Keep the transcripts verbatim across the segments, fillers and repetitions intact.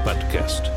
подкаст.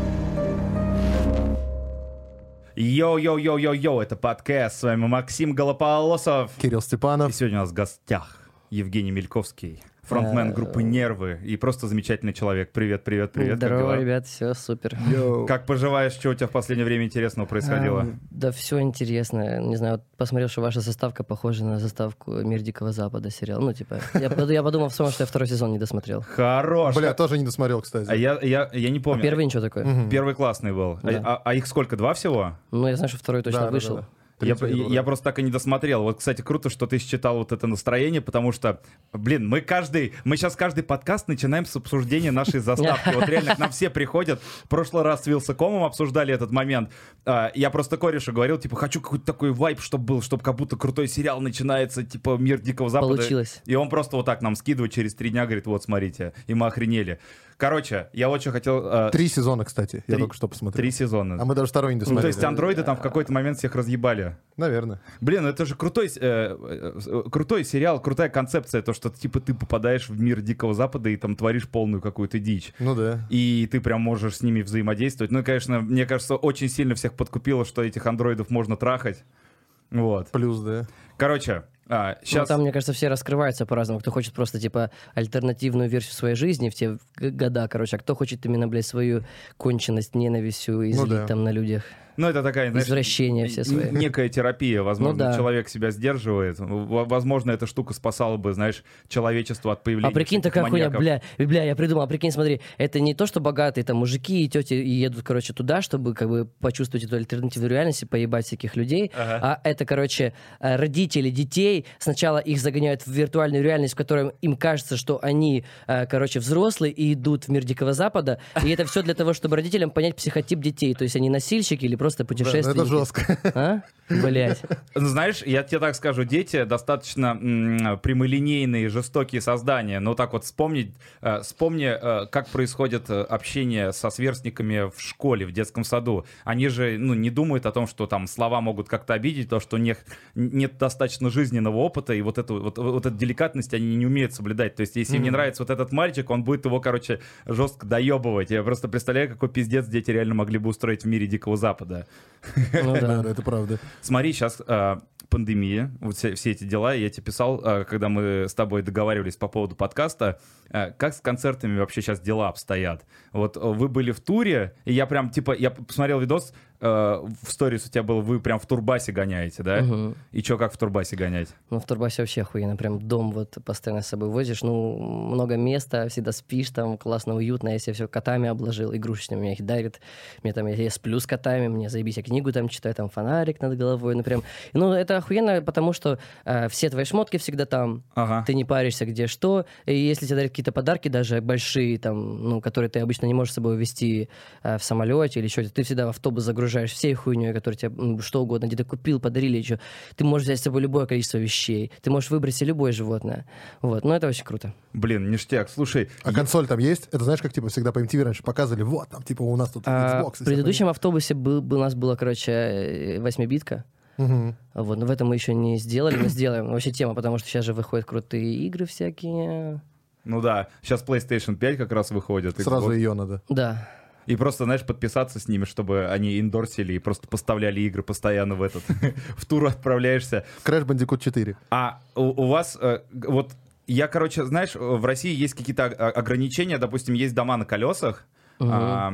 Йоу-йоу-йоу-йоу-йоу, это подкаст. С вами Максим Голополосов. Кирилл Степанов. И сегодня у нас в гостях Евгений Мельковский, фронтмен группы «Нервы» и просто замечательный человек. Привет, привет, привет. Здорово, ребят, все супер. Йоу. Как поживаешь? Что у тебя в последнее время интересного происходило? А, да все интересно. Не знаю, вот посмотрел, что ваша заставка похожа на заставку «Мир Дикого Запада» сериал. Ну, типа, я, я подумал, вспомнил, что я второй сезон не досмотрел. Хорош. Бля, тоже не досмотрел, кстати. А я, я, я не помню. А первый ничего такое? Мгм. Первый классный был. Да. А, а- а их сколько? Два всего? Ну, я знаю, что второй точно Да, да, вышел. да, да. Я, Третий я- был, я да. просто так и не досмотрел. Вот, кстати, круто, что ты считал вот это настроение, потому что, блин, мы каждый, мы сейчас каждый подкаст начинаем с обсуждения нашей заставки. Вот реально к нам все приходят. В прошлый раз с Вилсакомом обсуждали этот момент. А, Я просто корешу говорил, типа, хочу какой-то такой вайб, чтобы был, чтобы как будто крутой сериал начинается, типа, «Мир Дикого Запада». Получилось. И он просто вот так нам скидывает через три дня, говорит, вот, смотрите. И мы охренели. Короче, я очень хотел... а, Три сезона, кстати, я три- только что посмотрел. Три сезона. А мы даже второй не Ну, досмотрели. то есть андроиды там в какой-то момент всех разъебали. Наверное. Блин, ну это же крутой, э, э, крутой сериал, крутая концепция, то, что типа ты попадаешь в мир Дикого Запада и там творишь полную какую-то дичь. Ну да. И ты прям можешь с ними взаимодействовать. Ну и, конечно, мне кажется, очень сильно всех подкупило, что этих андроидов можно трахать. Вот. Плюс, да. Короче, а, Ну, сейчас... там, мне кажется, все раскрываются по-разному. Кто хочет просто, типа, альтернативную версию своей жизни в те г- года, короче, а кто хочет именно, блядь, свою конченность, ненавистью излить да. там на людях. Ну, это такая, знаешь, Извращения все свои. н- некая терапия. Возможно, Ну да. человек себя сдерживает. В- Возможно, эта штука спасала бы, знаешь, человечество от появления А прикинь, всяких такая хуйня, маньяков. бля, бля, я придумал, а прикинь, смотри, это не то, что богатые там мужики и тети и едут, короче, туда, чтобы как бы почувствовать эту альтернативную реальность и поебать всяких людей, Ага. а это, короче, э, родители детей, сначала их загоняют в виртуальную реальность, в которой им кажется, что они, э, короче, взрослые и идут в мир Дикого Запада, и это все для того, чтобы родителям понять психотип детей, то есть они носильщики или просто Да, ну путешественники. это жестко. А? Блять. Ну, знаешь, я тебе так скажу, дети достаточно м, прямолинейные, жестокие создания. Но так вот вспомнить, э, вспомни, э, как происходит э, общение со сверстниками в школе, в детском саду. Они же, ну, не думают о том, что там слова могут как-то обидеть, то, что у них нет достаточно жизненного опыта, и вот эту, вот, вот эту деликатность они не умеют соблюдать. То есть, если им не нравится вот этот мальчик, он будет его, короче, жестко доебывать. Я просто представляю, какой пиздец дети реально могли бы устроить в мире Дикого Запада. Ну Да, да. да, это правда. Смотри, сейчас э, пандемия, вот все, все эти дела, я тебе писал, э, когда мы с тобой договаривались по поводу подкаста, э, как с концертами вообще сейчас дела обстоят? Вот э, вы были в туре, и я прям, типа, я посмотрел видос, э, в сторис у тебя было, вы прям в турбасе гоняете, да? Мгм. И что, как в турбасе гонять? Ну, в турбасе вообще охуенно. Прям дом вот постоянно с собой возишь. Ну, много места, всегда спишь там, классно, уютно. Я себе все котами обложил, игрушечными. Меня их дарят. Мне там, я, я сплю с котами, мне заебись, я книгу там читаю, там фонарик над головой. Ну, прям, ну, это охуенно, потому что э, все твои шмотки всегда там. Ага. Ты не паришься, где что. И если тебе дарят какие-то подарки, даже большие, там, ну, которые ты обычно не можешь с собой везти э, в самолете или что-то, ты всегда в автобус загружаешь всей хуйней, которую тебе ну, что угодно, где-то купил, подарили, еще. Ты можешь взять с собой любое количество вещей. Ты можешь выбрать себе любое животное. Вот, ну, это очень круто. Блин, ништяк. Слушай, А консоль там есть? Это знаешь, как типа всегда по эм ти ви раньше показывали, вот там типа у нас тут А, Xbox. и в предыдущем автобусе был, был- у нас была, короче, э, восьмибитка. всё. Мгм. Вот, но в этом мы еще не сделали, но сделаем. Вообще тема, потому что сейчас же выходят крутые игры всякие. ну да, сейчас PlayStation пять как раз выходит. Сразу Xbox. ее надо. Да. И просто, знаешь, подписаться с ними, чтобы они индорсили и просто поставляли игры постоянно в этот. В тур отправляешься. Crash Bandicoot четыре. А у, у вас э, г- вот я, короче, знаешь, в России есть какие-то о- ограничения, допустим, есть дома на колесах, Мгм. а,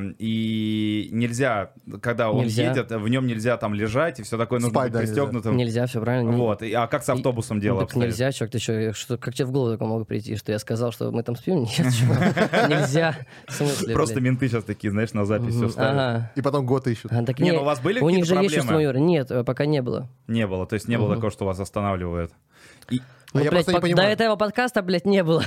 и нельзя, когда он Нельзя. едет, в нем нельзя там лежать и все такое, нужно Спать, быть да, нельзя. пристегнутым. Нельзя, все правильно. Вот. И- а как с автобусом И- дело ну, так обстоит? нельзя, чувак, ты что, что, как тебе в голову такое могло прийти, что я сказал, что мы там спим? Нет, чувак, нельзя. В смысле, Просто блядь? менты сейчас такие, знаешь, на запись все Мгм. ставят. Ага. И потом год ищут. А, так Не, не, ну у вас были у них же какие-то есть чувство проблемы? юмора. Нет, э, пока не было. Не было, то есть не было Мгм. такого, что вас останавливает. И- А Ну, я блядь, просто не пок- до понимаю. этого подкаста, блядь, не было.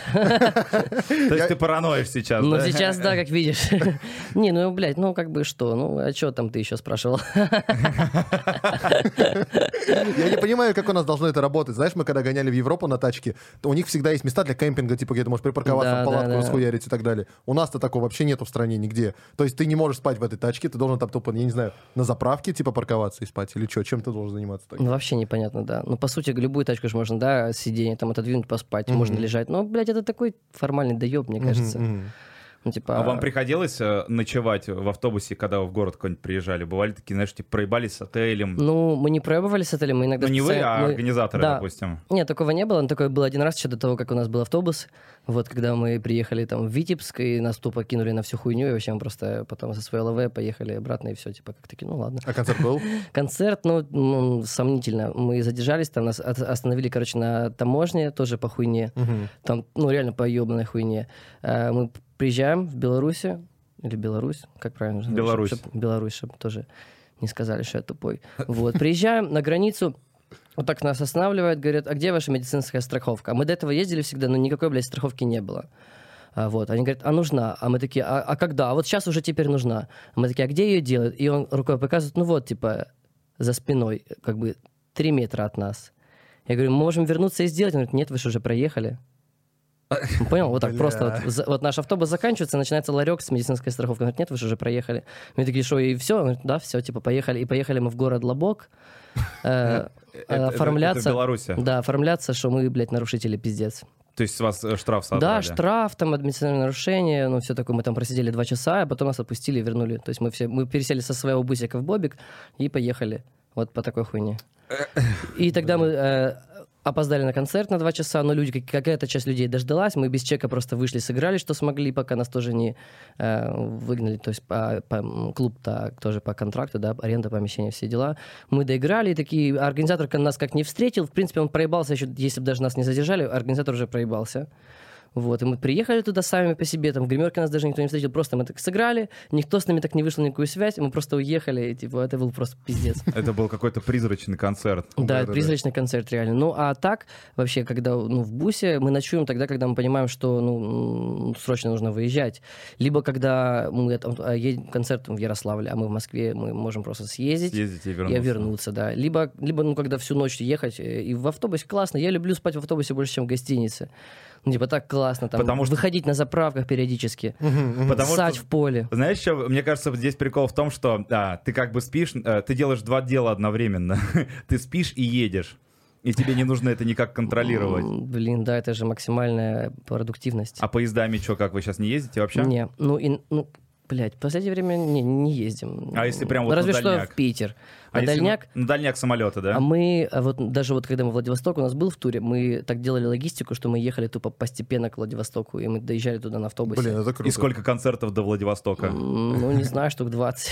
То есть ты параноишь сейчас, Ну, да? сейчас, да, как видишь. Не, ну, блядь, ну, как бы что? Ну, а что там ты еще спрашивал? Я не понимаю, как у нас должно это работать. Знаешь, мы когда гоняли в Европу на тачке, то у них всегда есть места для кемпинга, типа, где ты можешь припарковаться, Да, палатку да, да. расхуярить и так далее. У нас-то такого вообще нету в стране нигде. То есть ты не можешь спать в этой тачке, ты должен там тупо, я не знаю, на заправке, типа, парковаться и спать. Или что, чем ты должен заниматься так? Ну, вообще непонятно, да. Ну, по сути, любую тачку же можно, да, сиденье там отодвинуть, поспать, Мгм. можно лежать. Но, блядь, это такой формальный доеб, мне кажется. Мгм, мгм. Ну, типа... А вам приходилось э, ночевать в автобусе, когда вы в город какой-нибудь приезжали? Бывали такие, знаешь, типа проебались с отелем? Ну, мы не проебывались с отелем, мы иногда... Ну, не вы, специально- а мы- организаторы, Да. допустим. Нет, такого не было. Но такое было один раз еще до того, как у нас был автобус. Вот, когда мы приехали там в Витебск, и нас тупо кинули на всю хуйню, и вообще мы просто потом со своей ЛВ поехали обратно, и все, типа, как таки, ну ладно. А концерт был? Концерт, ну, ну, сомнительно. Мы задержались, там нас от- остановили, короче, на таможне, тоже по хуйне. Мгм. Там, ну, реально по ебаной хуйне. А, Мы приезжаем в Беларусь, или Беларусь, как правильно? сказать? Беларусь. Чтоб- чтоб- Беларусь, чтобы тоже не сказали, что я тупой. Вот, приезжаем на границу, вот так нас останавливают, говорят, а где ваша медицинская страховка? А мы до этого ездили всегда, но никакой, блядь, страховки не было. А вот, они говорят, а нужна? А мы такие, а, а когда? А вот сейчас уже теперь нужна. А мы такие, а где ее делают? И он рукой показывает, ну вот, типа, за спиной, как бы три метра от нас. Я говорю, мы можем вернуться и сделать? Он говорит, нет, вы же уже проехали. Ну, понял? Вот так Бля. просто. Вот, за- вот наш автобус заканчивается, начинается ларек с медицинской страховкой. Он говорит, нет, вы же уже проехали. Мы такие, что, и все? Он говорит, да, все, типа, поехали. И поехали мы в город Лобок. э, Это- это- Оформляться. это в Беларуси? Да, оформляться, что мы, блядь, нарушители, пиздец. То есть с вас э, штраф содрали? Да, штраф, там, административное нарушение, ну, все такое. Мы там просидели два часа, а потом нас отпустили и вернули. То есть мы все, мы пересели со своего бусика в бобик и поехали. Вот по такой хуйне. И тогда мы э, опоздали на концерт на два часа, но люди, как- какая-то часть людей дождалась. Мы без чека просто вышли, сыграли, что смогли, пока нас тоже не э, выгнали. То есть по, по- м, клуб-то тоже по контракту, да, аренда помещения, все дела. Мы доиграли, и такие, а организатор нас как не встретил. В принципе, он проебался еще, если бы даже нас не задержали, организатор уже проебался. Вот, и мы приехали туда сами по себе, там в гримерке нас даже никто не встретил, просто мы так сыграли, никто с нами так не вышел на никакую связь, мы просто уехали, и, типа, это был просто пиздец. Это был какой-то призрачный концерт. Да, Да-да-да. это призрачный концерт, реально. Ну, а так, вообще, когда ну, в бусе, мы ночуем тогда, когда мы понимаем, что ну, м, срочно нужно выезжать. Либо когда мы там, а, едем концерт в Ярославле, а мы в Москве, мы можем просто съездить. Съездить и И вернуться. вернуться, да. Либо, либо, ну, когда всю ночь ехать, э, и в автобусе классно. Я люблю спать в автобусе больше, чем в гостинице. Ну, типа, так классно, там, Потому что- выходить на заправках периодически, Потому ссать что- в поле. Знаешь, что, мне кажется, вот здесь прикол в том, что а, ты как бы спишь, а, ты делаешь два дела одновременно. Ты спишь и едешь. И тебе не нужно это никак контролировать. М, Блин, да, это же максимальная продуктивность. А поездами что, как вы сейчас не ездите вообще? Не, ну, и, ну, блядь, в последнее время не, не ездим. А если прям вот Разве на что дальняк? в Питер. А На если дальняк, На, на дальняк самолета, да? а мы, а вот даже вот когда мы в Владивосток у нас был в туре, мы так делали логистику, что мы ехали тупо постепенно к Владивостоку, и мы доезжали туда на автобусе. Блин, это круто. И сколько концертов до Владивостока? М, Ну, не знаю, штук двадцать.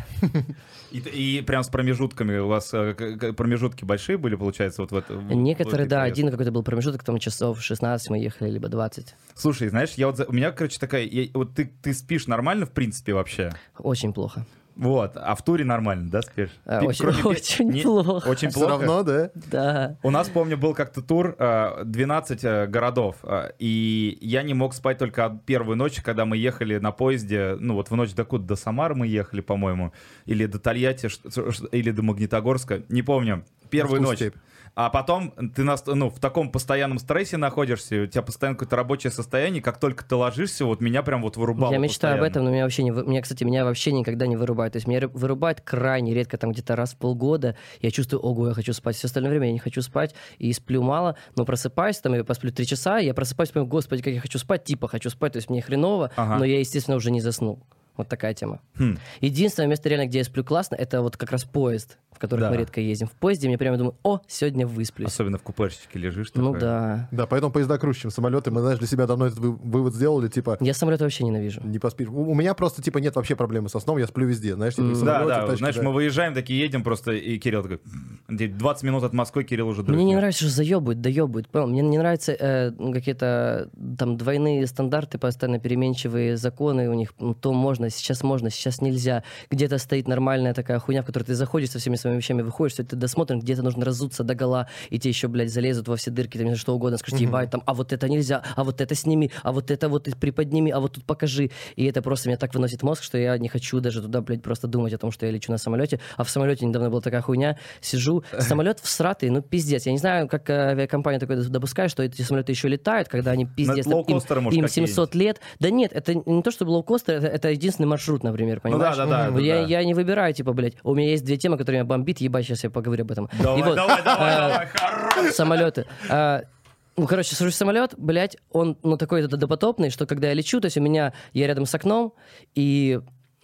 И, и прям с промежутками. У вас э, к- к- промежутки большие были, получается, вот в это? в- в Некоторые, этой да, поездке? один какой-то был промежуток, там часов шестнадцать мы ехали, либо двадцать. Слушай, знаешь, я вот за- у меня, короче, такая... я- вот ты, ты спишь нормально, в принципе, вообще? Очень плохо. Вот. А в туре нормально, да, спишь? А, Пи- очень- кроме пи- очень не- плохо. Очень Все плохо. равно, да? Да. У нас, помню, был как-то тур, э, двенадцать э, городов, э, и я не мог спать только от первой ночи, когда мы ехали на поезде, ну вот в ночь докуда, до Самары мы ехали, по-моему, или до Тольятти, ш- ш- или до Магнитогорска, не помню, первую В ту ночь. степь. А потом ты нас, ну, в таком постоянном стрессе находишься, у тебя постоянно какое-то рабочее состояние, как только ты ложишься, вот меня прям вот вырубало Я мечтаю об постоянно. этом, но меня вообще не... вы- Меня, кстати, меня вообще никогда не вырубает. То есть меня ры- вырубает крайне редко, там где-то раз в полгода. Я чувствую, ого, я хочу спать. Все остальное время я не хочу спать и сплю мало, но просыпаюсь, там я посплю три часа, я просыпаюсь, понимаю, господи, как я хочу спать, типа хочу спать, то есть мне хреново, Ага. но я, естественно, уже не заснул. Вот такая тема. Хм. Единственное место реально, где я сплю классно, это вот как раз поезд, в который Да. мы редко ездим. В поезде мне прямо думаю, о, сегодня высплюсь. Особенно в купешечке лежишь. Ну такой. да. Да, поэтому поезда круче, чем самолеты. Мы, знаешь, для себя давно этот вы- вывод сделали, типа, Я самолеты вообще ненавижу. не поспишь. У, у меня просто, типа, нет вообще проблемы со сном, я сплю везде, знаешь, типа, и в Да, самолете, да, в тачке, знаешь, да. мы выезжаем, такие едем просто, и Кирилл такой, где двадцать минут от Москвы, Кирилл уже Мне не дрыхнет. нравится, что заебывают, доебывают. Понял? Мне не нравятся э, какие-то там двойные стандарты, постоянно переменчивые законы у них. Ну, то можно, сейчас можно, сейчас нельзя. Где-то стоит нормальная такая хуйня, в которую ты заходишь со всеми своими вещами, выходишь, все это досмотрен, где-то нужно разуться догола, и тебе еще, блядь, залезут во все дырки, там, не знаю, что угодно, скажут, ебать, там, а вот это нельзя, а вот это сними, а вот это вот приподними, а вот тут покажи. И это просто меня так выносит мозг, что я не хочу даже туда, блядь, просто думать о том, что я лечу на самолете. А в самолете недавно была такая хуйня, сижу, самолет всратый, ну пиздец. Я не знаю, как э, авиакомпания такое допускает, что эти самолеты еще летают, когда они пиздец, там, им, лоукостеры, может, им какие семьсот лет. Да нет, это не то, чтобы лоукостер, это, это единственный маршрут, например, Ну понимаешь? да, да, да. я, да. я не выбираю, типа, блядь, у меня есть две темы, которые меня бомбит, ебать, сейчас я поговорю об этом. Давай, И вот, давай, давай, э, давай, хорош. самолеты. А, Ну, короче, сажусь в самолет, блядь, он, ну, такой допотопный, что когда я лечу, то есть у меня, я рядом с окном, и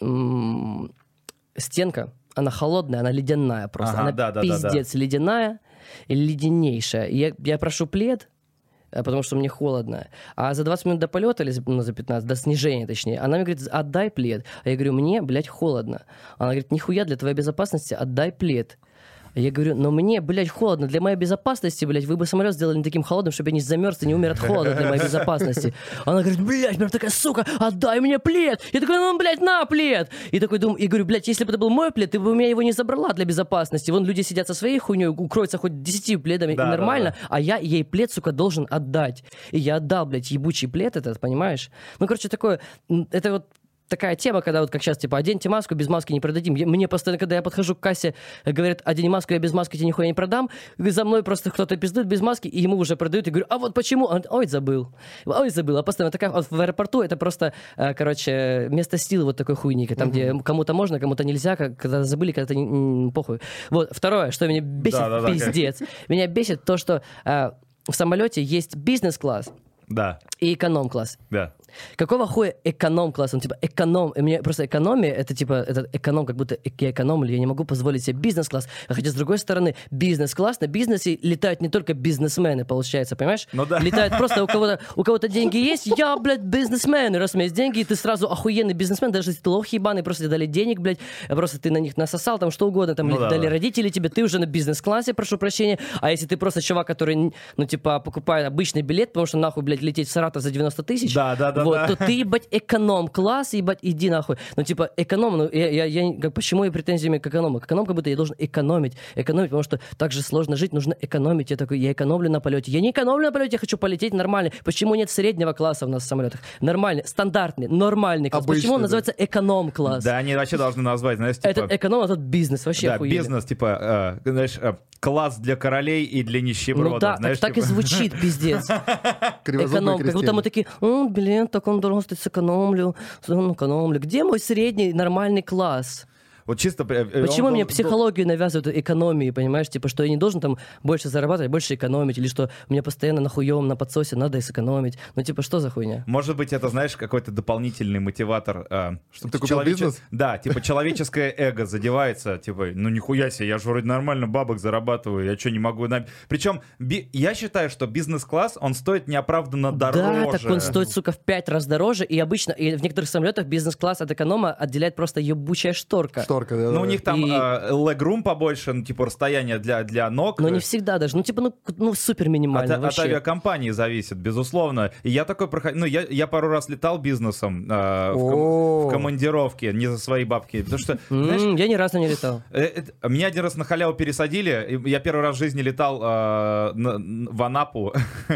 м- стенка, она холодная, она ледяная просто. Ага, она да, да, пиздец да, да. ледяная, леденейшая. И я, я прошу плед, потому что мне холодно. А за двадцать минут до полета, или ну, за пятнадцать, до снижения точнее, она мне говорит, отдай плед. А я говорю, мне, блядь, холодно. Она говорит, нихуя, для твоей безопасности отдай плед. Я говорю, но мне, блядь, холодно. Для моей безопасности, блядь, вы бы самолет сделали не таким холодным, чтобы я не замерз и не умер от холода для моей безопасности. Она говорит, блядь, прям такая, сука, отдай мне плед. Я такой, ну, блядь, на плед. И такой думаю, и говорю, блядь, если бы это был мой плед, ты бы у меня его не забрала для безопасности. Вон люди сидят со своей хуйней, укроются хоть десятью пледами, Да, и нормально, да, да. а я ей плед, сука, должен отдать. И я отдал, блядь, ебучий плед этот, понимаешь? Ну, короче, такое, это вот такая тема, когда вот как сейчас, типа, оденьте маску, без маски не продадим. Я- Мне постоянно, когда я подхожу к кассе, говорят, одень маску, я без маски тебе нихуя не продам. За мной просто кто-то пиздует без маски, и ему уже продают. И говорю, а вот почему? Он, ой, забыл. Ой, забыл. А постоянно такая, вот в аэропорту это просто, э, короче, место силы вот такой хуйни, там, где кому-то можно, кому-то нельзя, как- когда забыли, когда-то не- м, похуй. Вот, второе, что меня бесит, Да-да-да, пиздец. Меня бесит то, что э, в самолете есть бизнес-класс Да, и эконом-класс. да. Какого хуя эконом-класс? Он типа эконом. И мне просто экономия, это типа, это эконом, как будто эк- я экономлю, я не могу позволить себе бизнес-класс. А хотя, с другой стороны, бизнес-класс, на бизнесе летают не только бизнесмены, получается, понимаешь? Ну да. Летают просто у кого-то, у кого-то деньги есть, я, блядь, бизнесмен. И раз у меня есть деньги, и ты сразу охуенный бизнесмен, даже если ты лох ебаный, просто тебе дали денег, блядь, просто ты на них насосал, там что угодно, там Ну или да, дали да. родители тебе, ты уже на бизнес-классе, прошу прощения. А если ты просто чувак, который, ну, типа, покупает обычный билет, потому что нахуй, блядь, лететь в Саратов за девяносто тысяч, Да, да, да, вот, да. то ты, ебать, эконом-класс, ебать, иди нахуй. Ну, типа, эконом, ну, я, я, я, как, почему я претензиями к эконому? К эконому как будто я должен экономить, экономить, потому что так же сложно жить, нужно экономить. Я такой, я экономлю на полете. Я не экономлю на полете, я хочу полететь нормально. Почему нет среднего класса у нас в самолетах? Нормальный, стандартный, нормальный класс. Обычный, Почему он да. называется эконом-класс? Да, они вообще должны назвать, знаешь, типа... Этот эконом, а тот бизнес, вообще Да, охуенно. бизнес, типа, э, знаешь, э, класс для королей и для нищебродов. Ну да, знаешь, так, так и типа. звучит, пиздец. Кривозубые Эконом, как будто мы такие, «О, блин, так он должен стать сэкономлю, он экономлю». Где мой средний нормальный класс? Вот чисто... э, э, Почему он мне дол- психологию навязывают экономии, понимаешь? Типа, что я не должен там больше зарабатывать, больше экономить, или что у меня постоянно на хуевом, на подсосе надо и сэкономить. Ну, типа, что за хуйня? Может быть, это, знаешь, какой-то дополнительный мотиватор. э, Чтоб ты купил бизнес? Да, типа человеческое эго задевается. Типа, ну нихуя себе, я же вроде нормально бабок зарабатываю, я что, не могу... на- Причем би- я считаю, что бизнес-класс, он стоит неоправданно дороже. Да, так он стоит, сука, в пять раз дороже, и обычно, и в некоторых самолетах бизнес-класс от эконома отделяет просто ебучая шторка. Шторка, да. Ну, у них там И- э, legroom побольше, ну, типа расстояние для, для ног. Но не всегда даже. Ну, типа, ну, к- ну супер От, минимально от вообще. авиакомпании зависит, безусловно. И я такой проходил... Ну, я, я пару раз летал бизнесом э, в, ком- О. в командировке, не за свои бабки. Потому что, знаешь, М, Я ни разу не летал. э, это- меня один раз на халяву пересадили. и Я первый раз в жизни летал э, на- на- в Анапу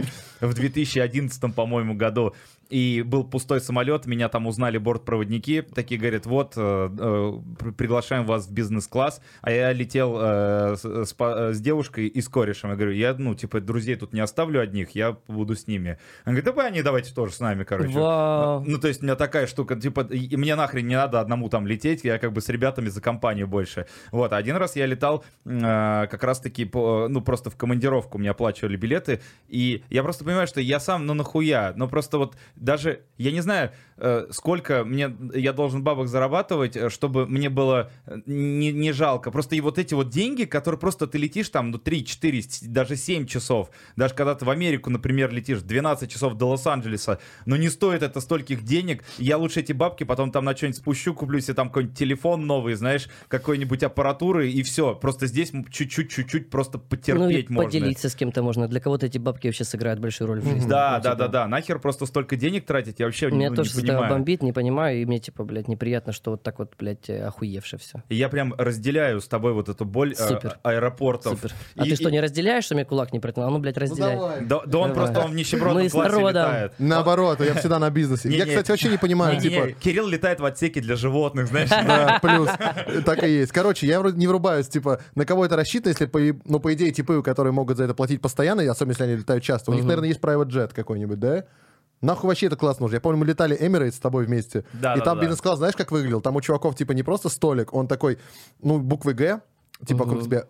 в две тысячи одиннадцатом, по-моему, году. И был пустой самолет, меня там узнали бортпроводники, такие говорят, вот, э, э, при- приглашаем вас в бизнес-класс, а я летел э, с, с по- с девушкой и с корешем, я говорю, я, ну, типа, друзей тут не оставлю одних, я буду с ними. Она говорит, да, они давайте тоже с нами, короче. Вау. Ну, то есть у меня такая штука, типа, и мне нахрен не надо одному там лететь, я как бы с ребятами за компанию больше. Вот, а один раз я летал э, как раз-таки, по, ну, просто в командировку, мне оплачивали билеты, и я просто понимаю, что я сам, ну, нахуя, ну, просто вот даже, я не знаю, э, сколько мне, я должен бабок зарабатывать, э, чтобы мне было э, не, не жалко. Просто и вот эти вот деньги, которые просто ты летишь там, ну, три-четыре, даже семь часов, даже когда ты в Америку, например, летишь двенадцать часов до Лос-Анджелеса, но не стоит это стольких денег, я лучше эти бабки потом там на что-нибудь спущу, куплю себе там какой-нибудь телефон новый, знаешь, какой-нибудь аппаратуры, и все. Просто здесь чуть-чуть-чуть просто Ну, и потерпеть можно. поделиться с кем-то можно. Для кого-то эти бабки вообще сыграют большую роль в жизни. Да, Ну, да, типа, да, да. Нахер просто столько денег тратить, я вообще Меня ну, тоже не с этого понимаю. бомбит, не понимаю, и мне, типа, блядь, неприятно, что вот так вот, блядь, э, охуевше все. И я прям разделяю с тобой вот эту боль э, Супер. аэропортов. Супер. А И- ты что, и- не разделяешь, что мне кулак не протянул? А ну, блядь, Ну, разделяй. давай. Да, да он Давай. просто он в нищебродном Мы с классе народом. летает. Наоборот, я всегда на бизнесе. Я, Не-не. кстати, вообще не понимаю, Не-не-не, типа... Кирилл летает в отсеке для животных, знаешь. Да, плюс. Так и есть. Короче, я вроде не врубаюсь, типа, на кого это рассчитано, если, по, ну, по идее, типы, которые могут за это платить постоянно, и особенно если они летают часто, у них, наверное, есть private jet какой-нибудь, да? Нахуй вообще это класс нужен. Я помню, мы летали Emirates с тобой вместе, Да, и да, там да. бизнес-класс, знаешь, как выглядел? Там у чуваков, типа, не просто столик, он такой, ну, буквы Г, типа, как у тебя...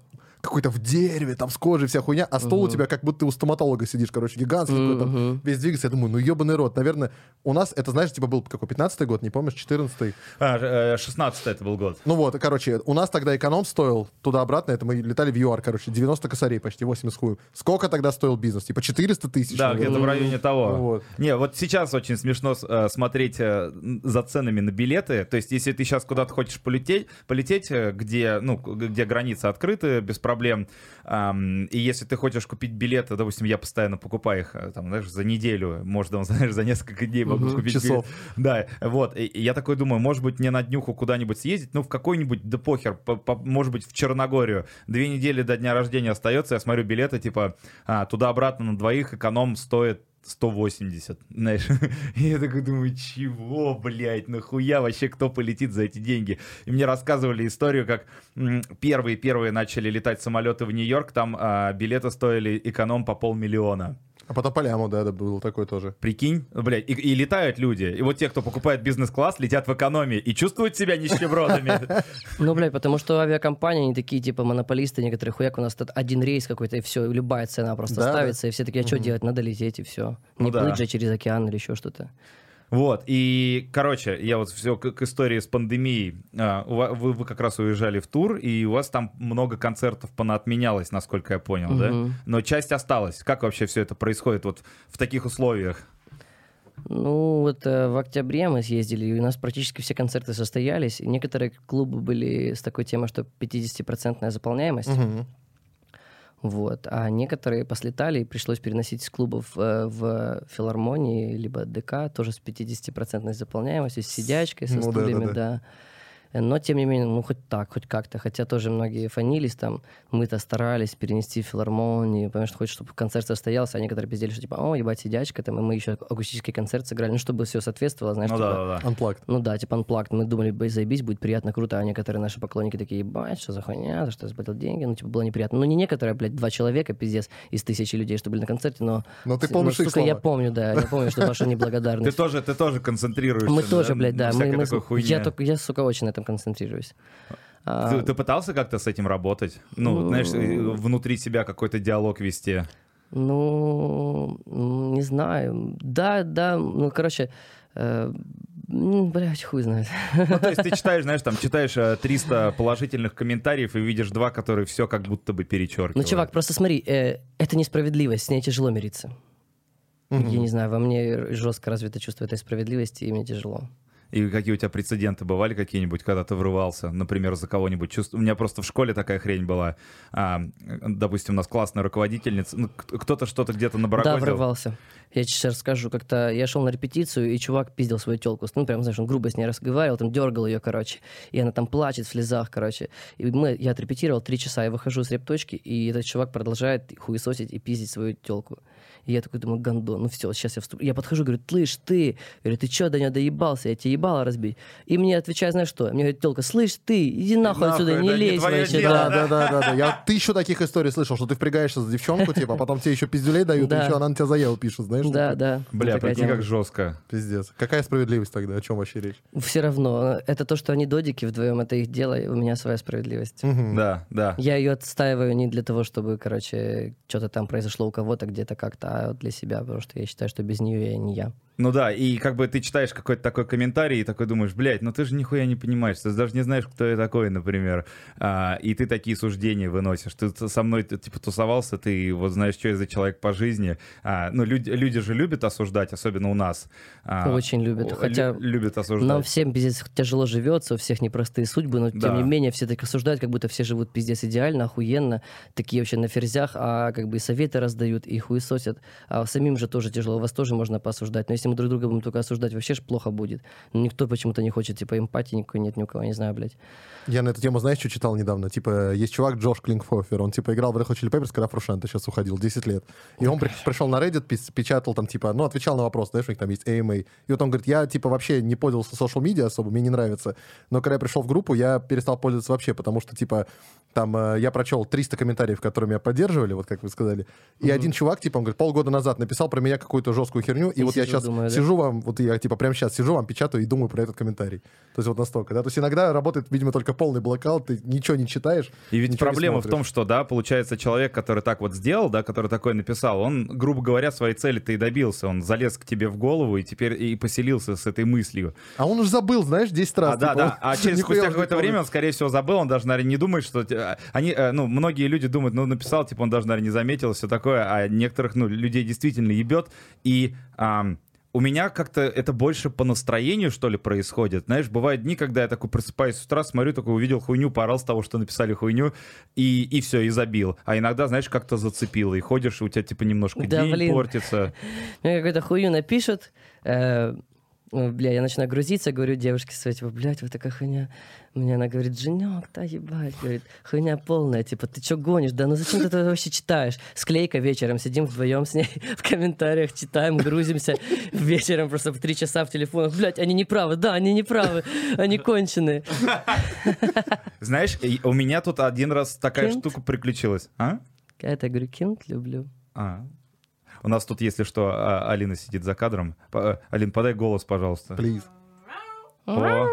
какой-то в дереве, там с кожей вся хуйня, а стол у тебя как будто ты у стоматолога сидишь, короче, гигантский, такой, там, весь двигается. Я думаю, ну ебаный рот. Наверное, у нас, это, знаешь, типа был какой, пятнадцатый год, не помнишь, четырнадцатый? А, шестнадцатый это был год. Ну вот, короче, у нас тогда эконом стоил туда-обратно, это мы летали в ЮАР, короче, девяносто косарей, почти восемь с хуем. Сколько тогда стоил бизнес? Типа четыреста тысяч? Да, где-то в районе того. Вот. Не, вот сейчас очень смешно э, смотреть э, за ценами на билеты. То есть, если ты сейчас куда-то хочешь полететь, полететь, э, где, ну, где границы открыты без проблем, эм, и если ты хочешь купить билеты, допустим, я постоянно покупаю их, э, там, знаешь, за неделю, может, там, знаешь, за несколько дней могу Мгм, купить часов. билет. Да, вот. И, и я такой думаю, может быть, мне на днюху куда-нибудь съездить, ну, в какой-нибудь, да похер, по, по, может быть, в Черногорию. Две недели до дня рождения остается, я смотрю билеты, типа, а, туда-обратно на двоих эконом стоит сто восемьдесят, знаешь. И я такой думаю, чего, блядь, нахуя вообще кто полетит за эти деньги? И мне рассказывали историю, как первые-первые начали летать самолеты в Нью-Йорк, там а, билеты стоили эконом по полмиллиона. А потом по ляму, да, да, был такой тоже. Прикинь, блядь, и, и летают люди. И вот те, кто покупает бизнес-класс, летят в экономии и чувствуют себя нищебродами. Ну, блядь, потому что авиакомпании, они такие, типа, монополисты некоторые, хуяк, у нас тут один рейс какой-то, и все, любая цена просто Да, ставится, и все такие, а что делать, надо лететь, и все. Ну Не да. плыть же через океан или еще что-то. Вот, и, короче, я вот все к, к истории с пандемией. А, у ва- вы, вы как раз уезжали в тур, и у вас там много концертов понаотменялось, насколько я понял, да? Мгм. Но часть осталась. Как вообще все это происходит вот в таких условиях? Ну, вот э, в октябре мы съездили, и у нас практически все концерты состоялись. И некоторые клубы были с такой темой, что пятидесятипроцентная заполняемость. Мгм. Вот. А некоторые послетали, и пришлось переносить с клубов э, в филармонии, либо ДК, тоже с пятидесятипроцентной заполняемостью, с сидячкой, со Ну да, стульями, да, да. да. Но, тем не менее, ну, хоть так, хоть как-то. Хотя тоже многие фанились там. Мы-то старались перенести в филармонию, потому что хоть чтобы концерт состоялся, а некоторые пиздели, что типа, о, ебать, сидячка, там, и мы еще акустический концерт сыграли. Ну, чтобы все соответствовало, знаешь, Ну типа, да, да, да. Unplugged. ну да, типа Unplugged. Мы думали, б- заебись, будет приятно, круто, а некоторые наши поклонники такие, ебать, что за хуйня, за что я заплатил деньги, ну, типа, было неприятно. Ну, не некоторые, а, блядь, два человека, пиздец, из тысячи людей, что были на концерте, но... Но ты с- помнишь ну, их сука, я слова. помню, да, я помню, что ваша Ты неблагодарность. тоже, ты тоже концентрируешься. Мы да, тоже, блядь, на да, мы, всякой мы- такой хуйне. я, только, я, сука, очень на этом концентрируюсь. А, Ты, ты пытался как-то с этим работать? Ну, Ну, знаешь, э, внутри себя какой-то диалог вести? Ну, м, не знаю. Да, да, ну, короче, э, м, блядь, хуй знает. Ну, то есть ты читаешь, знаешь, там, читаешь э, триста положительных комментариев и видишь два, которые все как будто бы перечеркивают. Ну, чувак, просто смотри, э, это несправедливость, с ней тяжело мириться. Я не знаю, во мне жестко развито чувство этой справедливости, и мне тяжело. И какие у тебя прецеденты бывали какие-нибудь, когда ты врывался, например, за кого-нибудь? Чувств- У меня просто в школе такая хрень была. А, допустим, у нас классная руководительница, ну, к- кто-то что-то где-то Да, набарагозил. врывался. Я сейчас расскажу, как-то я шел на репетицию, и чувак пиздил свою телку. Ну, прям, знаешь, он грубо с ней разговаривал, там дергал ее, короче. И она там плачет в слезах, короче. И мы, я отрепетировал три часа, я выхожу с репточки, и этот чувак продолжает хуесосить и пиздить свою телку. И я такой думаю, гандон, ну все, сейчас я вступлю. Я подхожу, говорю, слышь, ты, я говорю, ты что, до нее доебался, я тебе ебало разбить. И мне отвечает, знаешь что? Мне говорит, телка, слышь, ты, иди нахуй Нахуй, отсюда, не это не лезь твое вообще. дело. Да, Да. да, да, да, да. Я тысячу таких историй слышал, что ты впрягаешься за девчонку, типа, а потом тебе еще пиздюлей дают, и Да. еще она на тебя заяву пишет, знаешь? Да, такое? да. Бля, Такая прикинь, тема. как жестко. Пиздец. Какая справедливость тогда? О чем вообще речь? Все равно, это то, что они додики вдвоем, это их дело, и у меня своя справедливость. Мгм. Да, да. Я ее отстаиваю не для того, чтобы, короче, что-то там произошло у кого-то где-то как-то, а вот для себя, потому что я считаю, что без нее я не я. Ну да, и как бы ты читаешь какой-то такой комментарий и такой думаешь, блядь, ну ты же нихуя не понимаешь, ты даже не знаешь, кто я такой, например, а, и ты такие суждения выносишь. Ты т- со мной ты, типа тусовался, ты вот знаешь, что я за человек по жизни. А, ну люди, люди же любят осуждать, особенно у нас. А, Очень любят, о, хотя лю- любят осуждать. Нам всем пиздец тяжело живется, у всех непростые судьбы, но тем Да. не менее все так осуждают, как будто все живут пиздец идеально, охуенно, такие вообще на ферзях, а как бы и советы раздают, и хуесосят. А самим же тоже тяжело, вас тоже можно поосуждать. Но если мы друг друга будем только осуждать, вообще ж плохо будет. Но никто почему-то не хочет, типа, эмпатии никакой нет ни у кого, не знаю, блядь. Я на эту тему, знаешь, что читал недавно? Типа, есть чувак Джош Клинкхофер, он, типа, играл в Red Hot Chili Peppers, когда Фрушанта сейчас уходил, десять лет. И он при- пришел на Reddit, пис- печатал там, типа, ну, отвечал на вопрос, знаешь, у них там есть эй эм эй. И вот он говорит, я, типа, вообще не пользовался social media особо, мне не нравится. Но когда я пришел в группу, я перестал пользоваться вообще, потому что, типа, там э, я прочел триста комментариев, которые меня поддерживали, вот как вы сказали. И один чувак, типа, он говорит, полгода назад написал про меня какую-то жесткую херню, и, И вот я сижу, сейчас думаю, да? сижу вам, вот я типа прямо сейчас сижу вам, печатаю и думаю про этот комментарий. То есть вот настолько, да? То есть иногда работает, видимо, только полный блэкаут, ты ничего не читаешь. И ведь проблема в том, что, да, получается, человек, который так вот сделал, да, который такой написал, он, грубо говоря, своей цели-то и добился. Он залез к тебе в голову и теперь и поселился с этой мыслью. А он уже забыл, знаешь, десять раз. А, да, типа, да. А через нихуя спустя уже какое-то не время он, помнит. скорее всего, забыл, он даже, наверное, не думает, что... э, Они, э, ну, многие люди думают, ну, написал, типа, он даже, наверное, не заметил, все такое, а некоторых, ну, людей действительно ебет. И... ам, у меня как-то это больше по настроению, что ли, происходит. Знаешь, бывают дни, когда я такой просыпаюсь с утра, смотрю, такой увидел хуйню, поорал с того, что написали хуйню, и, и все, и забил. А иногда, знаешь, как-то зацепило, и ходишь, и у тебя, типа, немножко Да, день блин. портится. Мне какую-то хую напишут, э, ну, бля, я начинаю грузиться, говорю девушке своей, типа, блядь, вот такая хуйня. Мне она говорит, Женек, да ебать, говорит, хуйня полная, типа, ты чё гонишь, да ну зачем ты это вообще читаешь? Склейка вечером, сидим вдвоем с ней в комментариях, читаем, грузимся, вечером просто в три часа в телефонах, блядь, они не правы, да, они не правы, они конченые. Знаешь, и у меня тут один раз такая Кент? штука приключилась. А? Это, я говорю, Кент люблю. А. У нас тут, если что, а, Алина сидит за кадром. По- Алин, подай голос, пожалуйста. Please. О.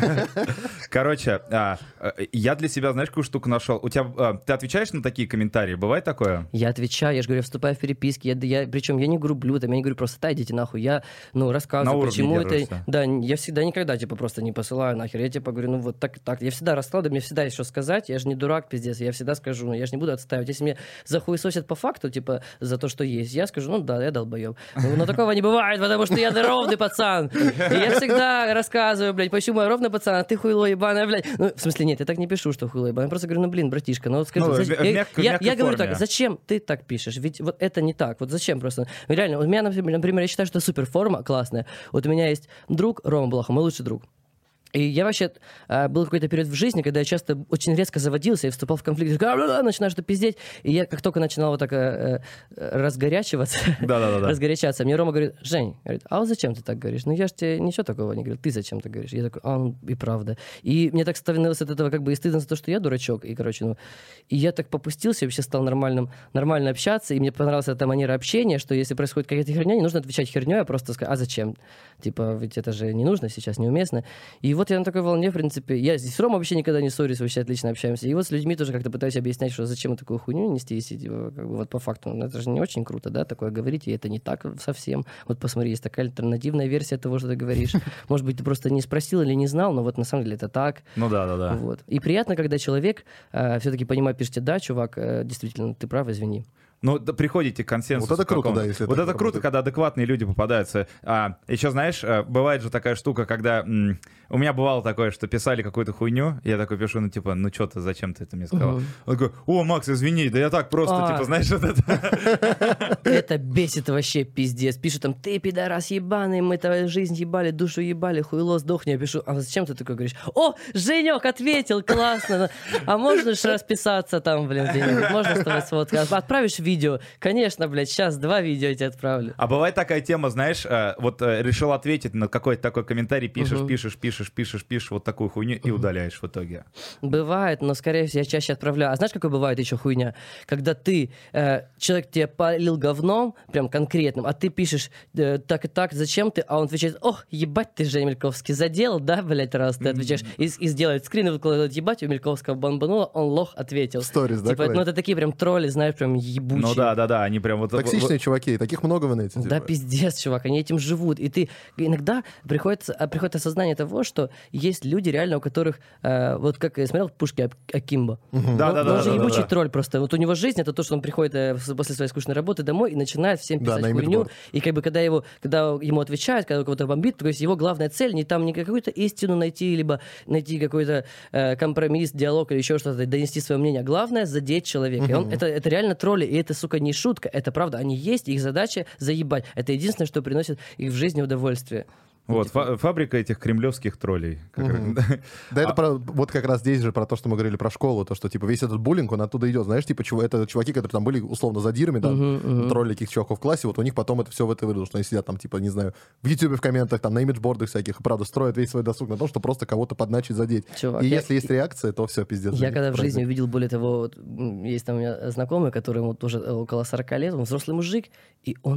Короче, а, а, я для себя, знаешь, какую штуку нашел? У тебя, а, ты отвечаешь на такие комментарии? Бывает такое? Я отвечаю, я же говорю, я вступаю в переписки, я, я, причем я не грублю, там, я не говорю просто, да, идите нахуй, я, ну, На рассказываю, уровне почему это, держишься. да, я всегда никогда, типа, просто не посылаю нахер, я, типа, говорю, ну, вот так, так, я всегда раскладываю, мне всегда есть что сказать, я же не дурак, пиздец, я всегда скажу, ну, я же не буду отстаивать, если мне захуесосят по факту, типа, за то, что есть, я скажу, ну, да, я долбоеб, ну, но такого не бывает, потому что я ровный пацан, и я всегда рассказываю, блядь, почему я ровный пацан, а ты хуйло ебаное, блядь, ну, в смысле, нет, я так не пишу, что хуйло ебаное, я просто говорю, ну, блин, братишка, ну, вот скажи, Ну, зачем- в я- мягкой- я, мягкой я говорю форме. так, зачем ты так пишешь? Ведь вот это не так. Вот зачем просто? Ну, реально, у меня, например, например, я считаю, что супер форма классная. Вот у меня есть друг Рома Блаха, мой лучший друг. И я вообще... а, был какой-то период в жизни, когда я часто очень резко заводился и вступал в конфликт. Такой, «А-ля-ля», начинаю что-то пиздеть. И я как только начинал вот так э, э, разгорячиваться, Да-да-да. разгорячаться, мне Рома говорит, Жень, говорит, а вот зачем ты так говоришь? Ну я же тебе ничего такого не говорю. Ты зачем так говоришь? Я такой, а, ну и правда. И мне так становилось от этого как бы и стыдно за то, что я дурачок. И, короче, ну... И я так попустился, и вообще стал нормальным, нормально общаться. И мне понравилась эта манера общения, что если происходит какая-то херня, не нужно отвечать херней, а просто сказать, а зачем? Типа, ведь это же не нужно сейчас, неуместно. И вот я на такой волне, в принципе, я здесь с Ромой вообще никогда не ссорюсь, вообще отлично общаемся. И вот с людьми тоже как-то пытаюсь объяснять, что зачем такую хуйню нести, если типа, как бы вот по факту, ну, это же не очень круто, да, такое говорить, и это не так совсем. Вот посмотри, есть такая альтернативная версия того, что ты говоришь. Может быть, ты просто не спросил или не знал, но вот на самом деле это так. Ну да-да-да. Вот. И приятно, когда человек э, все-таки понимает, пишите, да, чувак, э, действительно, ты прав, извини. Ну, да, приходите к консенсусу. Вот это круто, какому-то. да, если Вот это это круто, работает. когда адекватные люди попадаются. А, еще, знаешь, э, бывает же такая штука, когда... м, у меня бывало такое, что писали какую-то хуйню, я такой пишу, ну, типа, ну, что ты, зачем ты это мне сказал? Мгм. Он такой, о, Макс, извини, да я так просто, А. типа, знаешь, вот это... Это бесит вообще пиздец. Пишут там, ты пидорас ебаный, мы твою жизнь ебали, душу ебали, хуйло, сдохни. Я пишу, а зачем ты такой говоришь? О, Женек ответил, классно. А можно же расписаться там, блин, где-нибудь? Можно с тобой сфоткать? Отправишь видео? Конечно, блядь, сейчас два видео я тебе отправлю. А бывает такая тема, знаешь, э, вот э, решил ответить на какой-то такой комментарий, пишешь, Мгм. пишешь, пишешь, пишешь, пишешь вот такую хуйню и удаляешь в итоге. Бывает, но, скорее всего, я чаще отправляю. А знаешь, какой бывает еще хуйня? Когда ты, э, человек тебя полил говном, прям конкретным, а ты пишешь э, так и так, зачем ты? А он отвечает, ох, ебать ты, Женя Мельковский, задел, да, блядь, раз ты отвечаешь, и, и сделает скрин, и выкладывает, ебать, у Мельковского бомбануло, он лох ответил. В сторис, да, Типа, ну, класть? это такие прям тролли, знаешь, прям ебучие. Ну да, да, да, они прям вот... Токсичные чуваки, таких много в инете. Да, типа. пиздец, чувак, они этим живут. И ты иногда приходит, а, приходит осознание того, что есть люди реально, у которых, э, вот как я смотрел «Пушки Ак- Акимбо». Да, Он- да, он да, же да, ебучий да. тролль просто. Вот у него жизнь это то, что он приходит э, с- после своей скучной работы домой и начинает всем Да, писать на хуйню. имиджборд. И как бы когда его, когда ему отвечают, когда кого-то бомбит, то есть его главная цель не там не какую-то истину найти, либо найти какой-то э, компромисс, диалог или еще что-то, донести свое мнение. Главное задеть человека. И он, это, это реально тролли, и это, сука, не шутка, это правда. Они есть, их задача заебать. Это единственное, что приносит их в жизни удовольствие. Вот, фа- фабрика этих кремлевских троллей. как Мгм. раз. Да, это про, вот как раз здесь же про то, что мы говорили про школу, то, что, типа, весь этот буллинг, он оттуда идет. Знаешь, типа, чува- это чуваки, которые там были, условно, задирами, да, Мгм, мгм. тролли каких-то чуваков в классе, вот у них потом это все в это выйдут, что они сидят там, типа, не знаю, в Ютубе в комментах, там, на имиджбордах всяких, и, правда, строят весь свой досуг на том, что просто кого-то подначить, задеть. Чувак, и я- если есть реакция, то все, пиздец. Я жизнь когда в жизни произойдет. увидел, более того, вот, м, есть там у меня знакомый, который ему тоже э, около сорока лет, он взрослый мужик, и он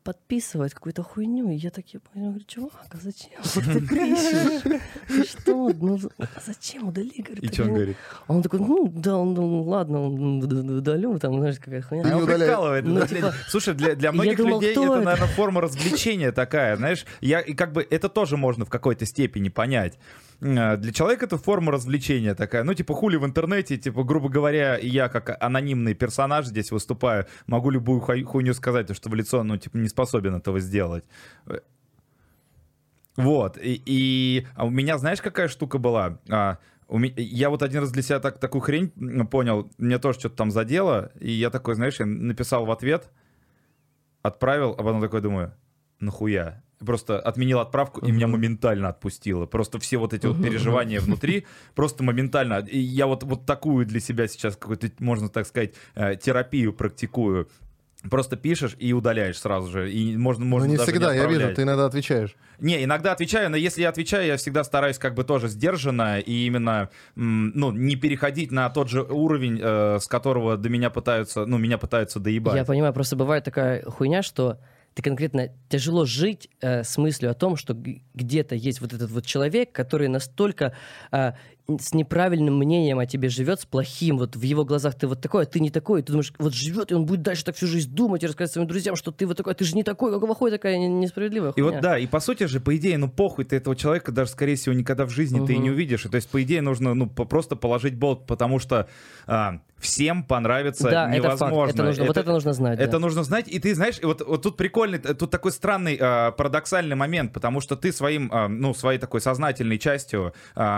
подписывает какую-то хуйню, и я так, я говорю, чувак, а зачем ты пишешь? Ты что? Ну, а зачем? Удали, говорит. И что он говорит? Он такой, ну, да, ну, ладно, удалю, там, знаешь, какая хуйня. А он прикалывает. Ну, типа, слушай, для, для многих думал, людей это, это? наверное, форма развлечения такая, знаешь. Я, и как бы это тоже можно в какой-то степени понять. Для человека это форма развлечения такая. Ну, типа, хули в интернете, типа, грубо говоря, я как анонимный персонаж здесь выступаю, могу любую хуйню сказать, что в лицо, ну, типа, не способен этого сделать. Вот. И, и а у меня, знаешь, какая штука была? А, у меня, я вот один раз для себя так, такую хрень понял, мне тоже что-то там задело, и я такой, знаешь, я написал в ответ, отправил, а потом такой думаю, нахуя? Просто отменил отправку, и uh-huh. меня моментально отпустило. Просто все вот эти uh-huh. вот переживания внутри, просто моментально. И я вот, вот такую для себя сейчас какую-то, можно так сказать, терапию практикую. Просто пишешь и удаляешь сразу же. И можно, можно ну, не даже всегда, не я вижу, ты иногда отвечаешь. Не, иногда отвечаю, но если я отвечаю, я всегда стараюсь как бы тоже сдержанно и именно, ну, не переходить на тот же уровень, э, с которого до меня пытаются, ну, меня пытаются доебать. Я понимаю, просто бывает такая хуйня, что ты конкретно тяжело жить э, с мыслью о том, что г- где-то есть вот этот вот человек, который настолько э, с неправильным мнением о тебе живет, с плохим, вот в его глазах ты вот такой, а ты не такой, и ты думаешь, вот живет, и он будет дальше так всю жизнь думать и рассказывать своим друзьям, что ты вот такой, а ты же не такой, какого хуя такая несправедливая хуйня. И вот да, и по сути же, по идее, ну похуй, ты этого человека даже, скорее всего, никогда в жизни uh-huh. ты и не увидишь. И, то есть, по идее, нужно, ну, просто положить болт, потому что а, всем понравится да, невозможно. Это факт. Это нужно, это, вот это нужно знать. Это да. нужно знать, и ты знаешь, вот, вот тут прикольный, тут такой странный, а, парадоксальный момент, потому что ты своим, а, ну, своей такой сознательной частью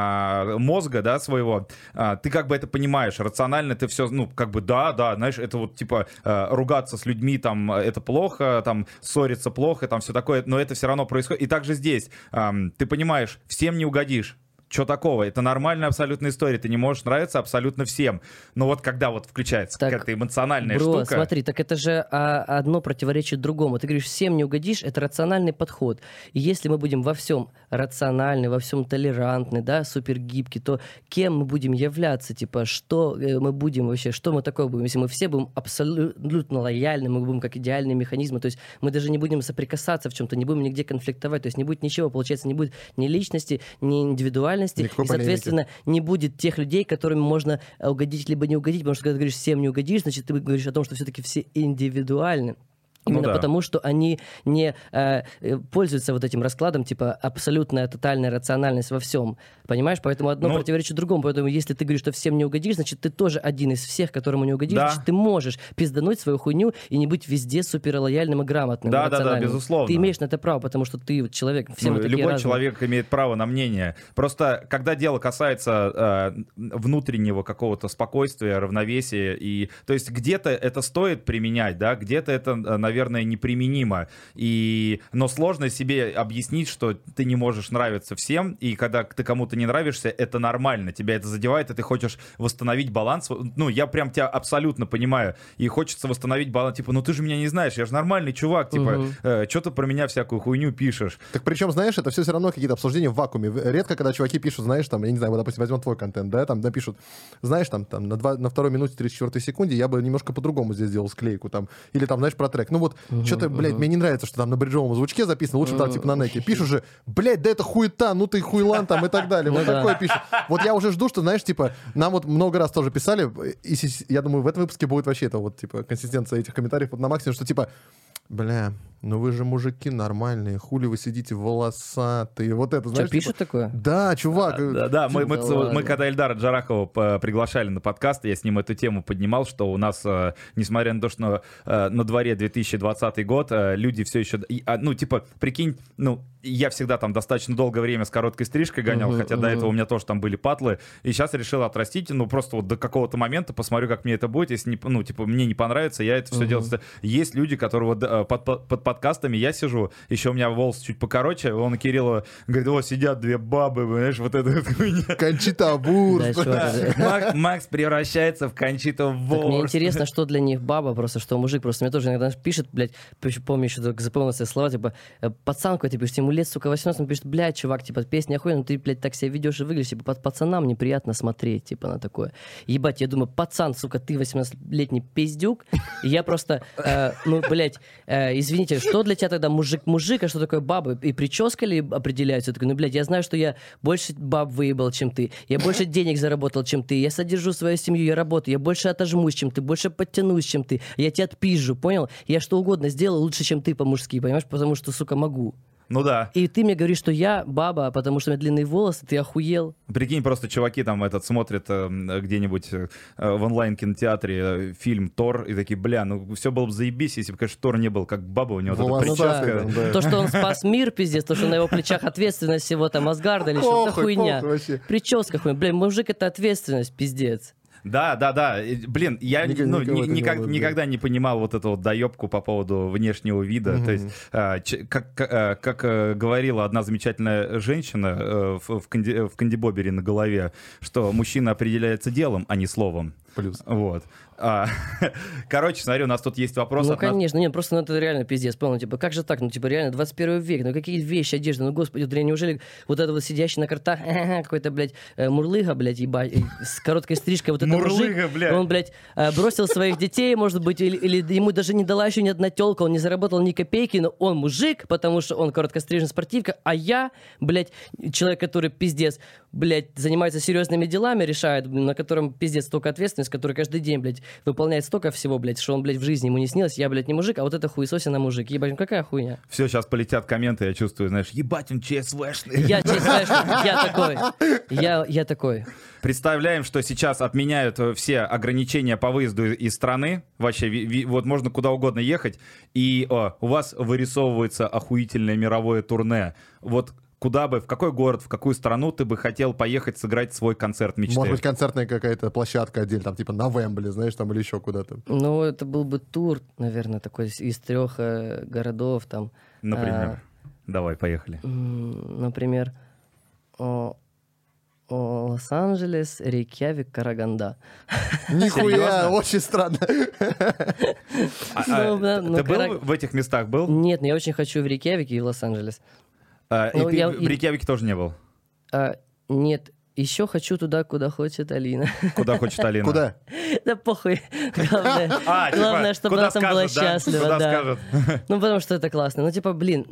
а, мозга, да, своего, а, ты как бы это понимаешь, рационально ты все, ну, как бы, да, да, знаешь, это вот, типа, а, ругаться с людьми, там, это плохо, там, ссориться плохо, там, все такое, но это все равно происходит. И также здесь а, ты понимаешь, всем не угодишь. Что такого? Это нормальная абсолютная история. Ты не можешь нравиться абсолютно всем. Но вот когда вот включается так, какая-то эмоциональная бро, штука... смотри, так это же а, одно противоречит другому. Ты говоришь, всем не угодишь, это рациональный подход. И если мы будем во всем рациональны, во всем толерантны, да, супергибки, то кем мы будем являться? Типа, что мы будем вообще, что мы такое будем? Если мы все будем абсолютно лояльны, мы будем как идеальные механизмы, то есть мы даже не будем соприкасаться в чем-то, не будем нигде конфликтовать, то есть не будет ничего, получается, не будет ни личности, ни индивидуальности, никакой и, соответственно, полемики. Не будет тех людей, которым можно угодить либо не угодить, потому что когда ты говоришь «всем не угодишь», значит, ты говоришь о том, что все-таки все индивидуальны. Именно ну, да. потому, что они не э, пользуются вот этим раскладом, типа абсолютная тотальная рациональность во всем. Понимаешь? Поэтому одно ну, противоречит другому. Поэтому если ты говоришь, что всем не угодишь, значит, ты тоже один из всех, которому не угодишь. Да. Значит, ты можешь пиздануть свою хуйню и не быть везде супер лояльным и грамотным. Да, да, да, безусловно. Ты имеешь на это право, потому что ты человек. Все ну, мы такие любой разные. Человек имеет право на мнение. Просто когда дело касается э, внутреннего какого-то спокойствия, равновесия, и, то есть где-то это стоит применять, да, где-то это, наверное, неприменимо. И, но сложно себе объяснить, что ты не можешь нравиться всем, и когда ты кому-то не нравишься, это нормально, тебя это задевает, и ты хочешь восстановить баланс. Ну, я прям тебя абсолютно понимаю, и хочется восстановить баланс, типа, ну ты же меня не знаешь, я же нормальный чувак, типа, угу. э, что ты про меня всякую хуйню пишешь. Так причем, знаешь, это все все равно какие-то обсуждения в вакууме. Редко, когда чуваки пишут, знаешь, там, я не знаю, вот, допустим, возьмем твой контент, да, там напишут, знаешь, там, там на, два, на второй минуте тридцать четвёртой секунде я бы немножко по-другому здесь сделал склейку, там, или там, знаешь, про трек. Ну вот, угу. что-то, блядь, uh-huh. мне не нравится, что там на бриджовом звучке записано, лучше uh-huh. там типа на неке. Пишут же, блядь, да это хуета, ну ты хуйлан там и так далее. Вот такое пишут. Вот я уже жду, что, знаешь, типа, нам вот много раз тоже писали, и я думаю, в этом выпуске будет вообще это вот, типа, консистенция этих комментариев вот на максимум, что типа, бля, ну вы же мужики нормальные, хули вы сидите волосатые, вот это, знаешь. Что, пишут типа, такое? Да, чувак. Да, да, да мы, мы, да мы когда Эльдара Джарахова приглашали на подкаст, я с ним эту тему поднимал, что у нас, несмотря на то, что на, на дворе две тысячи двадцатый год, люди все еще, ну, типа, прикинь, ну, я всегда там достаточно долгое время с короткой стрижкой гонял, uh-huh, хотя uh-huh. до этого у меня тоже там были патлы, и сейчас решил отрастить, ну, просто вот до какого-то момента посмотрю, как мне это будет, если, не, ну, типа, мне не понравится, я это все uh-huh. делаю. Есть люди, которые вот под, под, под подкастами я сижу, еще у меня волосы чуть покороче, он и Кирилла говорит, о, сидят две бабы, понимаешь, вот это вот у меня. Кончита Вурст. Макс превращается в Кончиту Вурст. Мне интересно, что для них баба, просто что мужик, просто мне тоже иногда пишет, блядь, помню еще только запомнил слова, типа, пацан какой-то пишет, ему лет, сука, восемнадцать, он пишет, блядь, чувак, типа, песня охуенная, но ты, блядь, так себя ведешь и выглядишь, типа, под пацанам неприятно смотреть, типа, на такое. Ебать, я думаю, пацан, сука, ты восемнадцатилетний пиздюк, и я просто, э, ну, блядь, э, извините, что для тебя тогда мужик-мужик, а что такое баба? И прическа ли определяется? Я такой, ну, блядь, я знаю, что я больше баб выебал, чем ты. Я больше денег заработал, чем ты. Я содержу свою семью, я работаю. Я больше отожмусь, чем ты. Больше подтянусь, чем ты. Я тебя отпизжу, понял? Я что угодно сделаю лучше, чем ты по-мужски, понимаешь? Потому что, сука, могу. Ну да. И ты мне говоришь, что я баба, потому что у меня длинные волосы, ты охуел. Прикинь, просто чуваки там этот смотрят э, где-нибудь э, в онлайн-кинотеатре э, фильм «Тор» и такие, бля, ну все было бы заебись, если бы, конечно, Тор не был как баба, у него вот эта Ну прическа. да, да. То, что он спас мир, пиздец, то, что на его плечах ответственность всего там Асгарда или что-то Похуй, хуйня. похуй вообще. Прическа хуйня. Блин, мужик — это ответственность, пиздец. Да, да, да. И, Блин, я Никак- ну, никого ни- это не никак- волнует, никогда не понимал вот эту вот доебку по поводу внешнего вида. То есть, а, ч- как, как, а, как э, говорила одна замечательная женщина э, в, в, канди- в кандибобере на голове, что мужчина определяется делом, а не словом. Плюс. Вот. А, короче, смотри, у нас тут есть вопрос. Ну, от нас. конечно, нет, просто ну, это реально пиздец, понял, типа, как же так, ну, типа, реально, двадцать первый век, ну, какие вещи, одежда, ну, господи, вот, неужели вот это вот сидящий на картах, какой-то, блядь, э, мурлыга, блядь, ебать, э, с короткой стрижкой, вот этот Мурлыга, мужик, блядь. он, блядь, э, бросил своих детей, может быть, или, или ему даже не дала еще ни одна тёлка, он не заработал ни копейки, но он мужик, потому что он короткострижен спортивка, а я, блядь, человек, который, пиздец, блядь, занимается серьезными делами, решает, на котором, пиздец, столько ответственность, который каждый день, блядь, выполняет столько всего, блядь, что он, блядь, в жизни ему не снилось. Я, блядь, не мужик, а вот это хуесосина мужик. Ебать, ну какая хуйня? Все, сейчас полетят комменты, я чувствую, знаешь, ебать, он ЧСВшный. Я, честно, знаешь, я такой. Я, я такой. Представляем, что сейчас отменяют э, все ограничения по выезду из из страны. Вообще, ви- ви- вот можно куда угодно ехать, и о, у вас вырисовывается охуительное мировое турне. Вот куда бы, в какой город, в какую страну ты бы хотел поехать сыграть свой концерт мечты? Может быть, концертная какая-то площадка отдельно, там, типа, на Вембле, знаешь, там, или еще куда-то. Ну, это был бы тур, наверное, такой из- из трех э, городов, там. Например. Давай, поехали. М, Например, о, о, Лос-Анджелес, Рейкьявик, Караганда. Нихуя, Серьезно? очень странно. А, а, Ну, да, ты ну, был Караг- в этих местах? Был? Нет, но я очень хочу в Рейкьявике и в Лос-Анджелес. А, и Ну, ты я- в и- Рейкьявике тоже не был? А, нет, еще хочу туда, куда хочет Алина. Куда хочет Алина? Куда? Да похуй. Главное, А, типа, главное, чтобы куда она там была скажет, да? счастлива. Куда да. скажет. Ну, потому что это классно. Ну, типа, блин,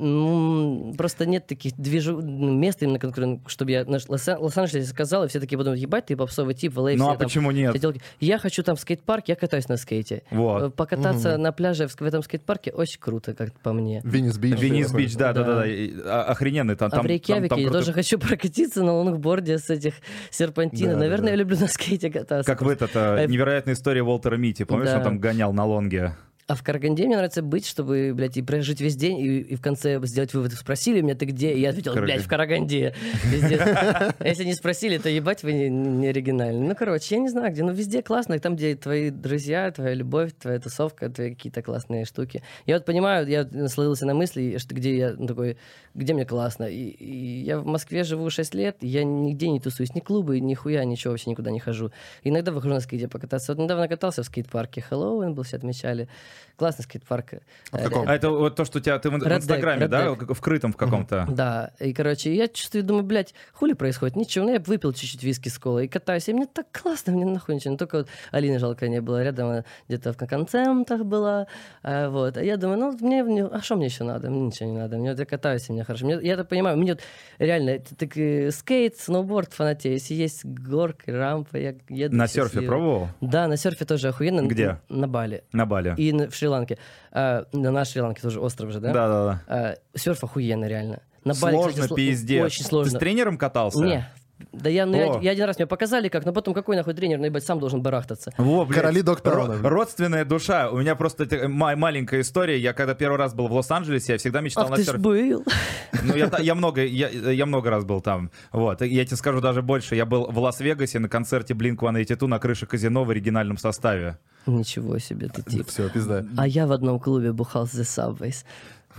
м, просто нет таких движу... мест, именно, которые, чтобы я на Лос- Лос-Анджелесе сказал, и все такие подумают, ебать, ты попсовый тип, в Л А. Ну, все а там, почему нет? все телки». Я хочу там в скейт-парк, я катаюсь на скейте. Вот. Э, Покататься на пляже в, в этом скейт-парке очень круто, как по мне. Венес-Бич. Венес-Бич, да, да, Да. да, да. и, а, Охрененный. Там, А там, в Рейкьявике там- там я круто. тоже хочу прокатиться на лонгборде с этих серпантинов. Да, да, Наверное, да. я люблю на скейте кататься. Как в этот, Э, э, невероятная история Уолтера Митти. Помнишь, да. он там гонял на лонге? А в Караганде мне нравится быть, чтобы, блядь, и прожить весь день, и, и в конце сделать вывод. Спросили меня, ты где? И я ответил, Караганде. блядь, в Караганде. Пиздец. А если не спросили, то ебать вы не, не оригинальны. Ну, короче, я не знаю, где. Ну, везде классно. Там, где твои друзья, твоя любовь, твоя тусовка, твои какие-то классные штуки. Я вот понимаю, я наслоился на мысли, что где я ну, такой, где мне классно. И, и я в Москве живу шесть лет, и я нигде не тусуюсь, ни клубы, ни хуя, ничего, вообще никуда не хожу. Иногда выхожу на скейте покататься. Вот недавно катался в скейт-парке. Хэллоуин был, все отмечали. Классный скейт-парк. А в каком? А это вот то, что у тебя ты в, в Red Deck, Инстаграме, Red да, Deck. вкрытом в каком-то. Да, и, короче, я чувствую, думаю, блядь, хули происходит? Ничего, ну я выпил чуть-чуть виски с колой и катаюсь, и мне так классно, мне нахуй ничего. Ну, только вот Алины жалко не было рядом, она где-то в концертах была, а, вот. А я думаю, ну, мне, мне- а что мне еще надо? Мне ничего не надо, мне вот я катаюсь, и мне хорошо. Мне, я это понимаю, мне вот реально, это так, э, скейт, сноуборд фанатею, если есть горка, рампа, я еду На серфе счастливый. пробовал? Да, на серфе тоже охуенно. Где? На, на Бали. На Бали. И на- в Шри-Ланке. А, на нашей Шри-Ланке тоже остров же, да? Да, да, да. А, серф охуенно, реально. На Бали, Сложно, кстати, сло- пиздец. Очень Ты сложно. с тренером катался? Не. Да я, ну, О. я, я один раз мне показали как, но потом какой нахуй тренер, ну, ебать, сам должен барахтаться. Во, блядь, Короли Догтауна. ро- родственная душа. У меня просто это ма- маленькая история. Я когда первый раз был в Лос-Анджелесе, я всегда мечтал Ах на ты ж серфе. был. Ну, я, та- я, много, я, я много раз был там. Вот. И я тебе скажу даже больше. Я был в Лас-Вегасе на концерте блинк ван эйти ту на крыше казино в оригинальном составе. Ничего себе ты тип. Все, пизда. А я в одном клубе бухал с The Subways.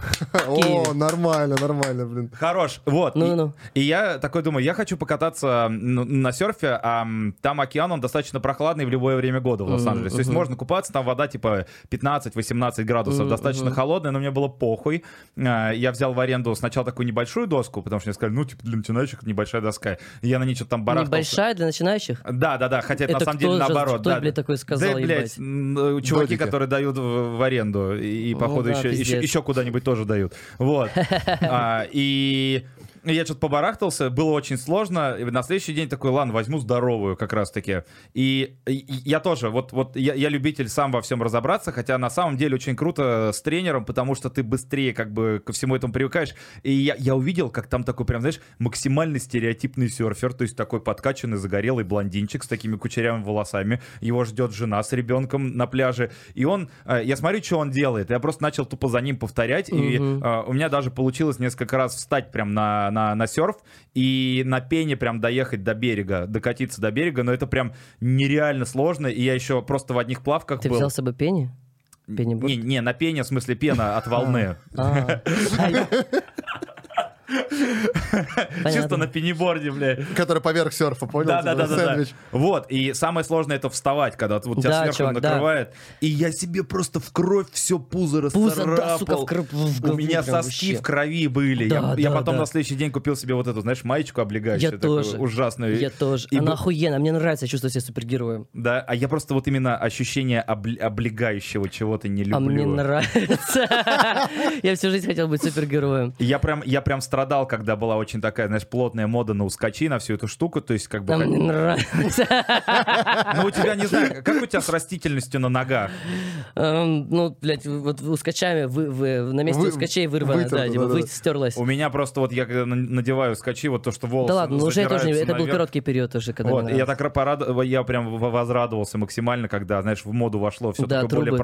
О, нормально, нормально, блин. Хорош, вот. Ну, и, ну. и я такой думаю, я хочу покататься на, на серфе, а там океан, он достаточно прохладный в любое время года в Лос-Анджелесе. Mm-hmm. То есть можно купаться, там вода типа пятнадцать-восемнадцать градусов, mm-hmm. достаточно холодная, но мне было похуй. Я взял в аренду сначала такую небольшую доску, потому что мне сказали, ну, типа, для начинающих небольшая доска. И я на ней что-то там барахтался. Небольшая для начинающих? Да, да, да, хотя это, это на самом кто деле же, наоборот. Кто, да, блядь, такой сказал, да, блядь, ебать? Чуваки, Додики. которые дают в, в аренду, и, Ну походу, да, еще, еще, еще куда-нибудь тоже дают. Вот. а, и... Я что-то побарахтался, было очень сложно. И на следующий день такой, ладно, возьму здоровую как раз-таки. И, и я тоже, вот, вот я, я любитель сам во всем разобраться, хотя на самом деле очень круто с тренером, потому что ты быстрее как бы ко всему этому привыкаешь. И я, я увидел, как там такой прям, знаешь, максимально стереотипный серфер, то есть такой подкачанный, загорелый блондинчик с такими кучерявыми волосами. Его ждет жена с ребенком на пляже. И он, я смотрю, что он делает. Я просто начал тупо за ним повторять. Mm-hmm. И uh, у меня даже получилось несколько раз встать прям на На, на серф и на пене прям доехать до берега, докатиться до берега, но это прям нереально сложно, и я еще просто в одних плавках Ты был. Ты взял с собой пени? Пениборд? Не, не, на пене, в смысле пена от волны. Чисто на пениборде, бля. Который поверх серфа, понял? Да, да, да, да. Вот, и самое сложное это вставать, когда вот тебя сверху накрывает. И я себе просто в кровь все пузо расцарапал. У меня соски в крови были. Я потом на следующий день купил себе вот эту, знаешь, маечку облегающую. Я тоже. Ужасную. Я тоже. Она охуенная, мне нравится чувствовать себя супергероем. Да, а я просто вот именно ощущение облегающего чего-то не люблю. А мне нравится. Я всю жизнь хотел быть супергероем. Я прям, я прям страдал, когда была очень такая, знаешь, плотная мода на ускочи, на всю эту штуку, то есть как бы... А мне нравится. Ну, у тебя, не знаю, как у тебя с растительностью на ногах? Ну, блядь, вот ускочами, на месте ускочей вырвано, да, типа, стерлась. У меня просто вот я когда надеваю скачи, вот то, что волосы Да ладно, ну уже тоже, это был короткий период уже, когда... Вот, я так порадовался, я прям возрадовался максимально, когда, знаешь, в моду вошло все такое более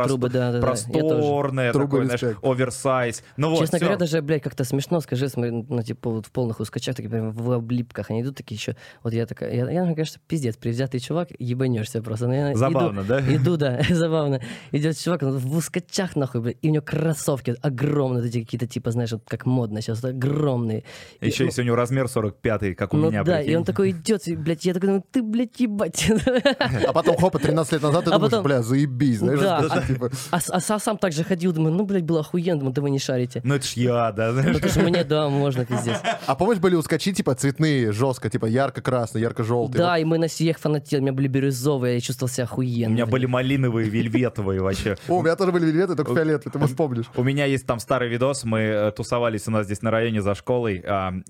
просторное, такое, знаешь, оверсайз. Честно говоря, даже, блядь, как-то смешно, скажи, ну, типа, вот в полных ускачах, такие прям в облипках, они идут такие еще, вот я такая, я, я, мне кажется, пиздец, привзятый чувак, ебанешься просто. Я забавно, иду, да? Иду, да, забавно. Идет чувак, он в ускачах, нахуй, блядь, и у него кроссовки огромные, эти какие-то, типа, знаешь, вот как модно сейчас, вот, огромные. Еще и, если ну, у него размер сорок пятый, как у ну, меня, да, прикинь. И он такой идет, и, блядь, я такой думаю, ты, блядь, ебать. А потом, хопа, тринадцать лет назад ты а думаешь, потом... бля, заебись, знаешь, да, даже, а, типа... а, а, а сам так же ходил, думаю, ну, блядь, было охуенно, думаю, да вы не шарите. Ну, это ж я, да, знаешь. Это ж мне, да, можно, пиздец. А помнишь, были ускачи, типа, цветные, жестко, типа, ярко-красный, ярко-желтый? Да, вот. И мы на всех фанатели, у меня были бирюзовые, я чувствовал себя охуенно. У меня были малиновые, вельветовые вообще. О, у меня тоже были вельветы, только фиолетовые, ты, может, помнишь. У меня есть там старый видос, мы тусовались у нас здесь на районе за школой,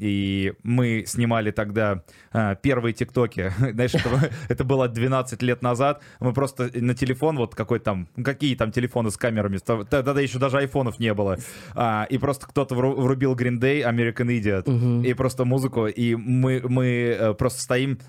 и мы снимали тогда первые тиктоки. Знаешь, это было двенадцать лет назад, мы просто на телефон, вот какой там, какие там телефоны с камерами, тогда еще даже айфонов не было, и просто кто-то врубил Green Day, American Idiot, и просто музыку, и мы, мы просто стоим,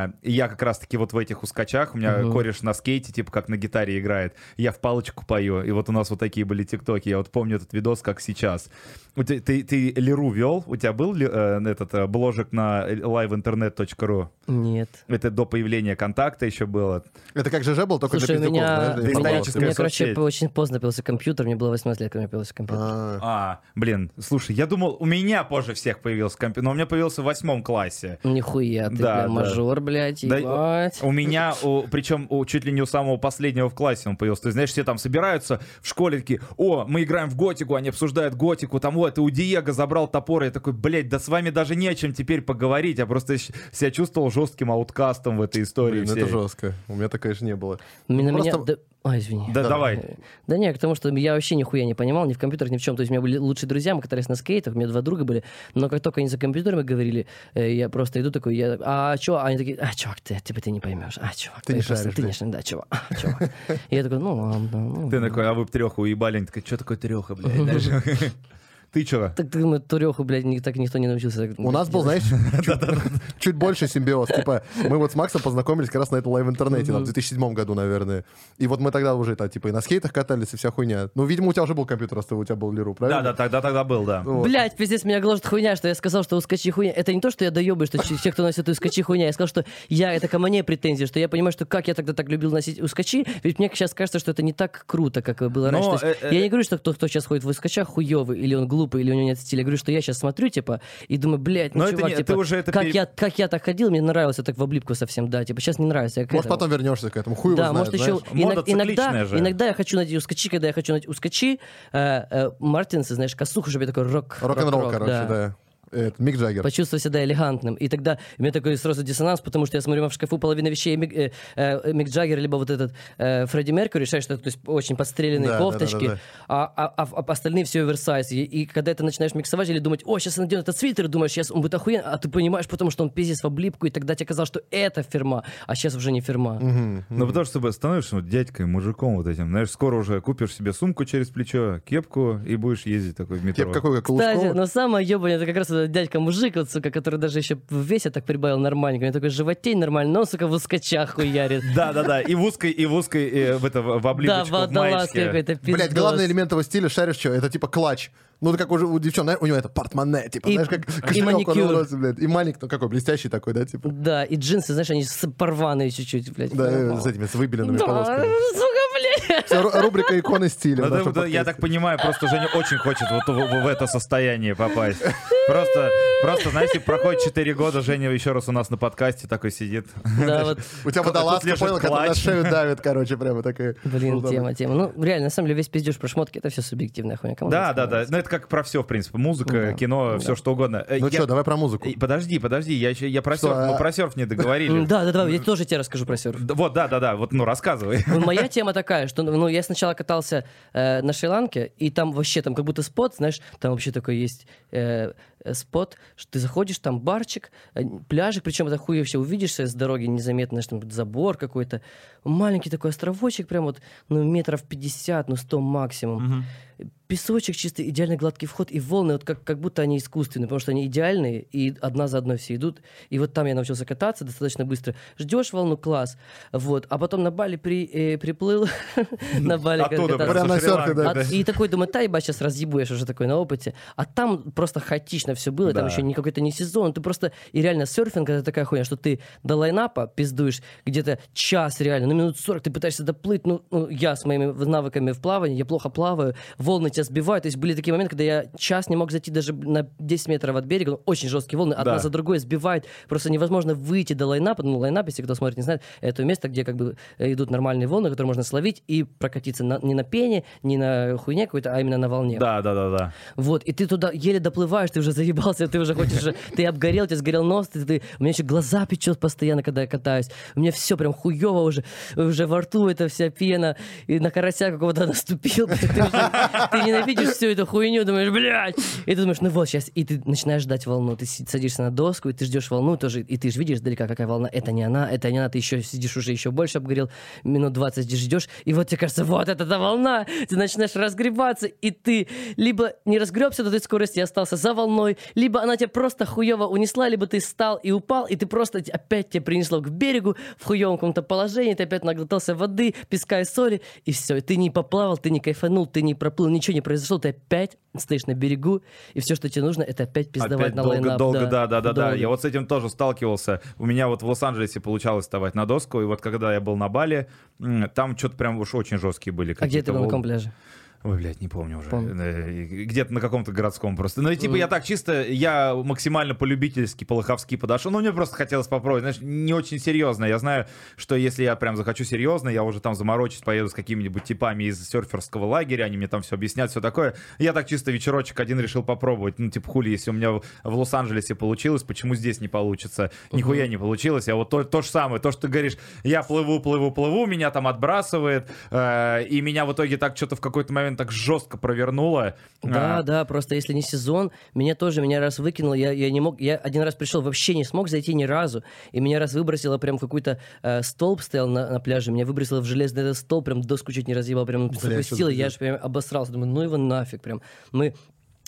я как раз-таки вот в этих ускачах, у меня uh-huh. кореш на скейте, типа как на гитаре играет, я в палочку пою, и вот у нас вот такие были тиктоки, я вот помню этот видос как сейчас. Ты, ты, ты Леру вел? У тебя был ли, э, этот э, бложек на лайв интернет точка ру? Нет. Это до появления контакта еще было. Это как ЖЖ был, только Слушай, для пиздюков, меня, знаешь? у меня, у меня короче, очень поздно появился компьютер, мне было восемнадцать лет, когда у меня появился компьютер. А, а, блин, слушай, я думал, у меня позже всех появился компьютер, но у меня появился в восьмом классе. Нихуя, ты, да, бля, да. мажор, блядь, ебать. Да, у меня, у, причем у, чуть ли не у самого последнего в классе он появился. Ты знаешь, все там собираются в школе такие, о, мы играем в готику, они обсуждают готику, там, о, это у Диего забрал топор, я такой, блядь, да с вами даже не о чем теперь поговорить, я просто себя чувствовал жестким ауткастом в этой истории. Блин, это жестко, у меня такое же не было. На просто... меня... Да... А, извини. Да, да, давай. Да нет, потому что я вообще нихуя не понимал, ни в компьютерах, ни в чем. То есть у меня были лучшие друзья, мы катались на скейтах, у меня два друга были, но как только они за компьютерами говорили, я просто иду такой, я, а чё? Они такие, а, чувак, ты, типа, ты не поймешь. А, чувак, ты, ты не просто, шаришь. Ты не шаришь, да, чувак, а, чувак. И я такой, ну ладно. Ну, ты такой, а вы б трёху уебали, они такой, что такое трёха, блядь? Ты чего? Так думаю, Туреху, блядь, ни- так никто не научился. так, У блядь, нас был, делать. знаешь, чуть- чуть больше симбиоз. Типа, мы вот с Максом познакомились как раз на этом лайв-интернете, там, в две тысячи седьмом году, наверное. И вот мы тогда уже, это, типа, и на скейтах катались, и вся хуйня. Ну, видимо, у тебя уже был компьютер, раз у тебя был Леру, правильно? Да, да, тогда тогда был, да. Вот. Блять, пиздец, меня гложет хуйня, что я сказал, что ускочи хуйня. Это не то, что я доебаю, что ч- все, кто носит ускочи хуйня. Я сказал, что я, это ко мне претензии, что я понимаю, что как я тогда так любил носить ускочи, ведь мне сейчас кажется, что это не так круто, как было раньше. Но, То есть э, э, я не говорю, что кто, кто сейчас ходит в ускочах хуёвый, или он глупый, или у него нет стиля. Я говорю, что я сейчас смотрю, типа, и думаю, блядь, ну, Но это чувак, не- типа, ты уже это как, пере- я, как я так ходил, мне нравилось так в облипку совсем, да, типа, сейчас не нравится. Я к Может, этому. потом вернешься к этому. Хуй его Да, знает, может еще знаешь. Мода иног- иногда, цикличная же. иногда я хочу надеть ускочи, когда я хочу надеть ускочи, э, э, Мартинсы, знаешь, косуху, чтобы я такой рок, Рок-н-ролл, рок-рок, короче, да. Это, Мик Джаггер. Почувствовать себя элегантным. И тогда у меня такой сразу диссонанс, потому что я смотрю, в шкафу половина вещей Мик, э, э, Мик Джаггер, либо вот этот э, Фредди Меркьюри, решаешь, что это то есть, очень подстреленные Да, да, кофточки, да, да, да. А, а, а, а остальные все оверсайз. И, и когда ты начинаешь миксовать или думать, о, сейчас я надену этот свитер, и думаешь, сейчас он будет охуен, а ты понимаешь потому, что он пиздец в облипку, и тогда тебе казалось, что это фирма, а сейчас уже не фирма. Ну, потому что становишься вот дядькой, мужиком вот этим. Знаешь, скоро уже купишь себе сумку через плечо, кепку и будешь ездить такой в метро. Кеп какой, как Кстати, Лужкова? но самое ебаное, это как раз этот дядька-мужик, вот, сука, который даже еще в весе так прибавил нормальненько. У него такой животень нормальный, но он, сука, в ускочах хуярит. Да, да, да. И в узкой, и в узкой, э, в, это, в Да, облипочку, в водолаз маечке. какой-то пиздос. Блять, главный элемент его стиля, шаришь, что? Это типа клатч. Ну, это как уже у девчонок, знаешь, у него это портмоне, типа, И- знаешь, как и кошелек он маникюр. носит, блядь. И маленький, ну, какой, блестящий такой, да, типа. Да, и джинсы, знаешь, они с- порванные чуть-чуть, блядь. Да, э, с этими, с выбеленными Да, полосками. сука, блядь. Вся ру- рубрика иконы стиля. Ну, в да, нашем да, я подкасте. так понимаю, просто Женя очень хочет вот в, в- в это состояние попасть. Просто, просто, знаете, проходит четыре года, Женя еще раз у нас на подкасте такой сидит. Да, вот, У тебя Тут водолазка, лежит понял, которая на клатч. шею давит, короче, прямо такая. блин, Ну, да, тема, тема. Ну, реально, на самом деле, весь пиздеж про шмотки, это все субъективная хуйня. Кому Да, это да, да. нравится? Ну, это как про все, в принципе. Музыка, Да, кино, да. все что угодно. Э, Ну я- что, давай про музыку. Э, Подожди, подожди, я, еще, я про Что, серф, а- мы про серф не договорили. М, Да, да, да, я тоже тебе расскажу про серф. Да, Вот, да, да, да, вот, ну, рассказывай. Ну, моя тема такая, что ну, я сначала катался э, на Шри-Ланке, и там вообще там как будто спот, знаешь, там вообще такой есть э, э, спот, что ты заходишь, там барчик, э, пляжик, причем это хуй вообще увидишься с дороги незаметно, знаешь, там забор какой-то, маленький такой островочек, прям вот, ну, метров пятьдесят, ну, сто максимум. Песочек чистый, идеально гладкий вход, и волны, вот как, как будто они искусственные, потому что они идеальные, и одна за одной все идут. И вот там я научился кататься достаточно быстро. Ждешь волну, класс. Вот. А потом на Бали при, э, приплыл, на Бали Оттуда, кататься. Прям на со серфе, да. А- и такой думаю, та ебать, сейчас разъебу, я ж уже такой на опыте. А там просто хаотично все было, там Да. еще не какой-то не сезон. Ты просто, и реально серфинг это такая хуйня, что ты до лайнапа пиздуешь где-то час реально, ну минут сорок ты пытаешься доплыть, ну, ну я с моими навыками в плавании, я плохо плаваю, волны тебя сбивают. То есть были такие моменты, когда я час не мог зайти даже на десять метров от берега, ну, очень жесткие волны, одна Да. за другой сбивает, просто невозможно выйти до лайнапа. Ну, лайнап, если кто смотрит, не знает, это место, где как бы э, идут нормальные волны, которые можно словить и прокатиться на- не на пене, не на хуйне какой-то, а именно на волне. Да, да, да, да. Вот, и ты туда еле доплываешь, ты уже заебался, ты уже хочешь, уже- ты обгорел, у тебя сгорел нос, ты, ты- у меня еще глаза печет постоянно, когда я катаюсь, у меня все прям хуево уже, уже во рту эта вся пена, и на карася какого-то наступил, ты, ты уже- ты ненавидишь всю эту хуйню, думаешь, блядь, и ты думаешь, ну вот сейчас, и ты начинаешь ждать волну, ты си- садишься на доску, и ты ждешь волну тоже, и ты же видишь издалека, какая волна, это не она, это не она, ты еще сидишь уже еще больше обгорел, минут двадцать ждешь, и вот тебе кажется, вот это та волна, ты начинаешь разгребаться, и ты либо не разгребся до той скорости и остался за волной, либо она тебя просто хуево унесла, либо ты встал и упал, и ты просто опять тебя принесло к берегу в хуевом каком-то положении, ты опять наглотался воды, песка и соли, и все, и ты не поплавал, ты не кайфанул, ты не проплыл, ничего не произошло, ты опять стоишь на берегу, и все, что тебе нужно, это опять пиздовать Опять на долго, лайнап. долго, да, да, да, да. Долго. Я вот с этим тоже сталкивался. У меня вот в Лос-Анджелесе получалось вставать на доску, и вот когда я был на Бали, м, там что-то прям уж очень жесткие были А где какие-то ты был, на волны. каком пляже? Ой, блядь, не помню уже. Помню. Э, Где-то на каком-то городском просто. Ну, и типа Мгм. я так чисто, я максимально по-любительски, по-лоховски подошел. Ну, мне просто хотелось попробовать. Знаешь, не очень серьезно. Я знаю, что если я прям захочу серьезно, я уже там заморочусь, поеду с какими-нибудь типами из серферского лагеря, они мне там все объяснят, все такое. Я так чисто вечерочек один решил попробовать. Ну, типа, хули, если у меня в, в Лос-Анджелесе получилось, почему здесь не получится? Нихуя не получилось. А вот то, то же самое, то, что ты говоришь, я плыву, плыву, плыву, меня там отбрасывает, э, и меня в итоге так что-то в какой-то момент так жестко провернуло. Да, А, да, просто если не сезон, меня тоже, меня раз выкинуло, я, я не мог, я один раз пришел, вообще не смог зайти ни разу, и меня раз выбросило, прям какой-то э, столб стоял на, на пляже, меня выбросило в железный этот столб, прям доску чуть не разъебал, прям Бля, запустило, что за я пиздец. же прям обосрался, думаю, ну его нафиг, прям, мы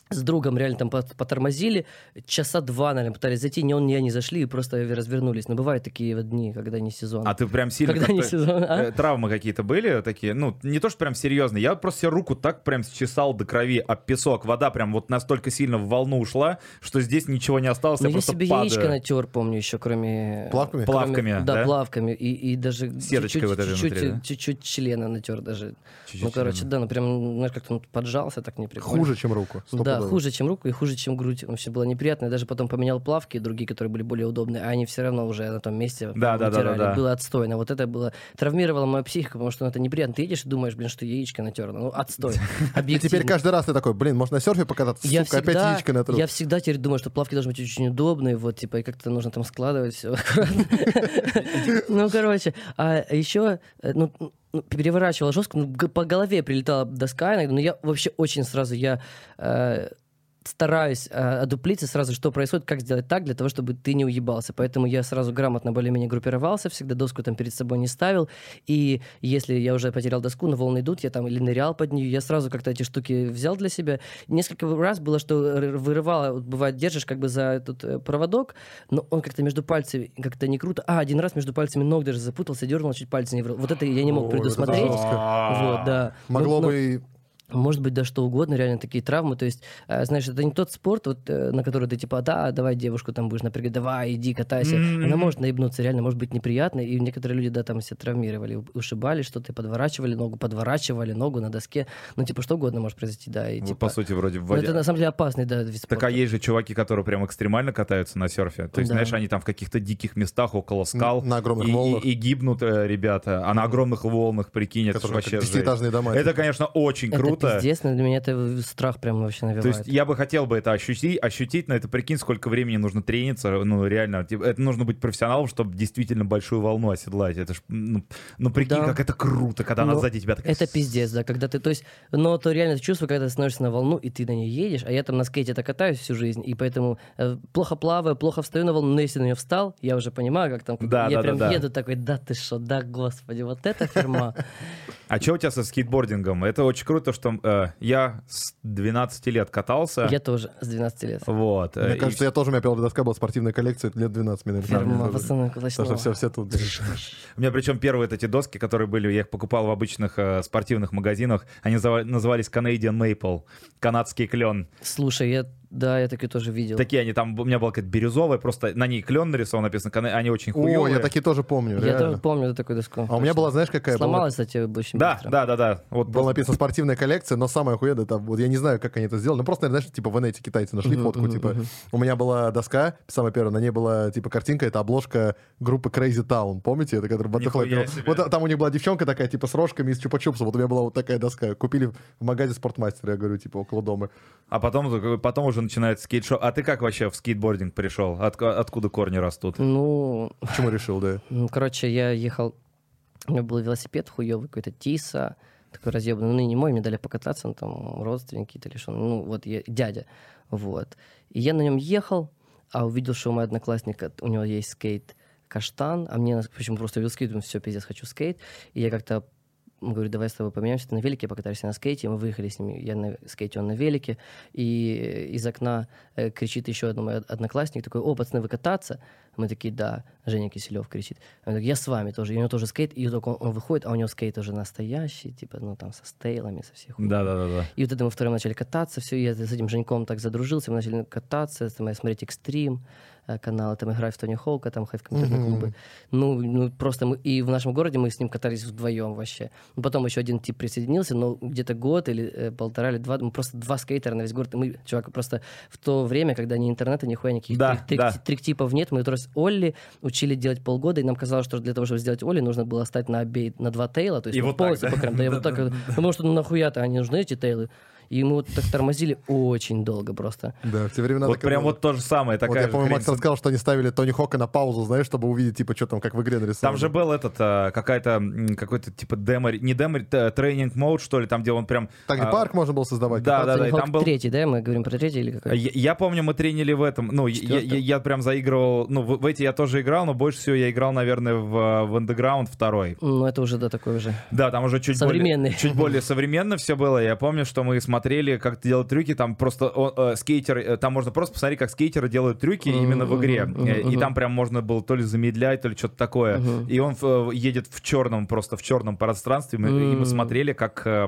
с другом реально там потормозили, часа два, наверное, пытались зайти, ни он, ни я не зашли и просто развернулись. Но бывают такие вот дни, когда не сезон. А ты прям сильно... Когда не сезон, а? Травмы какие-то были такие? Ну, не то, что прям серьезные. Я просто себе руку так прям счесал до крови об песок. Вода прям вот настолько сильно в волну ушла, что здесь ничего не осталось, Но я я просто себе падаю. яичко натер, помню, еще кроме... Плавками? кроме- Плавками, да? да? плавками. И, и даже Сеточкой чуть-чуть, вот этой чуть-чуть, внутри, да? чуть-чуть члена натер даже. Чуть-чуть ну, короче, члена. да, ну прям, знаешь, как-то он поджался, так не прикольно. Хуже, чем руку. Да, стопудово. хуже, чем руку и хуже, чем грудь. Вообще было неприятно. Я даже потом поменял плавки, другие, которые были более удобные, а они все равно уже на том месте Да, да, да, вытирали. да, да. Было отстойно. Вот это было... Травмировало мою психику, потому что ну, это неприятно. Ты едешь и думаешь, блин, что яичко натерно. Ну, отстой. И Объективно. теперь каждый раз ты такой, блин, может на серфе покататься? Я Сука, опять всегда, яичко натру. я всегда теперь думаю, что плавки должны быть очень удобные, вот, типа, и как-то нужно там складывать все аккуратно. Ну, короче, а еще, ну, ну, переворачивала жестко, ну, г- по голове прилетала доска иногда, но я вообще очень сразу, я э, стараюсь э, одуплиться сразу, что происходит, как сделать так, для того, чтобы ты не уебался. Поэтому я сразу грамотно более-менее группировался, всегда доску там перед собой не ставил. И если я уже потерял доску, но волны идут, я там или нырял под нее, я сразу как-то эти штуки взял для себя. Несколько раз было, что р- вырывало, вот бывает, держишь как бы за этот э, проводок, но он как-то между пальцами как-то не круто. А, один раз между пальцами ног даже запутался, дернул, чуть пальцы не врыл. Вот это я не мог Ой, это предусмотреть. жестко. Вот, да. Могло Ну, бы и... Может быть, да что угодно, реально такие травмы. То есть, э, знаешь, это не тот спорт, вот, э, на который ты типа, да, давай девушку там будешь напрягать, давай, иди, катайся. М-м-м. Она может наебнуться, реально может быть неприятно. И некоторые люди, да, там себя травмировали, у- ушибали что-то, подворачивали ногу, подворачивали ногу на доске. Ну, типа, что угодно может произойти, да. И, Вот, типа, по сути, вроде в ну, воде. это на самом деле опасный, да, вид спорта. Так а есть же чуваки, которые прям экстремально катаются на серфе. То есть, Да. знаешь, они там в каких-то диких местах около скал. На огромных и, волнах. И, и гибнут э, ребята. А на огромных волнах, прикинь, это ж Которые вообще как жесть. десятиэтажные дома. Это, конечно, очень Это круто. пиздец, но для меня это страх прям вообще навевает. То есть я бы хотел бы это ощутить, ощутить, но это прикинь, сколько времени нужно трениться, ну реально, типа, это нужно быть профессионалом, чтобы действительно большую волну оседлать. Это ж, ну, ну прикинь, Да. как это круто, когда она Ну, сзади тебя такая... Это пиздец, да, когда ты, то есть, но то реально ты чувствуешь, когда ты становишься на волну, и ты на ней едешь, а я там на скейте-то катаюсь всю жизнь, и поэтому э, плохо плаваю, плохо встаю на волну, но если на нее встал, я уже понимаю, как там, Да, я да, прям да, да. еду такой, да ты шо, да господи, вот это ферма. А что у тебя со скейтбордингом? Это очень круто, что э, я с двенадцати лет катался. Я тоже с двенадцати лет. Вот. э, Мне и кажется, я тоже, у меня первая доска была спортивная коллекция, лет двенадцать мне, наверное. Ферма, тоже. пацаны, Потому что классно. все, все тут. У меня причем первые вот эти доски, которые были, я их покупал в обычных э, спортивных магазинах, они называ- назывались Canadian Maple, канадский клен. Слушай, я, да, я такие тоже видел. Такие они, там у меня была какая-то бирюзовая, просто на ней клен нарисован, написано, «Кана-». Они очень О, хуёвые. я такие тоже помню, Я реально. тоже помню такую доску. А у меня была, знаешь, какая? Была- Сломалась, кстати, очень Да, быстро. да, да, да. Вот Была написана спортивная коллекция, но самое охуенное, там, вот я не знаю, как они это сделали, ну просто, наверное, знаешь, типа в инете китайцы нашли Мгм, фотку, мгм, типа, мгм. у меня была доска, самая первая, на ней была, типа, картинка, это обложка группы Crazy Town, помните? Это, которая Butterfly Нихуя Girl. себе. Вот там у них была девчонка такая, типа, с рожками из чупа-чупса, вот у меня была вот такая доска, купили в магазе Спортмастера, я говорю, типа, около дома. А потом, потом уже начинается скейт-шоу. А ты как вообще в скейтбординг пришел? От- откуда корни растут? Ну, Почему решил, да? Ну, короче, я ехал, у меня был велосипед хуёвый, какой-то Тиса, такой разъебанный, ну, не мой, мне дали покататься, ну, там, родственники или что, ну, вот, я, дядя, вот. И я на нем ехал, а увидел, что у моего одноклассника, у него есть скейт Каштан, а мне, почему просто увидел скейт, думаю, все, пиздец, хочу скейт, и я как-то говорю, давай с тобой поменяемся, ты на велике, покатаешься на скейте. Мы выехали с ним, я на скейте, он на велике. И из окна э, кричит еще один мой одноклассник, такой, о, пацаны, вы кататься? Мы такие, да. Женя Киселев кричит. Он такой, я с вами тоже. И у него тоже скейт. И только он, он выходит, а у него скейт уже настоящий, типа, ну, там, со стейлами, со всех. Да-да-да. И вот это мы втроем начали кататься, все, и я с этим Женьком так задружился, мы начали кататься, там, я смотреть экстрим, э, каналы, там, играть в Тони Хоука, там, ходить в компьютерные Мгм. клубы. Ну, ну, просто мы, и в нашем городе мы с ним катались вдвоем вообще. Ну, потом еще один тип присоединился, но где-то год или э, полтора или два, мы просто два скейтера на весь город. И мы, чувак, просто в то время, когда ни интернета, нихуя никаких Да, трик- трик- да. трик-типов нет, мы просто Олли учили делать полгода, и нам казалось, что для того, чтобы сделать Олли, нужно было стать на обей на два тейла, то есть И мы вот так, полностью да? покрем. Да, я вот так, вот. Потому что ну нахуя-то они нужны, эти тейлы. И мы вот так тормозили очень долго просто. Да, в те времена Вот так и прям было. вот то же самое. Вот Такая я же помню, хрень. Макс рассказал, что они ставили Тони Хока на паузу, знаешь, чтобы увидеть, типа, что там, как в игре нарисовано. Там же был этот, а, какая-то, м, какой-то типа демо, не демо, т- тренинг мод, что ли, там, где он прям... Так где а, парк можно было создавать. да, кататься. да, и Тони там Хок был- третий, да? Мы говорим про третий или какой? Я, я помню, мы тренили в этом, ну, я, я, Четвёртый? я прям заигрывал, ну, в, в эти я тоже играл, но больше всего я играл, наверное, в, в Underground второй. Ну, это уже, да, такой уже. Да, там уже чуть более, Современный. чуть более современно все было. Я помню, что мы смотрели смотрели, как делают трюки, там просто о, э, скейтер, э, там можно просто посмотреть, как скейтеры делают трюки mm-hmm, именно в игре. Mm-hmm, mm-hmm. И там прям можно было то ли замедлять, то ли что-то такое. Mm-hmm. И он э, едет в черном, просто в черном пространстве, мы, mm-hmm. и мы смотрели, как э,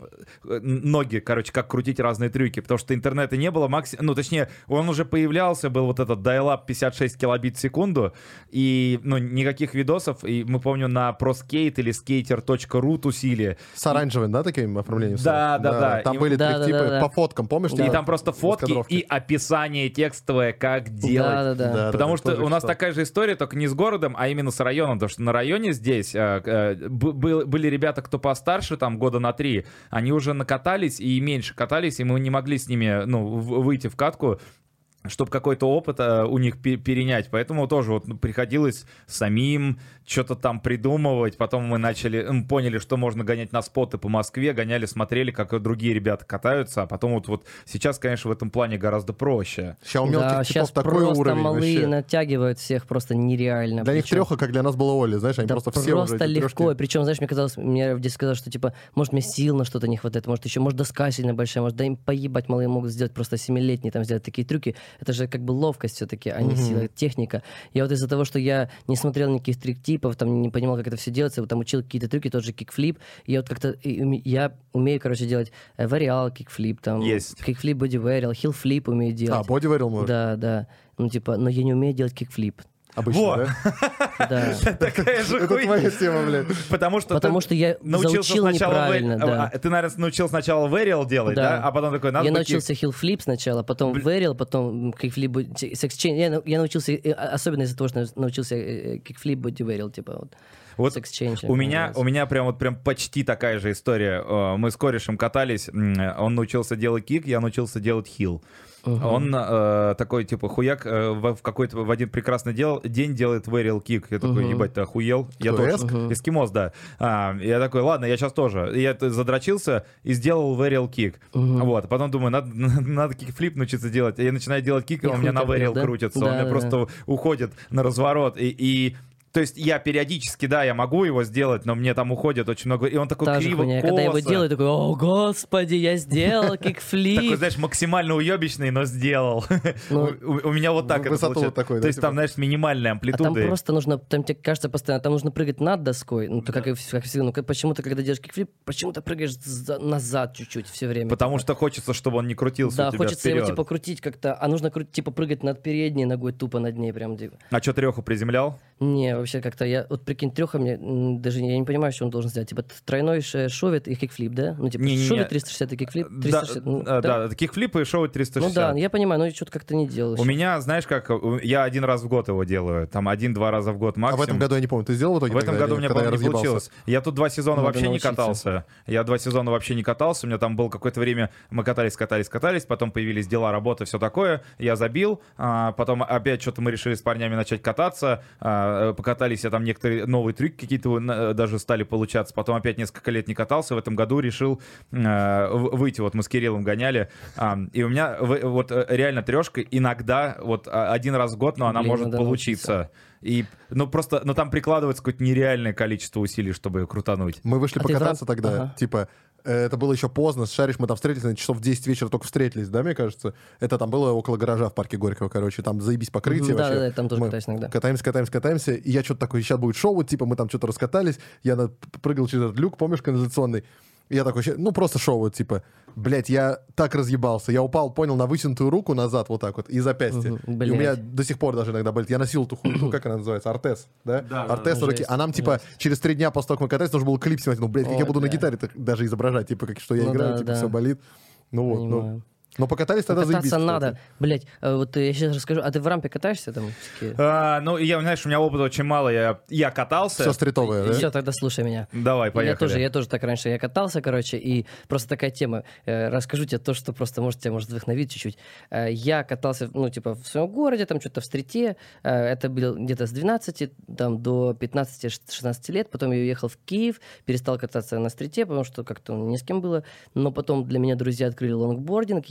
ноги, короче, как крутить разные трюки, потому что интернета не было, максим... ну, точнее, он уже появлялся, был вот этот dial-up пятьдесят шесть килобит в секунду, и, ну, никаких видосов, и мы помню на ProSkate или skater точка ру тусили. С оранжевым, и... да, таким оформлением? Да, да, да, да. Там и... были да, типа да, да, по фоткам, помнишь? И да. там просто фотки и описание текстовое, как делать. Да, да, да. Да, потому да, что у нас читал. Такая же история, только не с городом, а именно с районом, потому что на районе здесь э, э, был, были ребята, кто постарше, там, года на три, они уже накатались и меньше катались, и мы не могли с ними, ну, выйти в катку, чтобы какой-то опыт а, у них перенять. Поэтому тоже вот приходилось самим что-то там придумывать. Потом мы начали, мы поняли, что можно гонять на споты по Москве, гоняли, смотрели, как другие ребята катаются. А потом вот, вот сейчас, конечно, в этом плане гораздо проще. Сейчас у мелких да, типов сейчас такой просто уровень малые вообще. Натягивают всех просто нереально. Для причем... них треха, как для нас было Оли, знаешь, они да просто, просто все уже эти легко. трешки. Причем, знаешь, мне казалось, мне в детстве казалось, что типа, может, мне сил на что-то не хватает, может, еще, может, доска сильно большая, может, да им поебать малые могут сделать, просто семилетние там сделать такие трюки. Это же как бы ловкость все-таки, а не mm-hmm. сила, техника. Я вот из-за того, что я не смотрел никаких трик-типов, там не понимал, как это все делается, вот там учил какие-то трюки, тот же кикфлип, и я вот как-то, я умею, короче, делать вариал, кикфлип, там, Есть. кикфлип, бодивариал, хилфлип умею делать. А, бодиварил можно? Да, да. Ну, типа, но я не умею делать кикфлип. Обычно, Во! да? Да. Такая же Это хуйня. твоя тема, блядь. Потому что Потому ты что я научился заучил сначала неправильно, вэр- да. а, Ты, наверное, научился сначала вэриал делать, да? Да. А потом такой, надо Я бы научился хилфлип сначала, потом вэрил, потом кикфлип, секс-чейн. Я, я научился, особенно из-за того, что научился кикфлип, бодивэрил, типа вот. Вот Секс-чейндж, у меня, называется. у меня прям вот прям почти такая же история. Э, Мы с корешем катались, м, он научился делать кик, я научился делать хил. Мгм. Он э, такой, типа, хуяк э, в, в какой-то в один прекрасный дел, день делает вэрил кик. Я такой, Мгм. ебать, ты охуел? Я Кто, тоже. эск? Мгм. Эскимос, да. А, я такой, ладно, я сейчас тоже. И я т- задрочился и сделал вэрил кик. Мгм. Вот. Потом думаю, надо, надо кикфлип научиться делать. И я начинаю делать кик, и И он у меня хуй на терпел, вэрил да? крутится. Да, он у меня да. просто уходит на разворот. И... и то есть я периодически, да, я могу его сделать, но мне там уходит очень много. И он такой Та же криво, хуйня. косо. Когда я его делаю, такой, о, господи, я сделал Такой, кикфлип. знаешь, максимально уебищный, но сделал. Ну, у, у меня вот так это высоту получается. такой, да, То есть типа? там, знаешь, с минимальной А там амплитудой. просто нужно, там тебе кажется постоянно, там нужно прыгать над доской, ну, то как и вс- как всегда, ну, как- почему-то, когда делаешь кикфлип, почему-то прыгаешь за- назад чуть-чуть все время. Потому типа. что хочется, чтобы он не крутился Да, у тебя хочется его, вперед. типа, крутить как-то, а нужно, кру- типа, прыгать над передней ногой, тупо над ней прям, типа. А что, треху приземлял? Не, вообще как-то, я, вот прикинь, треха мне, м, даже я не понимаю, что он должен сделать, типа, тройной ш- шовет и кикфлип, да? Ну, типа, Не-не-не. шовет триста шестьдесят и кикфлип триста шестьдесят, ну, да, да, да, кикфлипы и шоу триста Ну шестьдесят. да, я понимаю, но я что-то как-то не делал. У ещё. меня, знаешь, как, у- я один раз в год его делаю, там один-два раза в год А максимум. в этом году я не помню, ты сделал в итоге? В этом тогда году у или меня, когда я по-моему, не разъебался? получилось. Я тут два сезона Надо вообще научиться. не катался. Я два сезона вообще не катался. У меня там было какое-то время, мы катались, катались, катались, потом появились дела, работа, все такое. Я забил, а, потом опять что-то мы решили с парнями начать кататься. А, покатались, я там некоторые новые трюки какие-то на- даже стали получаться. Потом опять несколько лет не катался. В этом году решил а, в- выйти. Вот мы с Кириллом гоняли. А, и у меня в- вот э, реально трешка иногда, вот а, один раз в год, но она Блин, может надо получиться. И, ну, просто, ну, там прикладывается какое-то нереальное количество усилий, чтобы ее крутануть. Мы вышли А ты в покататься рам- тогда, Ага. типа, э, это было еще поздно, шаришь, мы там встретились, наверное, часов в десять вечера только встретились, да, мне кажется? Это там было около гаража в парке Горького, короче, там заебись покрытие Мгм, да, вообще. да, да, там тоже Мы катаюсь иногда. Катаемся, катаемся, катаемся, и я что-то такой, сейчас будет шоу, типа, мы там что-то раскатались, я на- прыгал через этот люк, помнишь, канализационный? И я такой, ща- ну, просто шоу, типа, блядь, я так разъебался. Я упал, понял, на вытянутую руку назад вот так вот, и запястье. Мгм, И у блядь. меня до сих пор даже иногда болит. Я носил эту хуйню, как она называется, Артес, да? Да, да, Артес да. на руке. А нам, типа, через три дня после того, как мы катались, нужно было клип снимать. Ну, блядь, как Ой, я буду на да. гитаре даже изображать, типа, как что я Ну играю, да, типа, да. все болит. Ну вот, ну. Понимаю. Но покатались тогда заебись. Кататься кстати. надо. Блять, вот я сейчас расскажу. А ты в рампе катаешься там? А, ну, я, знаешь, у меня опыта очень мало. Я, я катался. Все стритовое, да? Все, тогда слушай меня. Давай, Я поехали. тоже, я тоже так раньше, я катался, короче, и просто такая тема. Э, расскажу тебе то, что просто может тебя может вдохновить чуть-чуть. Э, я катался, ну, типа, в своем городе, там, что-то в стрите. Э, это было где-то с двенадцати там, до пятнадцати-шестнадцати лет. Потом я уехал в Киев, перестал кататься на стрите, потому что как-то не с кем было. Но потом для меня друзья открыли лонгбординг.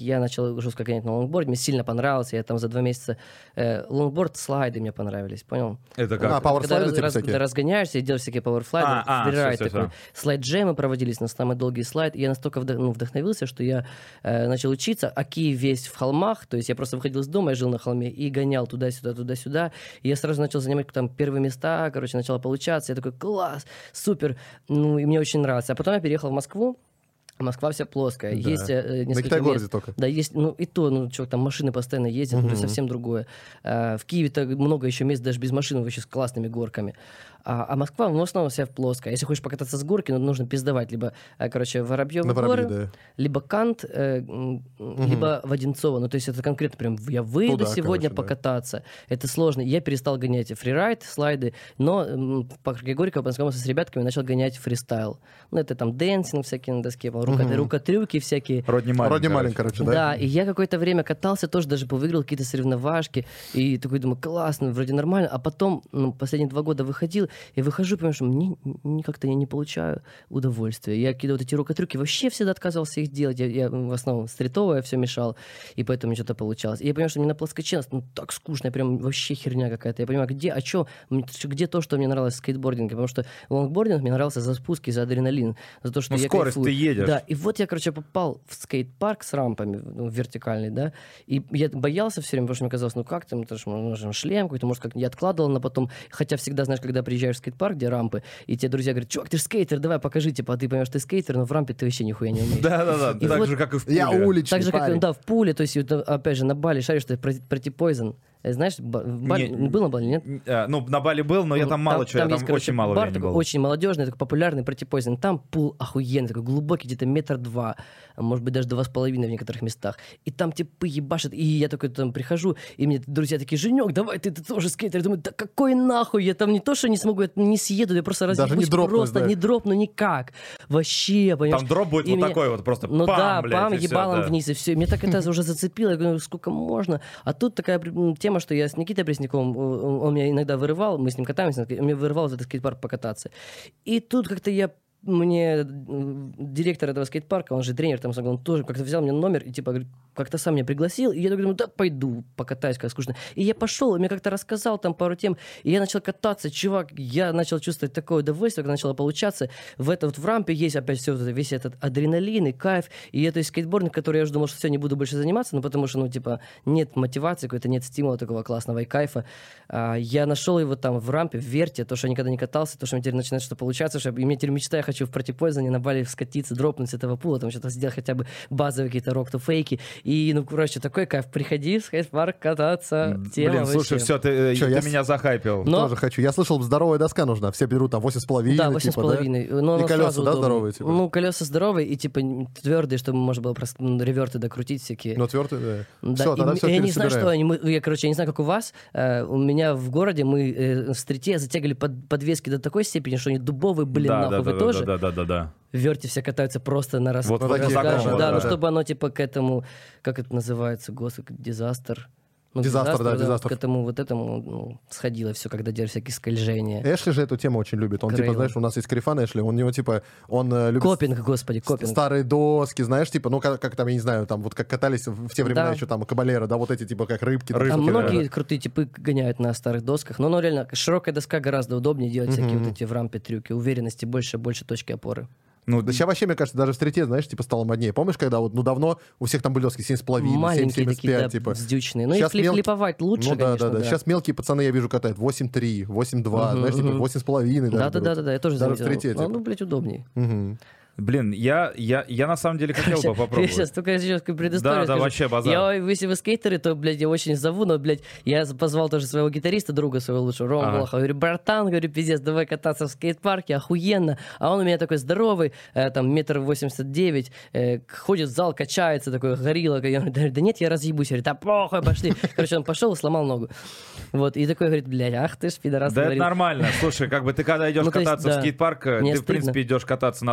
я начал жестко гонять на лонгборде, мне сильно понравилось, я там за два месяца... Э, лонгборд, слайды мне понравились, понял? Это как? А, пауэрслайды Когда типа раз, всякие? ты разгоняешься и делаешь всякие пауэрслайды, А, а, фрирайд всё, всё, такой. всё. Слайд-джемы проводились на самый долгий слайд, и я настолько вдох, ну, вдохновился, что я э, начал учиться, а Киев весь в холмах, то есть я просто выходил из дома, я жил на холме, и гонял туда-сюда, туда-сюда, и я сразу начал занимать там первые места, короче, начало получаться, я такой, класс, супер, ну, и мне очень нравится. А потом я переехал в Москву, Москва вся плоская. Да. Есть э, На несколько Китай-городе мест. только. Да, есть, ну и то, ну что, там машины постоянно ездят, Мгм. ну, совсем другое. А, в Киеве-то много еще мест даже без машин, вообще с классными горками. А, а Москва, ну, в основном вся плоская. Если хочешь покататься с горки, ну, нужно пиздавать либо, э, короче, Воробьёвы На Воробьи, горы, да. либо Кант, э, м, либо Воденцово. Ну, то есть это конкретно прям, я выйду Туда, сегодня короче, да. покататься. Это сложно. Я перестал гонять фрирайд, слайды, но м, в парке Горького познакомился с ребятками, начал гонять фристайл. Ну, это там дэнсинг всякие на доске, рука, Мгм. рукотрюки всякие. Родни Малин, Родни короче. Малин, короче, да? Да, и я какое-то время катался, тоже даже повыиграл какие-то соревновашки, и такой думаю, классно, вроде нормально, а потом, ну, последние два года выходил, и выхожу, понимаю, что мне н- как-то я не получаю удовольствия. Я какие-то вот эти рукотрюки вообще всегда отказывался их делать, я, я в основном стритовое все мешал, и поэтому что-то получалось. И я понимаю, что мне на плоскоченность, ну, так скучно, прям вообще херня какая-то. Я понимаю, где, а что, где то, что мне нравилось в скейтбординге, потому что лонгбординг мне нравился за спуски, за адреналин, за то, что Ну, я скорость кайфую. ты едешь. Да, и вот я, короче, попал в скейт-парк с рампами, ну, вертикальный, да, и я боялся все время, потому что мне казалось, ну как там, это ж нужен шлем какой-то, может, как я откладывал на потом, хотя всегда, знаешь, когда приезжаешь в скейт-парк, где рампы, и тебе друзья говорят, чувак, ты же скейтер, давай покажи, типа, а ты понимаешь, ты скейтер, но в рампе ты вообще нихуя не умеешь. Да-да-да, И так вот же, как и в Я пуле. уличный Так же, как, парень. да, в пуле, то есть, вот, опять же, на Бали шаришь, ты против Poison. Знаешь, ба- в Бали, Не, был на Бали, нет? А, Ну, на Бали был, но я там мало чего, я там есть, короче, очень мало бар времени такой был. очень молодежный, такой популярный, противопойзен. Там пул охуенный, такой глубокий, где-то метр два, а может быть, даже два с половиной в некоторых местах. И там типы ебашат, и я такой там прихожу, и мне друзья такие, Женек, давай, ты, ты тоже скейтер. Я думаю, да какой нахуй, я там не то, что не смогу, я не съеду, я просто Даже разъебусь, не дропнусь, просто да. не дропну никак. Вообще, понимаешь? Там дроп будет И вот меня- такой вот, просто Ну пам, да, блядь, пам, и всё, ебалом да. вниз, и все. Мне так это уже зацепило, я говорю, сколько можно. А тут такая м, тема, что я с Никитой Пресняковым, он он меня иногда вырывал, мы с ним катаемся, он меня вырывал в этот скейт-парк покататься. И тут как-то я мне м, директор этого скейт-парка, он же тренер, там, он тоже как-то взял мне номер и типа говорит, как-то сам меня пригласил, и я такой думаю, да пойду покатаюсь, как скучно. И я пошел, и мне как-то рассказал там пару тем, и я начал кататься, чувак, я начал чувствовать такое удовольствие, как начало получаться. В это вот в рампе есть опять все, вот это, весь этот адреналин и кайф, и это скейтбординг, который я уже думал, что все, не буду больше заниматься, ну потому что, ну типа, нет мотивации какой-то, нет стимула такого классного и кайфа. А, я нашел его там в рампе, в верте, то, что я никогда не катался, то, что мне теперь начинает что-то получаться, что, и мне теперь мечта, я хочу в противопойзоне на Бали скатиться, дропнуть с этого пула, там что-то сделать хотя бы базовые какие-то рок-то-фейки. И, ну, короче, такой кайф. Приходи в скейт-парк кататься. Тема Блин, слушай, вообще. все, ты, э, Чё, ты я с- меня захайпил. Но- Тоже хочу. Я слышал, здоровая доска нужна. Все берут там восемь с половиной. Да, восемь с типа, да? половиной. Но И оно колеса, сразу да, удобно. здоровые, типа? Ну, колеса здоровые и, типа, твердые, чтобы можно было просто м, реверты докрутить всякие. Но твердый, да. Да, Все, и тогда м- все я не знаю, что они, мы- я, короче, я не знаю, как у вас. э, у меня в городе мы э, в стрите затягивали под, подвески до такой степени, что они дубовые, блин, да, нахуй, да, вы да, тоже? да, да, да, да. В верте все катаются просто на раз. Вот вот такие, разгар. да, да, да, ну да. чтобы оно типа к этому, как это называется, господи, дизастер. Ну, Дизастер, да, вот дизастер. к этому вот этому ну, сходило все, когда делаешь всякие скольжения. Эшли же эту тему очень любит. Он, типа, Грейл. знаешь, у нас есть Карифан Эшли, он у него, типа, он э, любит Копинг, господи, копинг. старые доски, знаешь, типа, ну, как, как там, я не знаю, там, вот как катались в в те времена Да. еще там кабалера, да, вот эти, типа, как рыбки. там, Рыбки, А штуки, да. многие крутые типы гоняют на старых досках. Но, ну, реально, широкая доска гораздо удобнее делать всякие Мгм. вот эти в рампе трюки. Уверенности больше, больше точки опоры. Ну, Да сейчас вообще, мне кажется, даже в стрите, знаешь, типа, стало моднее. Помнишь, когда вот, ну, давно у всех там были доски семь с половиной, семь Маленькие семьдесят такие, да, пять, типа. вздючные. Ну, Щас и флип- мел- флиповать лучше, Ну да, конечно, да, да. Сейчас мелкие пацаны, я вижу, катают восемь три, восемь два, Мгм, знаешь, типа мгм. восемь с половиной. Да, да, да, да, да, я тоже Даже в заметил. стрите, Ну, типа. ну, блядь, удобнее. Мгм. блин, я, я, я на самом деле хотел бы попробовать. Сейчас только сейчас предысторию Да, да, скажу. вообще базар. Я, если вы скейтеры, то, блядь, я очень зову, но, блядь, я позвал тоже своего гитариста, друга своего лучшего, Рома Ага. Волохова. Говорю, братан, говорю, пиздец, давай кататься в скейт-парке, охуенно. А он у меня такой здоровый, э, там, метр восемьдесят девять, э, ходит в зал, качается, такой горилла. Я говорю, да, да нет, я разъебусь. Говорит, да похуй, пошли. Короче, он пошел и сломал ногу. Вот, и такой говорит, блядь, ах ты ж, пидорас. Да это говорит. нормально. Слушай, как бы ты когда идешь Ну, то есть, кататься да. в скейт-парк, э, Не ты, в стыдно. принципе, идешь кататься на скейте, ты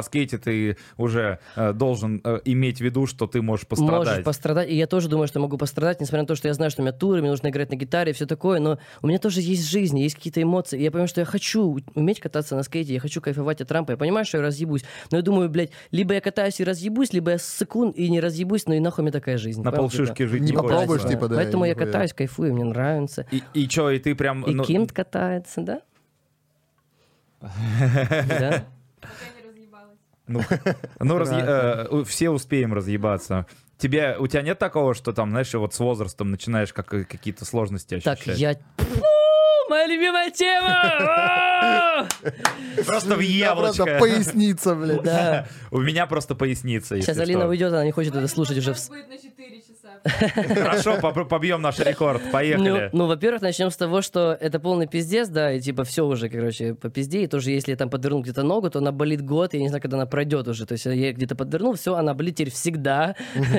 ты уже э, должен э, иметь в виду, что ты можешь пострадать. Можешь пострадать, и я тоже думаю, что могу пострадать, несмотря на то, что я знаю, что у меня туры, мне нужно играть на гитаре и все такое, но у меня тоже есть жизнь, есть какие-то эмоции, и я понимаю, что я хочу уметь кататься на скейте, я хочу кайфовать от рампы, я понимаю, что я разъебусь, но я думаю, блядь, либо я катаюсь и разъебусь, либо я ссыкун и не разъебусь, ну и нахуй мне такая жизнь. На полшишки жить Не не хочется. попробуешь, типа, да. Поэтому и я нихуя. катаюсь, кайфую, мне нравится. И, и чё, и ты прям... И ну, Кимт катается, да? Да? Ну, ну разъе- э, все успеем разъебаться. Тебе, у тебя нет такого, что там, знаешь, вот с возрастом начинаешь как, какие-то сложности ощущать? Так, я... Фу, моя любимая тема! Просто в Да, просто яблочко. поясница, блядь. Да. У меня просто поясница, если Сейчас Алина что. уйдет, она не хочет это слушать уже. в с- будет на четыре часа. Хорошо, поб- побьем наш рекорд. Ну, Поехали. ну, во-первых, начнем с того, что это полный пиздец, да, и типа все уже, короче, по пизде, и тоже если я там подвернул где-то ногу, то она болит год, я не знаю, когда она пройдет уже, то есть я где-то подвернул, все, она болит теперь всегда,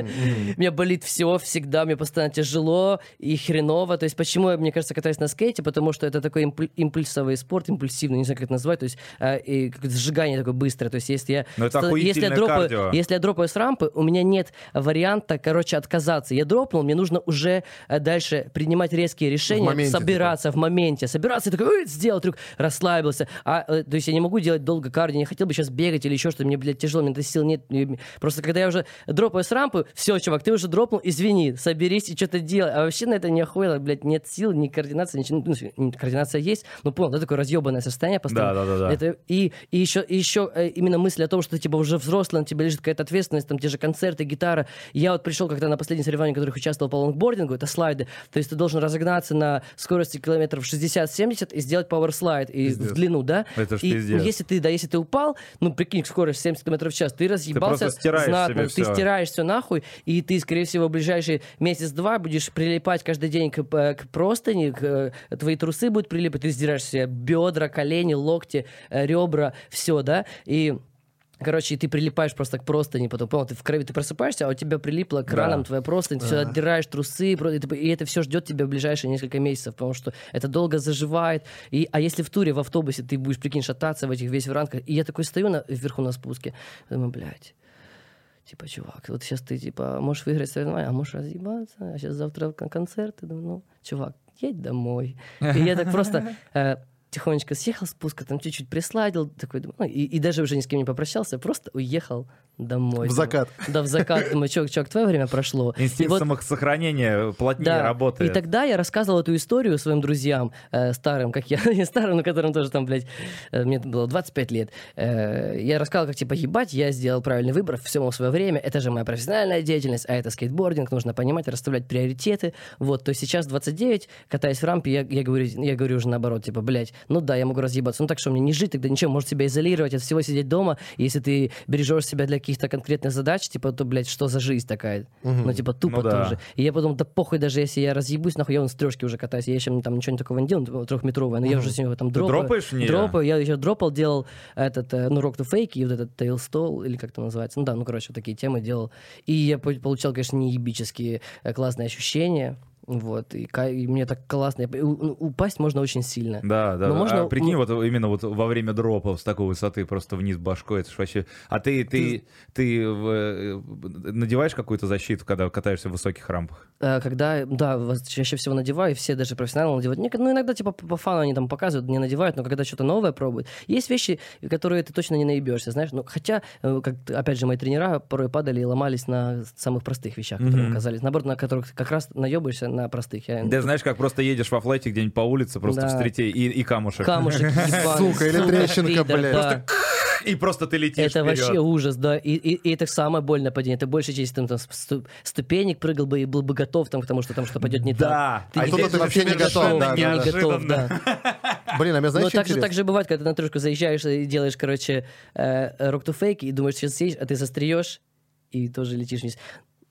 мне болит все всегда, мне постоянно тяжело и хреново, то есть почему я, мне кажется, катаюсь на скейте, потому что это такой импуль- импульсовый спорт, импульсивный, не знаю, как это назвать, то есть э, и как сжигание такое быстрое, то есть если я, Ну, это ста- если я охуительное дропаю, кардио. если я дропаю с рампы, у меня нет варианта, короче, отказаться, я дропнул, мне нужно уже э, дальше принимать резкие решения, В моменте, собираться в моменте, собираться, и такой, «Ой, сделал трюк, расслабился. А, э, то есть я не могу делать долго кардио, не хотел бы сейчас бегать или еще что-то, мне, блядь, тяжело, мне сил нет. И просто когда я уже дропаю с рампы, все, чувак, ты уже дропнул, извини, соберись и что-то делай. А вообще на это не охуенно, блядь, нет сил, ни координации, ничего. Ну, координация есть, но понял, да, такое разъебанное состояние постоянно. Да-да-да-да. Это, и, и еще, и еще э, именно мысль о том, что ты типа уже взрослый, на тебе лежит какая-то ответственность, там те же концерты, гитара. Я вот пришел когда на последние соревнования, в которых участвовал по лонгбордингу, это слайды. То есть ты должен разогнаться на скорости километров шестьдесят-семьдесят и сделать пауэрслайд и Пиздец. в длину, да? Это ж и, пиздец. ну, если ты, да, если ты упал, ну, прикинь, скорость семьдесят километров в час, ты разъебался просто стираешь знатно, себе ты всё. стираешь все нахуй, и ты, скорее всего, в ближайший месяц-два будешь прилипать каждый день к, э, к простыни, к, э, твои трусы будут прилипать, ты сдираешь себе бедра, колени, локти, э, ребра, все, да, и... Короче, и ты прилипаешь просто к простыни, потом, понял, ты в крови, ты просыпаешься, а у тебя прилипла к Да. ранам твоя простынь, ты все отдираешь трусы, про- и, ты- и это все ждет тебя в ближайшие несколько месяцев, потому что это долго заживает. И, а если в туре, в автобусе ты будешь, прикинь, шататься в этих весь вранках, и я такой стою на, вверху на спуске, думаю, блядь, типа, чувак, вот сейчас ты, типа, можешь выиграть соревнования, а можешь разъебаться, а сейчас завтра кон- концерт, и думаю, ну, чувак, едь домой. И я так просто... э, тихонечко съехал с спуска, там чуть-чуть присладил, такой, думаю, ну, и, и даже уже ни с кем не попрощался, просто уехал домой. В закат. Да, в закат. Думаю, чувак, чувак, твое время прошло. И Инстинкт вот- самосохранения плотнее да, работает. и тогда я рассказывал эту историю своим друзьям, э, старым, как я, не старым, но которым тоже там, блядь, э, мне было двадцать пять лет. Э, я рассказывал, как, типа, ебать, я сделал правильный выбор, всему свое время, это же моя профессиональная деятельность, а это скейтбординг, нужно понимать, расставлять приоритеты. Вот, то есть сейчас двадцать девять, катаясь в рампе, я, я, говорю, я говорю уже наоборот, типа, блядь, ну да, я могу разъебаться, ну так что мне не жить, тогда ничего, может себя изолировать, от всего сидеть дома, и если ты бережешь себя для каких-то конкретных задач, типа, то, блядь, что за жизнь такая? Ну, типа, тупо Ну да. тоже. И я подумал, да похуй, даже если я разъебусь, нахуй, я вон с трешки уже катаюсь, я еще там ничего такого не делал, ну, трехметровая, но я уже сегодня там дропаю. дропаешь в неё? Дропаю, я еще дропал, делал этот, э, ну, Rock to Fake и вот этот Tail Stall, или как это называется. Ну да, ну, короче, вот такие темы делал. И я по- получал, конечно, неебические э, классные ощущения. Вот, и, ка- и мне так классно. Я- у- у- Упасть можно очень сильно. Да, да. Но можно- А прикинь, вот именно вот во время дропа с такой высоты просто вниз башкой, это ж вообще... А ты, ты, ты, в- э, надеваешь какую-то защиту, когда катаешься в высоких рампах? Э, Когда, да, вас чаще всего надеваю, и все даже профессионалы надевают. Не- Ну, иногда, типа, по по фану они там показывают, не надевают, но когда что-то новое пробуют. Есть вещи, которые ты точно не наебешься, знаешь. Ну, хотя, э, как, опять же, мои тренера порой падали и ломались на самых простых вещах, которые им казались. Наоборот, на которых ты как раз наебаешься на простых. Я- Да знаешь, как просто едешь во флайте где-нибудь по улице, просто Да. встрети и, и камушек. Камушек ебаный, Сука, или сука, трещинка, пидор, блядь. да. И просто ты летишь Это вперед. вообще ужас, да. И, и, и это самое больное падение. Это больше, чем если ты там с сту- ступенек прыгал бы и был бы готов там, к тому, что там что пойдет не Да. так. А не тут здесь ты вообще не готов, совершенно да, не да, да. готов, неожиданно. да. Блин, а меня знаешь, Но что так же, интересно? так же бывает, когда ты на трешку заезжаешь и делаешь, короче, э, rock to fake, и думаешь, сейчас съедешь, а ты застреешь, и тоже летишь вниз.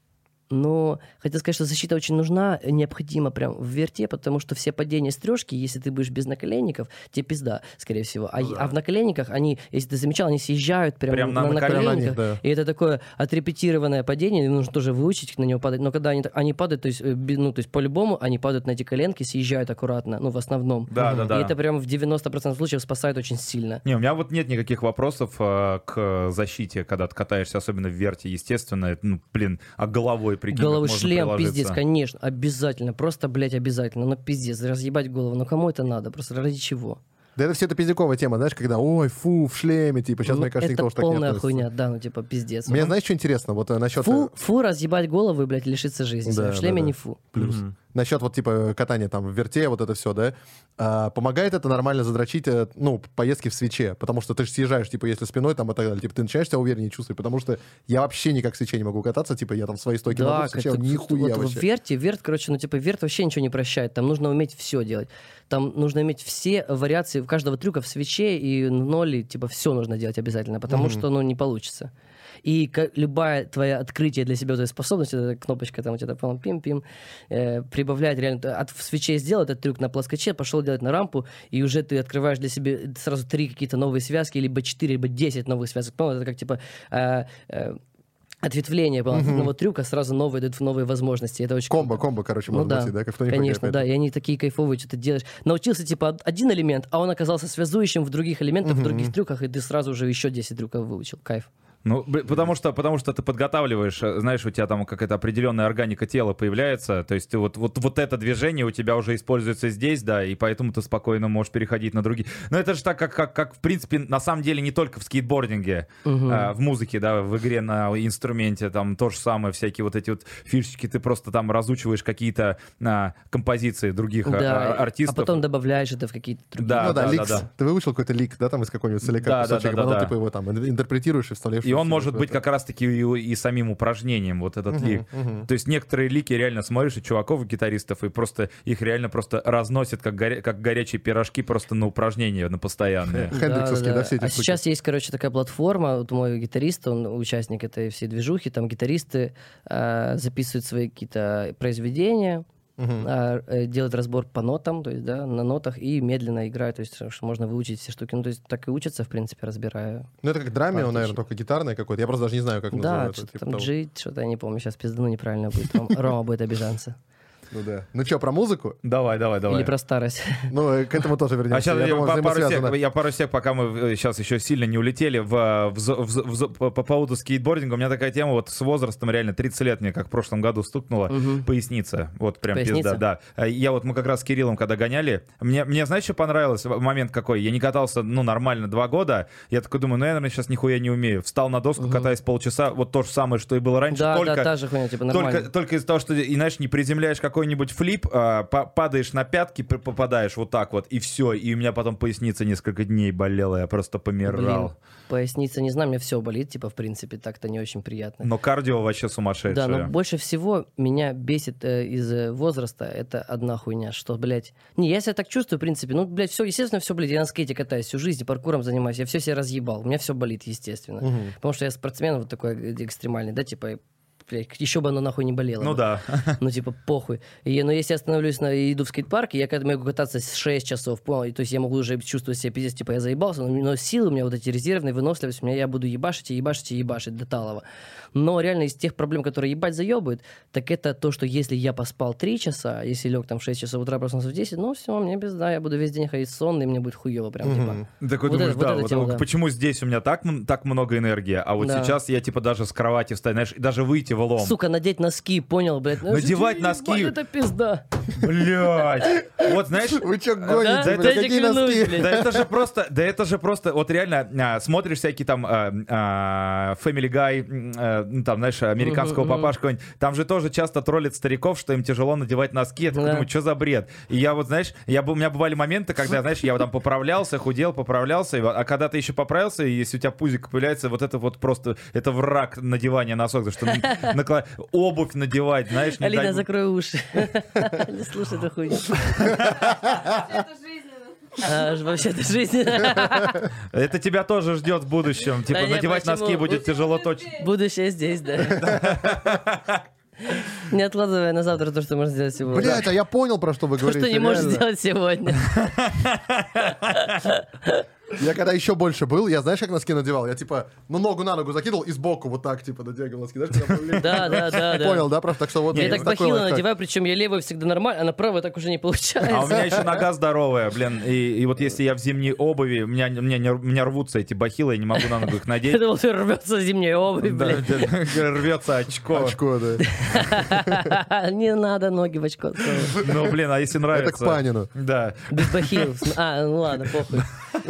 Но хотел сказать, что защита очень нужна, необходима прям в верте, потому что все падения с трешки, если ты будешь без наколенников, тебе пизда, скорее всего. А, Ну да. а в наколенниках они, если ты замечал, они съезжают прям, Прям на, на наколенниках. наколенниках, да. И это такое отрепетированное падение, нужно тоже выучить на него падать. Но когда они, так- они падают, то есть, э, би- ну, то есть по-любому они падают на эти коленки, съезжают аккуратно, ну, в основном. Да, да, да. И это прям в девяносто процентов случаев спасает очень сильно. Не, у меня вот нет никаких вопросов э, к защите, когда ты катаешься, особенно в верте, естественно. Это, ну, блин, а головой прикинь, как Головой можно шлем, приложиться. пиздец, конечно, обязательно, просто, блядь, обязательно, ну, пиздец, разъебать голову, ну, кому это надо, просто ради чего? Да это все это пиздяковая тема, знаешь, когда, ой, фу, в шлеме, типа, сейчас, Ну, мне кажется, это никто уж так не полная относится. хуйня, да, ну, типа, пиздец. Мне, знаешь, что интересно, вот э, насчет... Фу, фу, разъебать голову и, блядь, лишиться жизни. Да, в шлеме да, да. не фу. Плюс. Насчет вот типа катания там в верте, вот это все, да, а, помогает это нормально задрочить, э, ну, поездки в свече, потому что ты же съезжаешь, типа, если спиной там и так далее, типа, ты начинаешь себя увереннее чувствовать, потому что я вообще никак в свече не могу кататься, типа, я там свои стойки могу, в свече как-то нихуя вот вообще. в верте, верт, короче, ну, типа, верт вообще ничего не прощает. Там нужно уметь все делать. Там нужно иметь все вариации каждого трюка в свече и в ноле, типа, все нужно делать обязательно, потому Мгм. что, ну, не получится. И ка- любая твоя открытие для себя, твоя способность, эта кнопочка там у тебя там пим-пим, э, прибавляет реально. От, в свече сделал этот трюк на плоскоче, пошел делать на рампу, и уже ты открываешь для себя сразу три какие-то новые связки, либо четыре, либо десять новых связок. Ну, это как типа... э, э, ответвление было от одного трюка, сразу новые дают новые возможности. Это очень Комбо, круто. комбо, короче, Ну может да, быть, и, да, как в Тони Хоуке, конечно, опять да, же. и они такие кайфовые, что ты делаешь. Научился, типа, од- один элемент, а он оказался связующим в других элементах, в других трюках, и ты сразу уже еще десять трюков выучил. Кайф. Ну, б- потому что, потому что ты подготавливаешь, э, знаешь, у тебя там какая-то определенная органика тела появляется, то есть ты вот, вот, вот это движение у тебя уже используется здесь, да, и поэтому ты спокойно можешь переходить на другие. Но это же так, как, как, как в принципе, на самом деле не только в скейтбординге, Мгм. а, в музыке, да, в игре на инструменте, там то же самое, всякие вот эти вот фишечки, ты просто там разучиваешь какие-то а, композиции других а, Да, а, артистов. а потом добавляешь это в какие-то другие. Да, Ну да, да, ликс. да. Ты выучил какой-то лик, да, там из какого-нибудь целика Да, да, кусочек, да, потом да, типа да. его там интерпретируешь и вставляешь. И в он всё может быть это. как раз-таки и, и самим упражнением, вот этот лик. То есть некоторые лики реально смотришь, и чуваков, и гитаристов, и просто их реально просто разносят, как, горя- как горячие пирожки, просто на упражнения, на постоянные. Хендриксовские, да, все эти А штуки? сейчас есть, короче, такая платформа, вот мой гитарист, он участник этой всей движухи, там гитаристы э, записывают свои какие-то произведения, Мгм. а, э, делают разбор по нотам, то есть, да, на нотах, и медленно играют, то есть, что можно выучить все штуки. Ну, то есть, так и учатся, в принципе, разбирая. Ну это как драме, он, наверное, Партии. только гитарное какое-то. Я просто даже не знаю, как Да, называется. что-то типа там того. джит, что-то я не помню, сейчас пиздану неправильно будет. Ром- Рома будет обижаться. Ну да. Ну что, про музыку? Давай, давай, давай. Или про старость. Ну, э, к этому тоже вернемся. А сейчас Я я, думаю, по- пару взаимосвязано. сек, я пару сек, пока мы сейчас еще сильно не улетели в, в, зо- в зо- в зо- по, по поводу скейтбординга. У меня такая тема вот с возрастом, реально тридцать лет мне, как в прошлом году стукнула, Мгм. поясница. Вот прям Поясница? пизда, да. А Я вот, мы как раз с Кириллом, когда гоняли, мне, мне знаешь, что понравилось? В- Момент какой? Я не катался, ну, нормально два года. Я такой думаю, ну, я, наверное, сейчас нихуя не умею. Встал на доску, катаюсь полчаса. Вот то же самое, что и было раньше. Да, только... да, та же хуйня, типа нормально. Только, только из-за того, что, и, знаешь, не приземляешь какой-нибудь флип, а, па- падаешь на пятки, п- попадаешь вот так вот, и все. И у меня потом поясница несколько дней болела, я просто Блин, помирал. поясница, не знаю, мне все болит, типа, в принципе, так-то не очень приятно. Но кардио вообще сумасшедшее. Да, но больше всего меня бесит э, из э, возраста это одна хуйня, что, блядь... Не, я себя так чувствую, в принципе. Ну, блядь, все, естественно, все, блядь, я на скейте катаюсь всю жизнь, и паркуром занимаюсь, я все себе разъебал. У меня все болит, естественно. Мгм. Потому что я спортсмен вот такой э, экстремальный, да, типа... Блядь, еще бы оно нахуй не болело. Ну бы. да. Ну, типа, похуй. И, но если я остановлюсь на, и иду в скейт-парк, я когда могу кататься с шесть часов, понял? И, то есть я могу уже чувствовать себя пиздец, типа, я заебался, но, но силы у меня вот эти резервные, выносливость, у меня я буду ебашить и ебашить и ебашить до талого. Но реально из тех проблем, которые ебать заебывают, так это то, что если я поспал три часа, если лег там в шесть часов утра, проснулся в десять, ну все, мне пизда, я буду весь день ходить сонный, и мне будет хуево прям, типа. Такой Вот думаешь, это- вот да, эта вот, тема, вот да. почему здесь у меня так, м- так много энергии, а вот Да. сейчас я типа даже с кровати встать, знаешь, и даже выйти в лом. Сука, надеть носки, понял, блядь. Ну, Надевать ебать, носки. это пизда. Блядь. Вот знаешь, Вы что Да? гоните, Да блядь, я тебе какие клянусь, носки? блядь. да это же просто, да это же просто, вот реально а, смотришь всякие там а, а, Family Guy, м, а, ну, там, знаешь, американского Мгм, мгм. папашку, какой-нибудь, там же тоже часто троллят стариков, что им тяжело надевать носки. Я такой Да. думаю, что за бред? И я вот, знаешь, я, бы- у меня бывали моменты, когда, знаешь, я вот там поправлялся, худел, поправлялся, и вот- а когда ты еще поправился, и если у тебя пузик появляется, вот это вот просто, это враг надевания носок, потому что н- накла- обувь надевать, знаешь, не Алина, дай- закрой уши. Не слушай эту хуйню. Это жизненно. А, ж- Вообще-то жизнь. это тебя тоже ждет в будущем. Типа Да не, надевать почему? носки будет тяжело точно. Будущее здесь, да. Не откладывая на завтра то, что можно сделать сегодня. Блять, а я понял, про что вы То, говорите. что не можешь реально. сделать сегодня. Я когда еще больше был, я знаешь, как носки надевал? Я типа, ну ногу на ногу закидывал и сбоку вот так, типа, надевал носки. Знаешь, когда были- Да, да, да, да. Понял, да, просто так что вот... Я так такой бахилы лайфхак. надеваю, причем я левую всегда нормально, а на правую так уже не получается. А у меня еще нога здоровая, блин. И, и вот если я в зимней обуви, у меня, у меня, не- у меня рвутся эти бахилы, я не могу на ногу их Я надеть. думал, ты рвется зимняя обувь, Да, блядь. да, рвется очко. Очко, да. Не надо ноги в очко. совать. Ну, блин, а если нравится... Это к Панину. Да. Без бахил. А, ну ладно, похуй.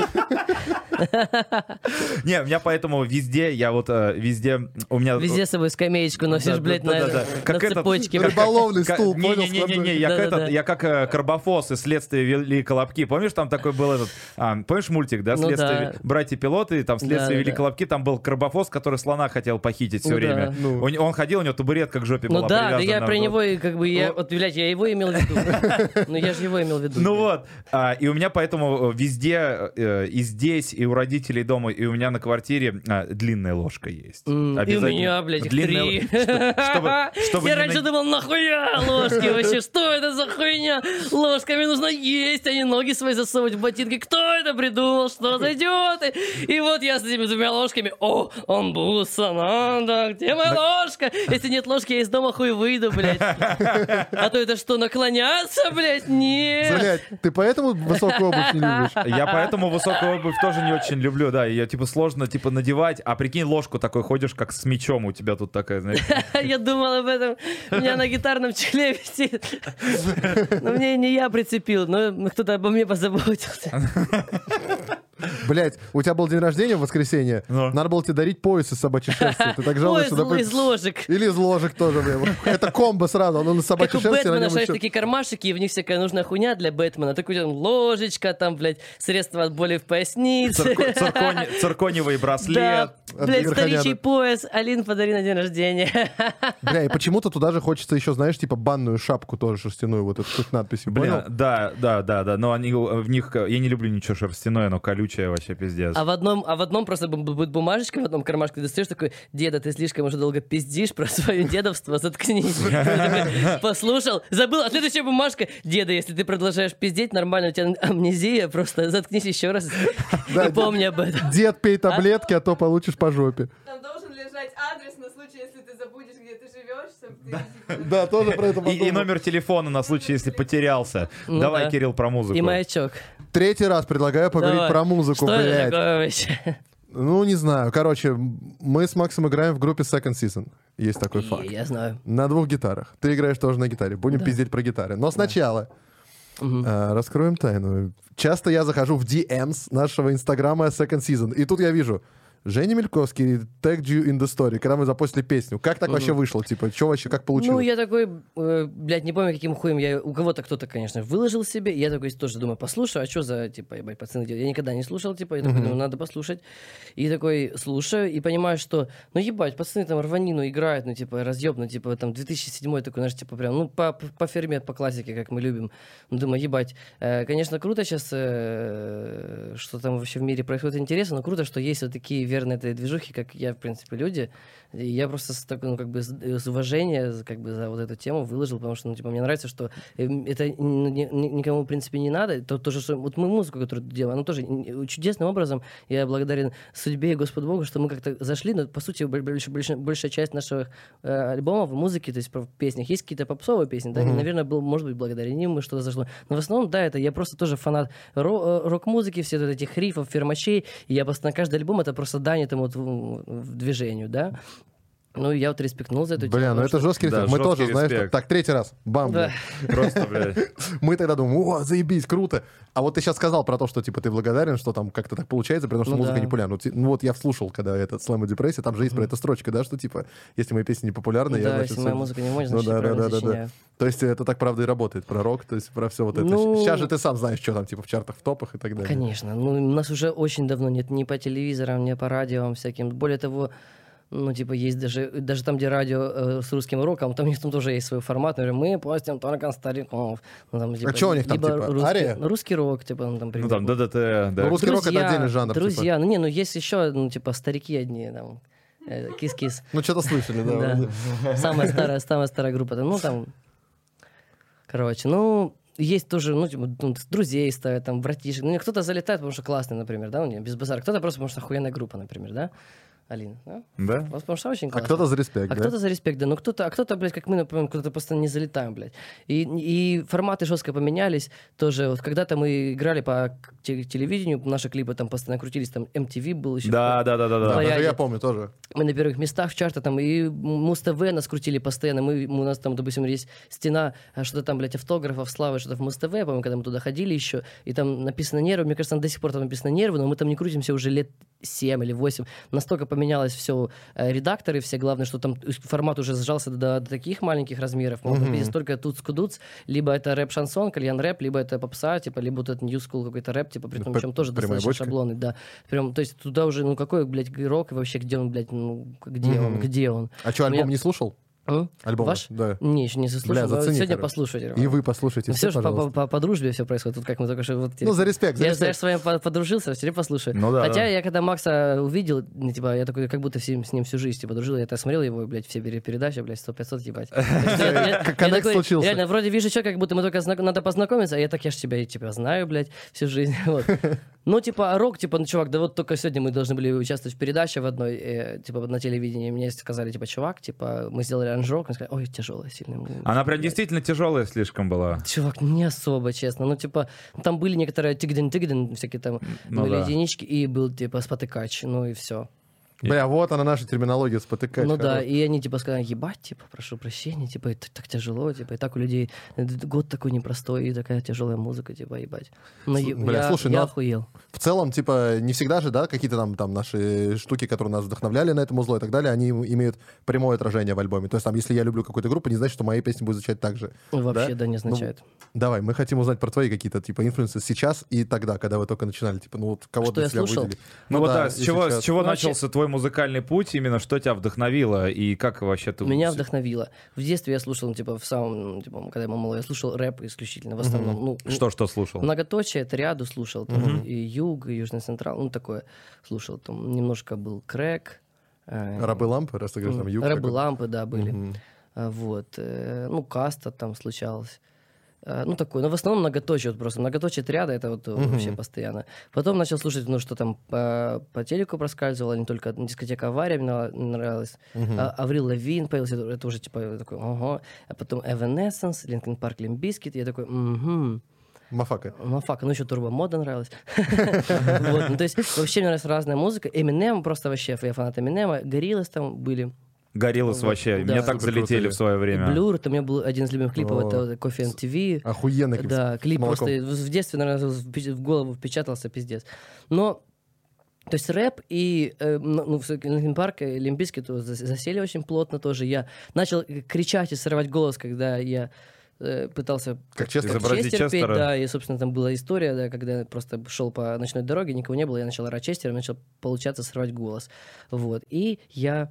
Не, у меня поэтому везде, я вот э, везде, у меня... Везде с собой скамеечку носишь, Да, блядь, да, на да, да. на Как этот- цепочке. как- Рыболовный как- стул, не, понял? Не, не, не, не, я, Да-да-да. как этот- я как э, Карбофос из «Следствия вели Колобки». Помнишь, там такой был этот... а, помнишь мультик, да? Ну «Следствие да. ве- братья-пилоты», там «Следствие Да-да-да. вели Колобки», там был Карбофос, который слона хотел похитить все Ну время. да. Ну. У не- Он ходил, у него табуретка к жопе Ну была да, да привязана. я про Вот. него, и как бы, я, Ну. вот, блядь, я его имел в виду. Ну я же его имел в виду. Ну блядь. вот, а, и у меня поэтому везде, э, и здесь, и у родителей дома, и у меня на квартире а, длинная ложка есть. М, И у Обязательно. меня, блядь, их Длинная три. л- что- чтобы- чтобы Я не раньше на- думал, нахуя ложки вообще? Что это за хуйня? Ложками нужно есть, а не ноги свои засовывать в ботинки. Кто это придумал? Что за идиоты? И вот я с этими двумя ложками. О, амбуса надо. Где моя ложка? Если нет ложки, я из дома хуй выйду, блядь. А то это что, наклоняться, блядь? Нет. Блять, ты поэтому высокую обувь не любишь? Я поэтому высокую обувь тоже не очень люблю, да, ее типа сложно типа надевать, а прикинь, ложку такой ходишь, как с мечом, у тебя тут такая, знаешь. Я думал об этом. У меня на гитарном чехле висит. Но мне не я прицепил, но кто-то обо мне позаботился. Блять, у тебя был день рождения в воскресенье. Ну. Надо было тебе дарить пояс из собачьей шерсти. Ты так Ой, жалуешься, из, допустим. из ложек. Или из ложек тоже, блин. Это комбо сразу. Он на Как собачьей у шерсти, на Бэтмена, нем знаешь, еще... такие кармашики, и в них всякая нужная хуйня для Бэтмена. Так у тебя там ложечка, там, блядь, средства от боли в пояснице. Цирко- циркони- Циркониевый браслет. Да, от блядь, Верхоняна. старичий пояс. Алин, подари на день рождения. Бля, и почему-то туда же хочется еще, знаешь, типа банную шапку тоже шерстяную, вот эту с надписью. Блин, Понял? да, да, да, да, но они в них, я не люблю ничего шерстяное, но колючее вообще пиздец. А в одном, а в одном просто бу- будет бумажечка, в одном кармашке ты достаешь такой: деда, ты слишком уже долго пиздишь про свое дедовство, заткнись. Я такой послушал, забыл, а следующая бумажка: деда, если ты продолжаешь пиздеть, нормально, у тебя амнезия, просто заткнись еще раз Да, и помни об этом. Дед, пей таблетки, а то получишь по жопе. Там должен лежать адрес на случай, если ты забудешь, где ты живешь, чтобы ты типа, Да, тоже про это И, и подумал. номер телефона на случай, если потерялся. Ну Давай, да. Кирилл, про музыку. И маячок. Третий раз предлагаю поговорить Давай. про музыку, Что это блядь. такое вообще? Ну, не знаю. Короче, мы с Максом играем в группе Second Season. Есть такой факт. Я знаю. На двух гитарах. Ты играешь тоже на гитаре. Будем Да. пиздеть про гитары. Но сначала Мгм. а, раскроем тайну. Часто я захожу в ди эмс нашего инстаграма Second Season, и тут я вижу Женя Мельковский, Tagged You in the Story, когда мы запостили песню. Как так вообще вышло? Типа, что вообще, как получилось? Ну, я такой, э, блядь, не помню, каким хуем я... У кого-то кто-то, конечно, выложил себе. И я такой тоже думаю, послушаю, а что за, типа, ебать, пацаны делают? Я никогда не слушал, типа, я такой думаю, надо послушать. И такой слушаю и понимаю, что, ну, ебать, пацаны там рванину играют, ну, типа, разъеб, ну, типа, там, две тысячи седьмой такой, знаешь, типа, прям, ну, по, по фермет, по классике, как мы любим. Ну, думаю, ебать, э, конечно, круто сейчас, э, что там вообще в мире происходит интересно, но круто, что есть вот такие верные этой движухи, как я, в принципе, люди. И я просто с, такой, ну, как бы, с, с уважения как бы, за вот эту тему выложил, потому что, ну, типа, мне нравится, что э, это ну, ни- ни- никому, в принципе, не надо. То, то же, что вот мы музыку, которую делаем, она тоже н- чудесным образом, я благодарен судьбе и Господу Богу, что мы как-то зашли, но, по сути, бо- больш- больш- большая часть наших э, альбомов, музыки, то есть в песнях, есть какие-то попсовые песни, да, и, наверное, был, может быть, благодаря ним мы что-то зашло. Но в основном, да, это я просто тоже фанат ро- э, рок-музыки, все вот этих рифов, фермачей, и я просто на каждый альбом это просто дань этому вот в, в движению, да. Ну, и я вот респектнул за эту Бля, тему, ну это потому что- жесткий Да, респект. Мы жесткий тоже, знаешь, респект. так, третий раз. Бам, Да. бля. Просто, блядь. Мы тогда думаем, о, заебись, круто. А вот ты сейчас сказал про то, что, типа, ты благодарен, что там как-то так получается, потому что Ну музыка да. не популярна. Ну, ти- ну, вот я вслушал, когда этот «Слэм и депрессия», там же есть про это строчка, да, что, типа, если мои песни не популярны, я, Да, значит... если моя всё- музыка не может, Ну значит, я да, да, правильно да, да, да. сочиняю. То есть это так, правда, и работает про рок, то есть про все вот это. Ну- Сейчас же ты сам знаешь, что там, типа, в чартах, в топах и так далее. Конечно. Ну, у нас уже очень давно нет ни по телевизорам, ни по радио всяким. Более того, ну, типа, есть даже, даже там, где радио э, с русским роком, там у них там тоже есть свой формат. Например, мы постим только стариков. Ну, там, типа, чё у них там, либо типа, русский, Ария? ну, русский рок, типа, ну, там, Ну там ДДТ, да. Ну, русский рок — это отдельный жанр, типа. Друзья, ну, не, ну, есть еще, ну, типа, старики одни, там. Э, Кис-кис. Ну, что-то слышали, да. Да. Самая старая, самая старая группа. Ну, там, короче, ну, есть тоже, ну, типа, ну, друзей ставят, там, братишек. Ну, кто-то залетает, потому что классный, например, да, у него без базара. Кто-то просто потому что охуенная группа, например, да? Алина, да? Да? Потому что очень А классно. кто-то за респект, А да? кто-то за респект, да. Ну, кто-то, а кто-то, блядь, как мы, например, куда-то просто не залетаем, блядь. И, и форматы жестко поменялись. Тоже вот когда-то мы играли по те- телевидению, наши клипы там постоянно крутились, там эм ти ви был еще. Да, да, да, да, Да, да. даже Плеяде. я помню тоже. Мы на первых местах в чартах, там, и Муз-ТВ нас крутили постоянно. Мы, мы- у нас там, допустим, есть стена, а, что-то там, блядь, автографов, славы, что-то в Муз-ТВ, я помню, когда мы туда ходили еще, и там написано «Нервы», мне кажется, там до сих пор там написано «Нервы», но мы там не крутимся уже лет семь или восемь. Настолько поменялось все, редакторы все, главное, что там формат уже сжался до, до таких маленьких размеров, могут Мгм. видеть только туц-кудуц, либо это рэп-шансон, кальян-рэп, либо это попса, типа, либо вот этот new school какой-то рэп, типа, при том, П- причем тоже прямая достаточно бочка? шаблонный, да. Прям, то есть туда уже, ну, какой, блядь, рок, и вообще, где он, блядь, ну, где Мгм. он, где он? А что, альбом Меня- не слушал? М? Альбом Ваш? Да. Не, еще не заслушал. Бля, но зацени, Сегодня короче. послушайте. И вы послушайте все все, же по, по, пожалуйста. по- по дружбе все происходит. Тут как мы только что... Вот, Ну, за респект, за я, я респект. с вами по- подружился, теперь послушаю. Ну да, Хотя да. я когда Макса увидел, ну, типа, я такой, как будто всем, с ним всю жизнь, типа, дружил. Я так смотрел его, блядь, все пере- передачи, блядь, сто-пятьсот, ебать. Так что я- я- Как я коннект такой, случился. Реально, вроде вижу человека, как будто мы только знак- надо познакомиться, а я так, я ж тебя, типа, знаю, блядь, всю жизнь. Вот. Ну, типа, а рок, типа, ну, чувак, да вот только сегодня мы должны были участвовать в передаче в одной, э, типа, на телевидении. Мне сказали, типа, чувак, типа, мы сделали аранжировку. Мне сказали, ой, тяжелая, сильно. Она прям действительно тяжелая слишком была. Чувак, не особо, честно. Ну, типа, там были некоторые тыгден-тыгден, всякие там Ну были да. единички, и был, типа, спотыкач, ну и все. Бля, вот она наша терминология, спотыкач. Ну да, хорош. и они, типа, сказали, ебать, типа, прошу прощения, типа, это так тяжело, типа, и так у людей э, год такой непростой, и такая тяжелая музыка, типа, ебать. Ну, Слу- е- бля, я, слушай, я ну, охуел. В целом, типа, не всегда же, да, какие-то там, там наши штуки, которые нас вдохновляли на это музло и так далее, они имеют прямое отражение в альбоме. То есть, там, если я люблю какую-то группу, не значит, что мои песни будут звучать так же. Вообще, да, не Ну, означает. Давай, мы хотим узнать про твои какие-то, типа, инфлюенсы сейчас и тогда, когда вы только начинали. Типа, ну, вот кого Что ты я себя слушал? выделили. Ну, вот да, да, с и чего, с сейчас. чего Ну, вообще- начался твой музыкальный путь, именно что тебя вдохновило и как вообще ты... Меня вдохновило. В детстве я слушал, ну, типа, в самом, ну, типа, когда я был малой, я слушал рэп исключительно, в основном. Ну, Что, что слушал? Многоточие, триаду слушал, там, и Юг, и Южный Централ, ну, такое слушал. Там немножко был Крэк. э, Рабы лампы, раз ты говоришь, там юг. Рабы какой-то. лампы, да, были. Мгм. А, Вот. э, Ну, Каста там случалось. А, Ну, такое. Но в основном многоточие, вот просто многоточие триада, это вот э, вообще постоянно. Потом начал слушать, ну, что там по, по телеку проскальзывало, не только дискотека «Авария» мне нрав- нравилась. А, Аврил Лавин появился, это, это уже типа я такой, ого. А потом Evanescence, Linkin Park, Limp Bizkit, я такой, угу. Мафака. Мафака, ну еще Турбо Мода нравилась. Вот, ну, то есть вообще мне нравится разная музыка. Eminem просто вообще, я фанат Эминема. Гориллас там были. Гориллас Вот, вообще. да. Меня так Супер залетели крутые. в свое время. Блюр, это у меня был один из любимых клипов, О. это Coffee and ти ви. Охуенный клип. Да, с клип молоком. просто в в детстве, наверное, в пи- в голову впечатался, пиздец. Но, то есть рэп и, э, ну, ну, в Линкин Парк и Лимп Бизкит то зас- засели очень плотно тоже. Я начал кричать и срывать голос, когда я э, пытался Как Честер. Изобразить Честер петь, Честера. да, и, собственно, там была история, да, когда я просто шел по ночной дороге, никого не было, я начал орать Честером, начал получаться срывать голос. Вот. И я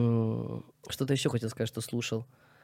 м, что-то еще хотел сказать, что слушал.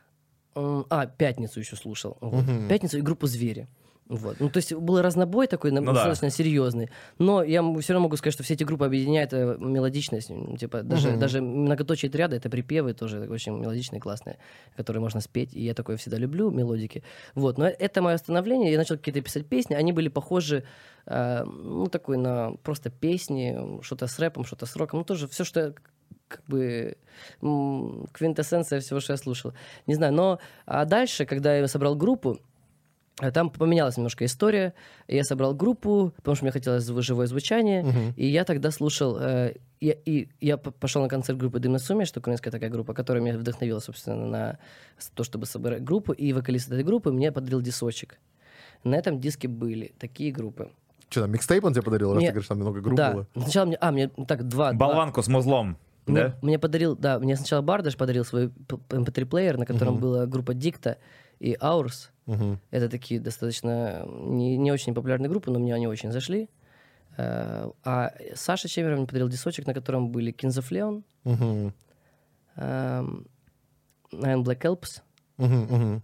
М, А, «Пятницу» еще слушал. Вот. «Пятницу» и группу «Звери». Вот. Ну, то есть был разнобой такой, на- Ну да. достаточно серьезный. Но я все равно могу сказать, что все эти группы объединяет э, мелодичность. м, Типа, даже, Мгм. даже многоточие триада — это припевы тоже очень мелодичные, классные, которые можно спеть. И я такое всегда люблю, мелодики. Вот. Но это мое становление. Я начал какие-то писать песни. Они были похожи, э, ну, такой на просто песни, что-то с рэпом, что-то с роком. Ну, тоже все, что я как бы м, квинтэссенция всего, что я слушал. Не знаю, но а дальше, когда я собрал группу, а там поменялась немножко история. Я собрал группу, потому что мне хотелось зв- живое звучание. Мгм. И я тогда слушал... э, я, и я п- пошел на концерт группы «Дымна сумеш», что украинская такая группа, которая меня вдохновила, собственно, на с- то, чтобы собрать группу. И вокалист этой группы мне подарил дисочек. На этом диске были такие группы. Что там, микстейп он тебе подарил, раз Мне- ты говоришь, там много групп да. было? Сначала мне... А, мне так, два... два- Болванку с музлом. Мне, Да? мне подарил, да, мне сначала Бардаш подарил свой эм пи три-плеер, на котором Мгм. была группа Дикта и Аурс. Мгм. Это такие достаточно не, не очень популярные группы, но мне они очень зашли. Э, А Саша Чемеров мне подарил дисочек, на котором были Kings of Leon, Мгм. эм, Nine Black Elps. Мгм, мгм.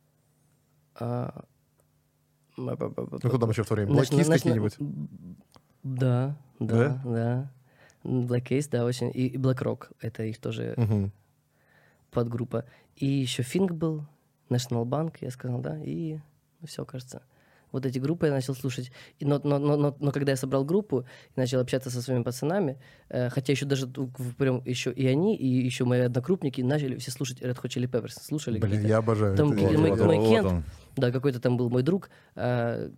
а, Ну, кто там еще в то время? National- Black Keys National- какие-нибудь? Да, да, да. Black Ace, да, очень. И, и Black Rock, это их тоже Мгм. подгруппа. И еще Fink был, National Bank, я сказал, да, и все, кажется. Вот эти группы я начал слушать. И, но, но, но, но, но когда я собрал группу и начал общаться со своими пацанами, э, хотя еще даже т- в- прям еще и они, и еще мои однокрупники начали все слушать Red Hot Chili Peppers. Слушали? Блин, где-то? я обожаю. Там это. какие- Я- мы- я- мы- вот Кент. он. Да, какой-то там был мой друг. э,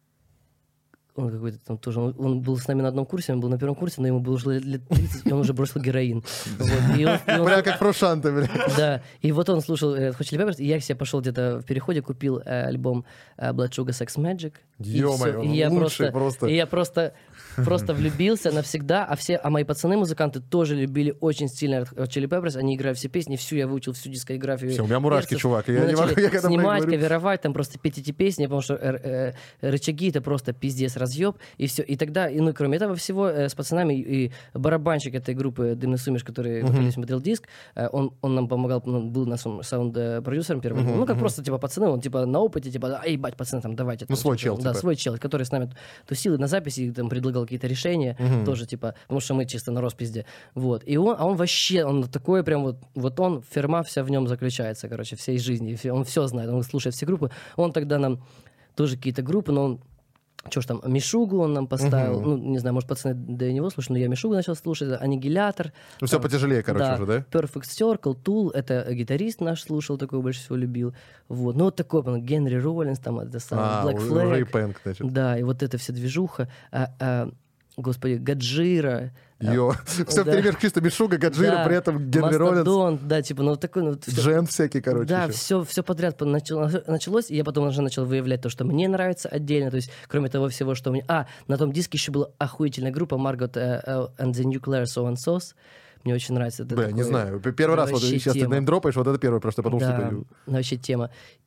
он какой-то там тоже, он, он был с нами на одном курсе, он был на первом курсе, но ему было уже лет лет тридцать, и он уже бросил героин. Вот, и он- и он- Прям как Прошанта, блин. Да, и вот он слушал Red Hot Chili Peppers, и я к себе пошел где-то в переходе, купил э, альбом э, Blood Sugar Sex Magic. И Ё-моё, всё. И я лучший просто, просто. И я просто, просто влюбился навсегда, а все, а мои пацаны-музыканты тоже любили очень сильно Red Hot Chili Peppers, они играют все песни, всю я выучил, всю дискографию. Всё, у меня мурашки, перцев. чувак, я Мы не начали могу, я когда снимать, говорю. каверовать, там просто петь эти песни, потому что э, э, рычаги это просто пиздец, разъеб, и все. И тогда, и, ну, кроме этого всего, э, с пацанами и барабанщик этой группы Дымный Сумиш, который uh смотрел диск, э, он, он нам помогал, ну, был нашим саунд-продюсером первым. Ну, как просто, типа, пацаны, он, типа, на опыте, типа, а, ебать, пацаны, там, давайте. Ну, там, свой типа, чел, Да, типа. свой чел, который с нами тусил и на записи, и, там, предлагал какие-то решения, тоже, типа, потому что мы чисто на роспизде. Вот. И он, а он вообще, он такой прям вот, вот он, ферма вся в нем заключается, короче, всей жизни. И он все знает, он слушает все группы. Он тогда нам тоже какие-то группы, но он что ж там, Мишугу он нам поставил. Мгм. Ну, не знаю, может, пацаны до него слушают, но я Мишугу начал слушать. Аннигилятор. Ну, все потяжелее, короче, уже, да? Perfect Circle, Tool, это гитарист наш слушал, такой больше всего любил. Вот. Ну, вот такой, ну, Генри Роллинс, там, это самое, А, Black уже Flag. и Пэнк, значит. Да, и вот эта вся движуха. А, а, господи, Гаджира. Йо. Все да. вперемешку чисто Мишуга, Гаджира, Да, при этом Генри Роллинс, Мастодон, да, типа, ну, такой, ну, всё- Джен всякий, короче. да, ещё. все, все подряд по- начало- началось, и я потом уже начал выявлять то, что мне нравится отдельно, то есть кроме того всего, что мне... А, на том диске еще была охуительная группа Margot э, э, and the Nuclear So and Sauce. Мне очень нравится. Это Бля, не такое- знаю. Первый раз вот вообще сейчас ты тема. неймдропаешь, вот это первое, просто потом Да, что-то... вообще тема.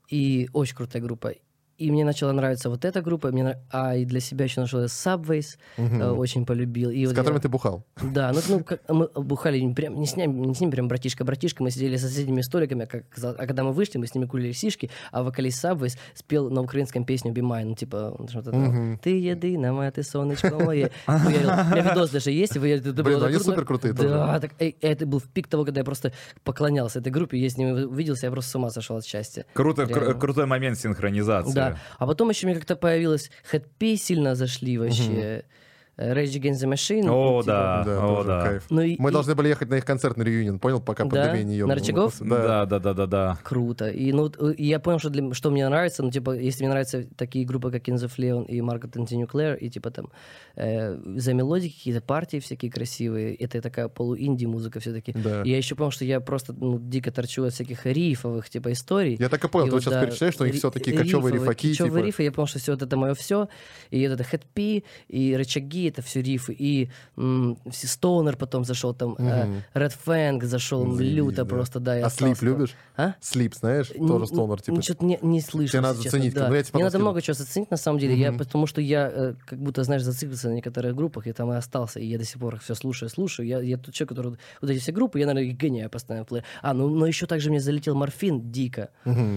И очень крутая группа. И мне начала нравиться вот эта группа, мне нрав- а и для себя еще нашел Subways, э, очень полюбил. И С вот которыми я- ты бухал. Да, ну, ну как, мы бухали не, прям, не, с ними, не с ними прям братишка-братишка, мы сидели за соседними столиками, как, за- а когда мы вышли, мы с ними курили сишки, а вокалист Subways спел на украинском песню «Be Mine», ну, типа, что-то там, «Ты єдина моя, ты солнышко моє». Хуярил. У меня видос даже есть, вы- это было Блин, ну так они круто. суперкрутые тоже. Да, так, э, это был в пик того, когда я просто поклонялся этой группе, я с ними увиделся, я просто с ума сошел от счастья. Круто, кр- Реально. крутой момент синхронизации. Да, а потом еще мне как-то появилось хэт-пи, сильно зашли вообще. Э, Rage Against the Machine. О, типа. да. Да, о, тоже да. кайф. Ну и- Мы и- должны были ехать на их концерт на реюнион, понял, пока Да? пандемия не На Рычагов? Да, да, да, да, да. Круто. И, ну, вот, э, и я понял, что, для, что мне нравится. Ну, типа, если мне нравятся такие группы, как In the Fleon и Margot and the Nuclear, и, типа, там, э, за мелодики какие-то партии всякие красивые, это такая полу-инди музыка все-таки. Да. И я еще понял, что я просто, ну, дико торчу от всяких рифовых, типа, историй. Я так и понял, И ты вот сейчас да, перечисляешь, что у них ри- все такие кочевые рифовые, рифаки, кочевые типа. рифы, я понял, что все вот это мое все, и вот это хэт-пи, и рычаги, это все рифы, и м, все Стоунер потом зашел, там, э, Red Fang зашел, Заебись, люто да. просто, да. я А Слип остался. любишь? А? Слип, знаешь, Н- тоже н- стонер, типа. Что-то не, не слышал. Тебе надо если честно, заценить, да. ну, я тебе потом Мне надо скину. много чего заценить, на самом деле, я, потому что я э, как будто, знаешь, зациклился на некоторых группах, и там и остался, и я до сих пор их все слушаю, слушаю. Я, я тот человек, который... Вот эти все группы, я, наверное, их гоняю постоянно. в плеер. А, ну, но еще также мне залетел Морфин дико.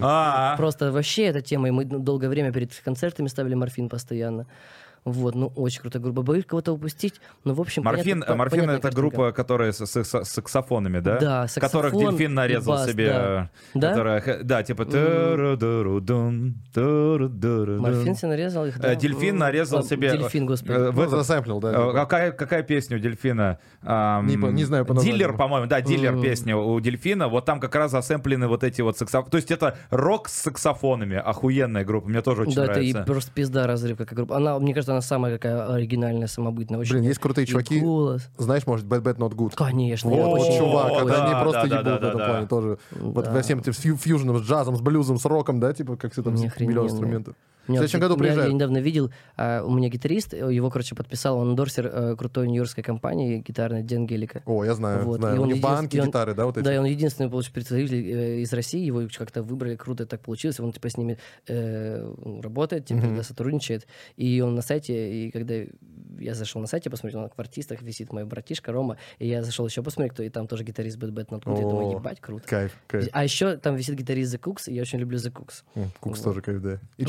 А, Просто вообще эта тема, и мы ну, долгое время перед концертами ставили Морфин постоянно. Вот, ну, очень крутая группа. Боюсь кого-то упустить, но, в общем, Морфин, понятно- по- Морфин понятная это картинка. группа, которая с, с- с саксофонами, да? Да, Которых саксофон дельфин и нарезал бас, себе. да. Да? которая х- да, типа... ту-ру-ду-ру-дун, ту-ру-ду-ру-дун. Морфин себе нарезал их, да? Э, Дельфин М, нарезал а, себе... Дельфин, господи. э, в Ну, этот- засэмплил, да. э, типа. Какая, какая песня у дельфина? Ам, Не по- не знаю по названию. Дилер, по-моему, да, дилер Мгм. песня у дельфина. Вот там как раз засэмплены вот эти вот саксофоны. То есть это рок с саксофонами. Охуенная группа. Мне тоже очень Да, это и нравится. просто пизда разрыв, как группа. Она, мне кажется, она самая какая оригинальная, самобытная. Очень. Блин, есть крутые И чуваки. голос. Знаешь, может, Bad Bad Not Good. Конечно. я Вот, вот очень- чувак, О, когда да, они просто да, да, ебут да, в этом да. плане тоже. Вот Да. во всем этим фью- фьюжном, с джазом, с блюзом, с роком, да, типа, как все там, Не миллион охрененно. инструментов. В Меня следующем вот- году я- Я приезжает. недавно видел, а, у меня гитарист, его, короче, подписал, он эндорсер э, крутой нью-йоркской компании гитарной Денгелика. О, я знаю, Вот, знаю. и У он них единственный- банки, и он- гитары, да, вот эти? Да, и он единственный, получается, представитель э, из России, его как-то выбрали, круто так получилось, он типа с ними э, работает, типа, когда сотрудничает, и он на сайте, и когда я зашел на сайте, посмотрел, он в артистах висит мой братишка Рома, и я зашел еще посмотреть, кто, и там тоже гитарист Bad Bad Not Good, я думаю, О, ебать, круто. Кайф, кайф. А еще там висит гитарист The Cooks, и я очень люблю The Cooks. М, Кукс Вот. тоже кайф, да. И Ну, что, они- прикольные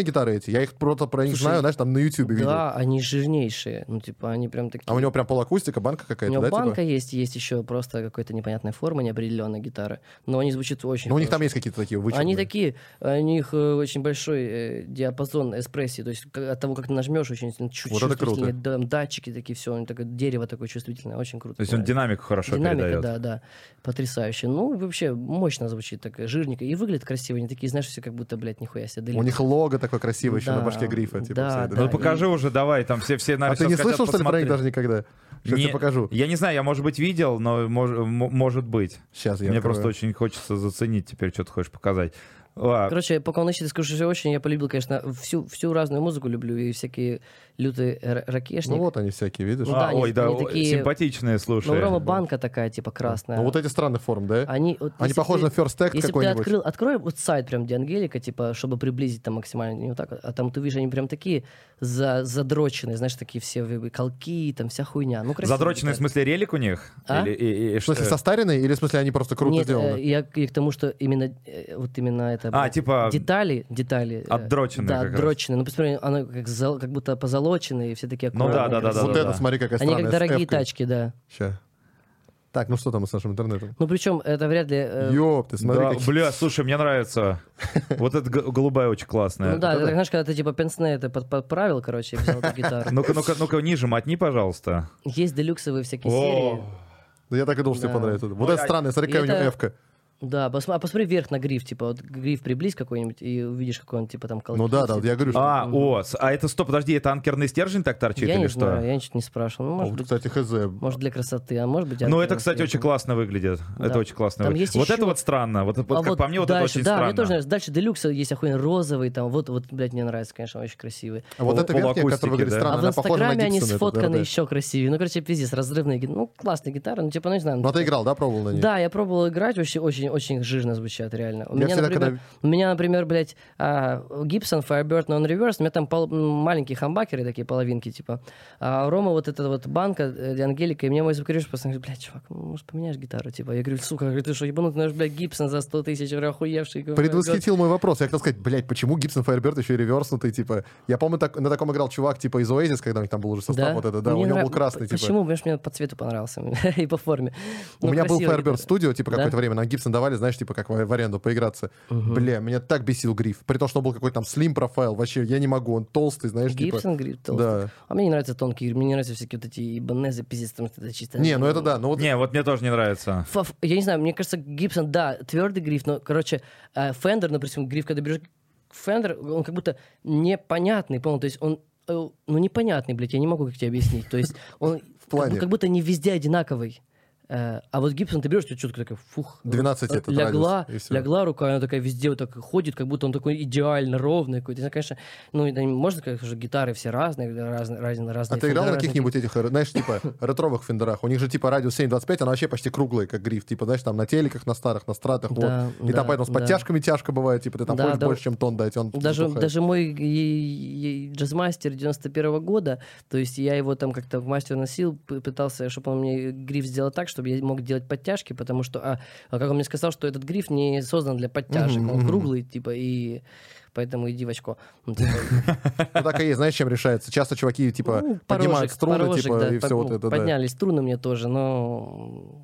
гитары эти? Я их просто про них Слушай, знаю, знаешь, там на Ютубе видел. Да, они жирнейшие. Ну, типа, они прям такие... А у него прям полуакустика, банка У какая-то, него да, банка типа? есть, есть еще просто какой-то непонятной формы, неопределенной гитары. Но они звучат очень Ну, у них там хорошо. есть какие-то такие вычурные. Они такие, у них э, очень большой э, диапазон экспрессии, то есть к- от того, как ты нажмешь, очень чуть Вот это чувствительные круто. да, датчики такие, все, он такое дерево такое чувствительное, очень круто. То есть он нравится. динамику хорошо Динамика, передает. да, да, потрясающе. Ну, вообще, мощно звучит, такая жирненько. И выглядит красиво, они такие, знаешь, все как будто, блядь, нихуя себе. У них лого такое красивое еще на Да, башке грифа. Типа, да, вся эта- да. Ну покажи уже, давай, там все, все А наверное, ты не сейчас хотят слышал, что ли, про них посмотреть. даже никогда? Сейчас Не- я покажу. Я не знаю, я, может быть, видел, но мож- м- может быть. Сейчас я Мне открою. просто очень хочется заценить теперь, что ты хочешь показать. А, Короче, пока он ищет, скажу, что очень я полюбил, конечно, всю, всю разную музыку люблю, и всякие лютые р- ракешник. Ну вот они всякие, видишь? Ну а, да, они- ой, да, они о, такие- симпатичные, слушай. Ну, у Рома банка такая, типа, красная. Ну вот эти странных форм, да? Они, вот, Они если похожи ты- на First Act Если бы ты какой-нибудь. открыл, открой вот сайт прям, где Ангелика, типа, чтобы приблизить там максимально, не вот так, а там ты видишь, они прям такие за, задроченные, знаешь, такие все вы- колки, там вся хуйня. Ну, красиво. Задроченный, в гитара. смысле, релик у них? А? Или, и- и- В смысле, что? состаренные или в смысле они просто круто Нет, э, сделаны? я, я к тому, что именно э, вот именно это... А, блядь, типа Детали, детали. э, отдроченные Да, как раз. отдроченные. Ну, посмотри, оно как, зал- как будто позолоченные, все такие Ну да, аккуратные, да, да, да, красивые. Вот да, это, да. смотри, какая Они странная. как дорогие тачки, да. Сейчас. Так, ну что там с нашим интернетом? Ну, причем это вряд ли... э, Ёп, ты смотри, Да, какие- бля, слушай, мне нравится. Вот эта г- голубая очень классная. Ну да, это это, да. знаешь, когда ты типа пенсне это под- подправил, короче, и взял эту гитару. Ну-ка, ну-ка, ну-ка, ниже мотни, пожалуйста. Есть делюксовые всякие О, серии. Да я так и думал, что тебе Да. понравится. Вот Ой, это а- странное, смотри, и какая у него это- эвка. Да, посма- а посмотри вверх на гриф, типа, вот гриф приблизь какой-нибудь, и увидишь, какой он, типа, там колки. Ну да, да, все вот я говорю, что... А, о, с- а это, стоп, подожди, это анкерный стержень так торчит Я или не что? знаю, я ничего не спрашивал. Ну, А может вот, быть, кстати, хз. может, для красоты, а может быть... Ну, анкерный это, кстати, стержень. очень классно выглядит. Это Да. очень классно Там выглядит. есть Вот еще- это вот странно. Вот, вот А как по мне, вот дальше, это очень да, странно. мне тоже нравится. Дальше делюкс есть охуенно розовый, там, вот, вот, блядь, мне нравится, конечно, очень красивый. А вот Пол- эта верхняя, которая полуакустики, выглядит да? странно, А в она похожа на Инстаграме они Гибсон. сфотканы еще красивее. Ну, короче, пиздец, разрывные гитары. Ну, классные гитары, ну, типа, ну, не знаю. Ну, а ты играл, да, пробовал на ней? Да, я пробовал играть, очень, очень, очень жирно звучат, реально. У Я меня, всегда, например, когда- у меня, например, блядь, а, Gibson Firebird Non-Reverse, у меня там пол- м, маленькие хамбакеры, такие половинки, типа. А у Рома вот эта вот банка э, для Ангелика, и мне мой звукорежиссер просто говорит, блядь, чувак, ну, может, поменяешь гитару, типа. Я говорю, сука, говорю, ты что, ебанутый, наш, блядь, Gibson за сто тысяч, говорю, охуевший. говорю, Предвосхитил мой вопрос. Я хотел сказать, блядь, почему Gibson Firebird еще и реверснутый, типа... Я помню, так, на таком играл чувак, типа, из Oasis, когда у них там был уже состав Да? вот это, да, Мне у него нрав- был красный, типа... Почему? Потому что мне по цвету понравился и по форме. У Ну, меня был красивая Firebird гитара. Studio, типа, Да? какое-то время, нам Gibson давали, знаешь, типа, как в, в аренду поиграться. Бля, меня так бесил гриф. При том, что он был какой-то там слим профайл, вообще, я не могу, он толстый, знаешь, типа... Гибсон, гриф, толстый. Да. А мне не нравятся тонкие, мне не нравятся всякие вот эти ибанезы, пиздец, там это чисто... Не, ну это да, ну вот... Не, вот мне тоже не нравится. Фа- Я не знаю, мне кажется, Гибсон, да, твердый гриф, но, короче, э, Fender, допустим, гриф, когда берешь Fender, он как будто непонятный, понял? То есть он, э, ну, непонятный, блядь, я не могу как тебе объяснить. То есть он плане? как, бу- как будто не везде одинаковый. Э, А вот Гибсон ты берешь, ты четко такая, фух. двенадцать этот лягла, радиус, и всё. лягла рука, она такая везде вот так ходит, как будто он такой идеально ровный какой-то. Я, конечно, ну, это не- можно сказать, что гитары все разные, разные, разные, разные. А ты играл фендеры, на разные каких-нибудь этих, э, знаешь, типа, ретровых фендерах? У них же типа радиус семь двадцать пять, она вообще почти круглая, как гриф. Типа, знаешь, там на телеках, на старых, на стратах, Да, вот. И да, там поэтому с да. подтяжками тяжко бывает, типа, ты там Да, хочешь да. больше, чем тон дать, он Даже, затухает. даже мой е- е- джазмастер девяносто первого года, то есть я его там как-то в мастер носил, п- пытался, чтобы он мне гриф сделал так, чтобы я мог делать подтяжки, потому что, а, а как он мне сказал, что этот гриф не создан для подтяжек, Мгм, он мгм. круглый, типа, и поэтому иди в очко. Ну, типа, Ну, так и есть, знаешь, чем решается? Часто чуваки, типа, ну, поднимают порожек, струны, порожек, типа, да, и под- все ну, вот это, да. Подняли струны мне тоже, но...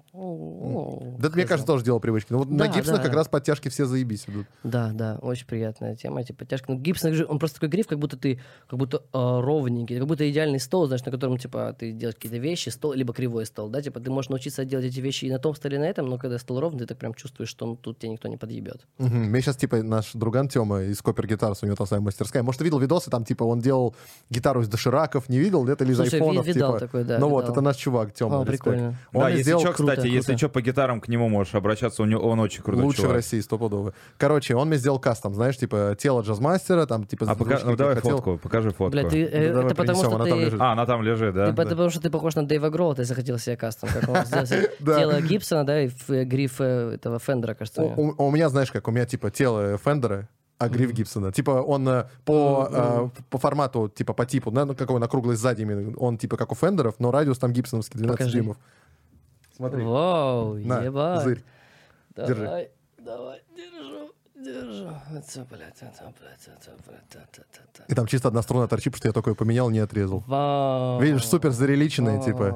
ну, Да это, мне хз. кажется, тоже дело привычки. Ну, вот на Да, Гибсонах да. как раз подтяжки все заебись идут. Да, да, очень приятная тема, эти подтяжки. Ну, Гибсон, я говорю, он просто такой гриф, как будто ты, как будто э, ровненький, как будто идеальный стол, знаешь, на котором, типа, ты делаешь какие-то вещи, стол, либо кривой стол, да, типа, ты можешь научиться делать эти вещи и на том столе, и на этом, но когда стол ровный, ты так прям чувствуешь, что он, тут тебя никто не подъебет. Мгм. Мне сейчас, типа, наш друган Тёма из Копер Гитарс, у него там своя мастерская. Может, ты видел видосы, там, типа, он делал гитару из дошираков, не видел? Это или из Слушай, айфонов, ви- видал типа. такой, да, Ну вот, видал. это наш чувак, Тёма. О, респект. прикольно. Он да, мне если сделал что, круто, кстати, если круто. что, по гитарам к нему можешь обращаться, у него он очень крутой лучший чувак. в России, стопудово. Короче, он мне сделал кастом, знаешь, типа, тело джазмастера, там, типа, А пока, звучки, ну как давай я хотел. фотку, покажи фотку. Бля, ты, э, Ну, давай это потому принесем, что она ты... там лежит. А, она там лежит, да? Ты потому что ты похож на Дэйва Гролла, ты захотел себе кастом, как он сделал себе Да. тело Гибсона, да, и ф- гриф э, этого Фендера, кажется. у У, него. у- у меня, знаешь, как, у меня, типа, тело Фендера, а гриф Гибсона. Типа, он э, по, э, по формату, типа, по типу, на, ну, какой на круглый сзади, именно, он, типа, как у Фендеров, но радиус там гибсоновский, двенадцать Покажи. дюймов. Смотри. Вау, На, ебать. зырь. Давай, держи. давай, держу, держу. Это, блядь, это, блядь, это, блядь, это, это, это. И там чисто одна струна торчит, потому что я такой поменял, не отрезал. Вау. Видишь, супер зареличенные, типа.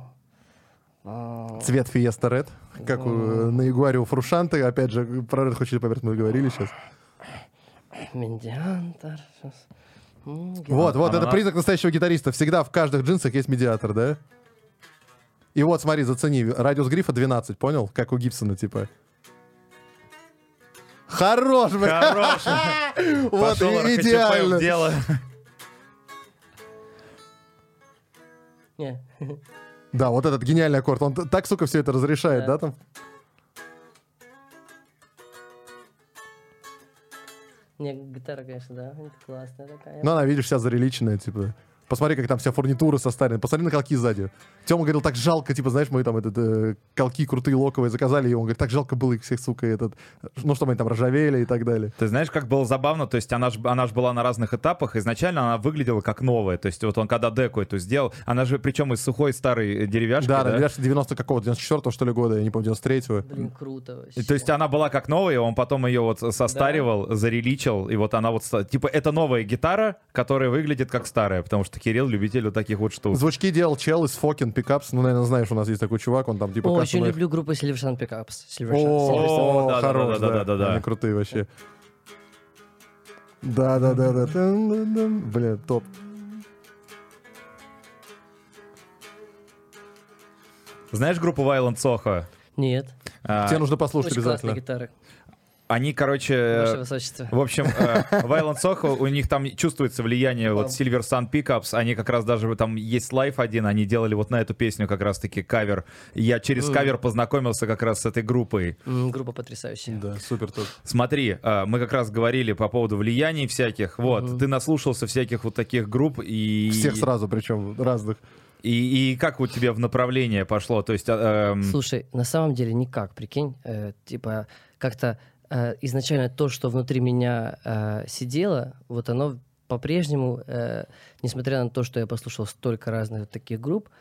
Вау. Цвет Fiesta Red, как у, на Ягуаре у Фрушанты. Опять же, про Red Hot Chili Peppers мы говорили сейчас. Медиатор. Вот, вот, это признак настоящего гитариста. Всегда в каждых джинсах есть медиатор, да? И вот, смотри, зацени. Радиус грифа двенадцать, понял? Как у Гибсона, типа. Хорош, бля! Хорош. Вот, Пошел и- эр эйч пэ в идеально. дело. Не. Да, вот этот гениальный аккорд. Он т- так, сука, все это разрешает, Да. да, там? Не, гитара, конечно, да, классная такая. Ну, она, видишь, вся зареличенная, типа. Посмотри, как там вся фурнитура состарена. Посмотри на колки сзади. Тёма говорил, так жалко, типа, знаешь, мы там этот, э, колки крутые локовые заказали, и он говорит, так жалко было их всех, сука, этот, ну, чтобы они там ржавели и так далее. Ты знаешь, как было забавно, то есть она же она ж была на разных этапах, изначально она выглядела как новая, то есть вот он когда деку эту сделал, она же причем из сухой старой деревяшки, Да, да? да, девяносто какого, девяносто четвёртого, что ли, года, я не помню, девяносто третьего. Блин, круто вообще. И, то есть она была как новая, он потом ее вот состаривал, зареличил, и вот она вот, ста- типа, это новая гитара, которая выглядит как старая, потому что Кирилл любитель вот таких вот штук. Звучки делал чел из Fucking Pickups, ну, наверное, знаешь, у нас есть такой чувак, он там, типа, О, очень кастомных- люблю группу Silver Sun Pickups. Silver Sun. О, Silver Sun. О, да, да, хорош, да, да, да, да, да. Они крутые вообще. Да, да, да, да. Бля, топ. Знаешь группу Violent Soho? Нет. А, Тебе нужно послушать Очень классные обязательно. гитары. Они, короче... Ваше высочество. В общем, э, Violent Soho, у них там чувствуется влияние вот Silver Sun Pickups, они как раз даже, там есть лайв один, они делали вот на эту песню как раз-таки кавер. Я через Мгм. кавер познакомился как раз с этой группой. М, Группа потрясающая. Да, супер топ. Смотри, э, мы как раз говорили по поводу влияний всяких, вот, Мгм. ты наслушался всяких вот таких групп и... Всех сразу, причем разных. И, и как вот тебе в направление пошло, то есть... э, эм, Слушай, на самом деле никак, прикинь. Э, типа, как-то э, изначально то, что внутри меня э, сидело, вот оно по-прежнему, э, несмотря на то, что я послушал столько разных вот таких групп,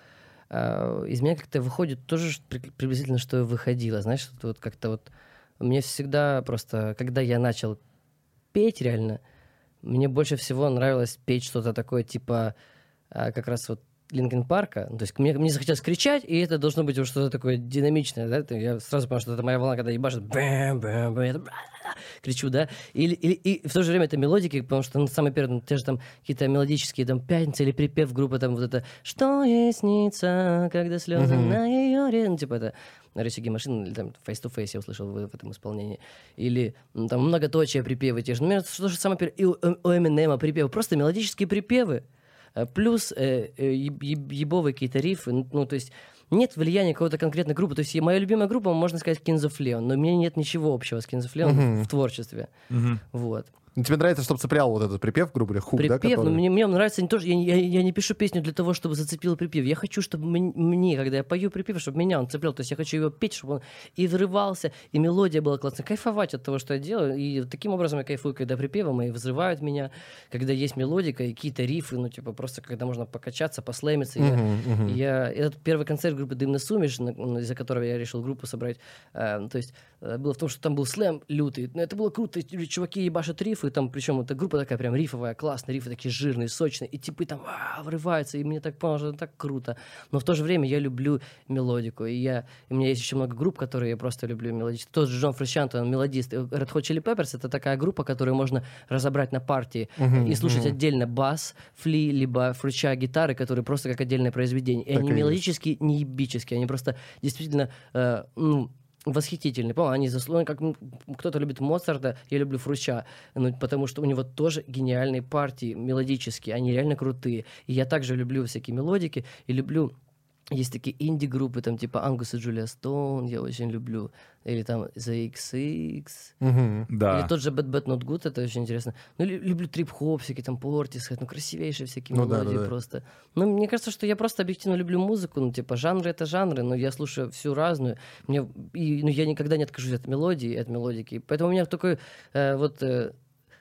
э, из меня как-то выходит тоже ш- при- приблизительно, что и выходило. Знаешь, вот, вот как-то вот мне всегда просто, когда я начал петь реально, мне больше всего нравилось петь что-то такое, типа, а, как раз вот Линкин Парка. То есть мне, мне захотелось кричать, и это должно быть вот что-то такое динамичное, да? То Я сразу понял, что это моя волна, когда ебашит, бэм, бэм, бэм, я кричу, да? Или, или, и в то же время это мелодики, потому что, ну, самый первый, ну, те же там какие-то мелодические, там, пятница или припев группы, там, вот это «Что ей снится, когда слезы Мгм. на ее ре-». Ну, типа это «Рычаги машины», или там «Face to Face» я услышал в, в этом исполнении. Или ну, там многоточие припевы те же. Ну, что же самое первое, и у, у Эминема припевы, просто мелодические припевы. Э, Плюс э, э, еб- еб- ебовые какие-то рифы. Ну, ну, то есть нет влияния какой-то конкретной группы. То есть и моя любимая группа, можно сказать, Kings of Leon, но у меня нет ничего общего с Kings of Leon Мгм. в творчестве. мгм. Вот. Ну, тебе нравится, чтобы цеплял вот этот припев, грубо говоря, хук, да? Припев, который- но мне, мне нравится не то, что я, не- я, я не пишу песню для того, чтобы зацепил припев. Я хочу, чтобы мен- мне, когда я пою припев, чтобы меня он цеплял. То есть я хочу его петь, чтобы он и взрывался, и мелодия была классная. Кайфовать от того, что я делаю. И таким образом я кайфую, когда припевы мои взрывают меня, когда есть мелодика и какие-то рифы, ну, типа, просто когда можно покачаться, послэмиться. Я- Мгм, мгм. Я, этот первый концерт группы «Дымный сумеш», на- ну, из-за которого я решил группу собрать, э, то есть э, было в том, что там был слэм лютый. Но это было круто, и чуваки ебашат рифы, там, причем эта группа такая прям рифовая, классная, рифы такие жирные, сочные, и типы там а, врываются, и мне так понял, что это так круто. Но в то же время я люблю мелодику, и, я, и у меня есть еще много групп, которые я просто люблю мелодически. Тот же Джон Фрусцианто, он мелодист. Red Hot Chili Peppers — это такая группа, которую можно разобрать на партии Мгм, и слушать мгм. отдельно бас, фли, либо фруча гитары, которые просто как отдельное произведение. И Так они и есть. мелодически, не ебические, они просто действительно, э, ну, восхитительные. По-моему, они заслужены, как м, кто-то любит Моцарта, я люблю Фруча, ну, потому что у него тоже гениальные партии мелодические, они реально крутые. И я также люблю всякие мелодики и люблю. Есть такие инди-группы, там типа Ангус и Джулия Стоун, я очень люблю. Или там The икс икс. Мгм. Да. Или тот же Bad Bad Not Good, это очень интересно. Ну, лю- люблю трип-хоп, всякие там Portishead, ну, красивейшие всякие Ну да, мелодии да, да. просто. Ну, мне кажется, что я просто объективно люблю музыку, ну, типа, жанры — это жанры, но я слушаю всю разную. Мне, и, ну, я никогда не откажусь от мелодии, от мелодики. Поэтому у меня такой э, вот... э,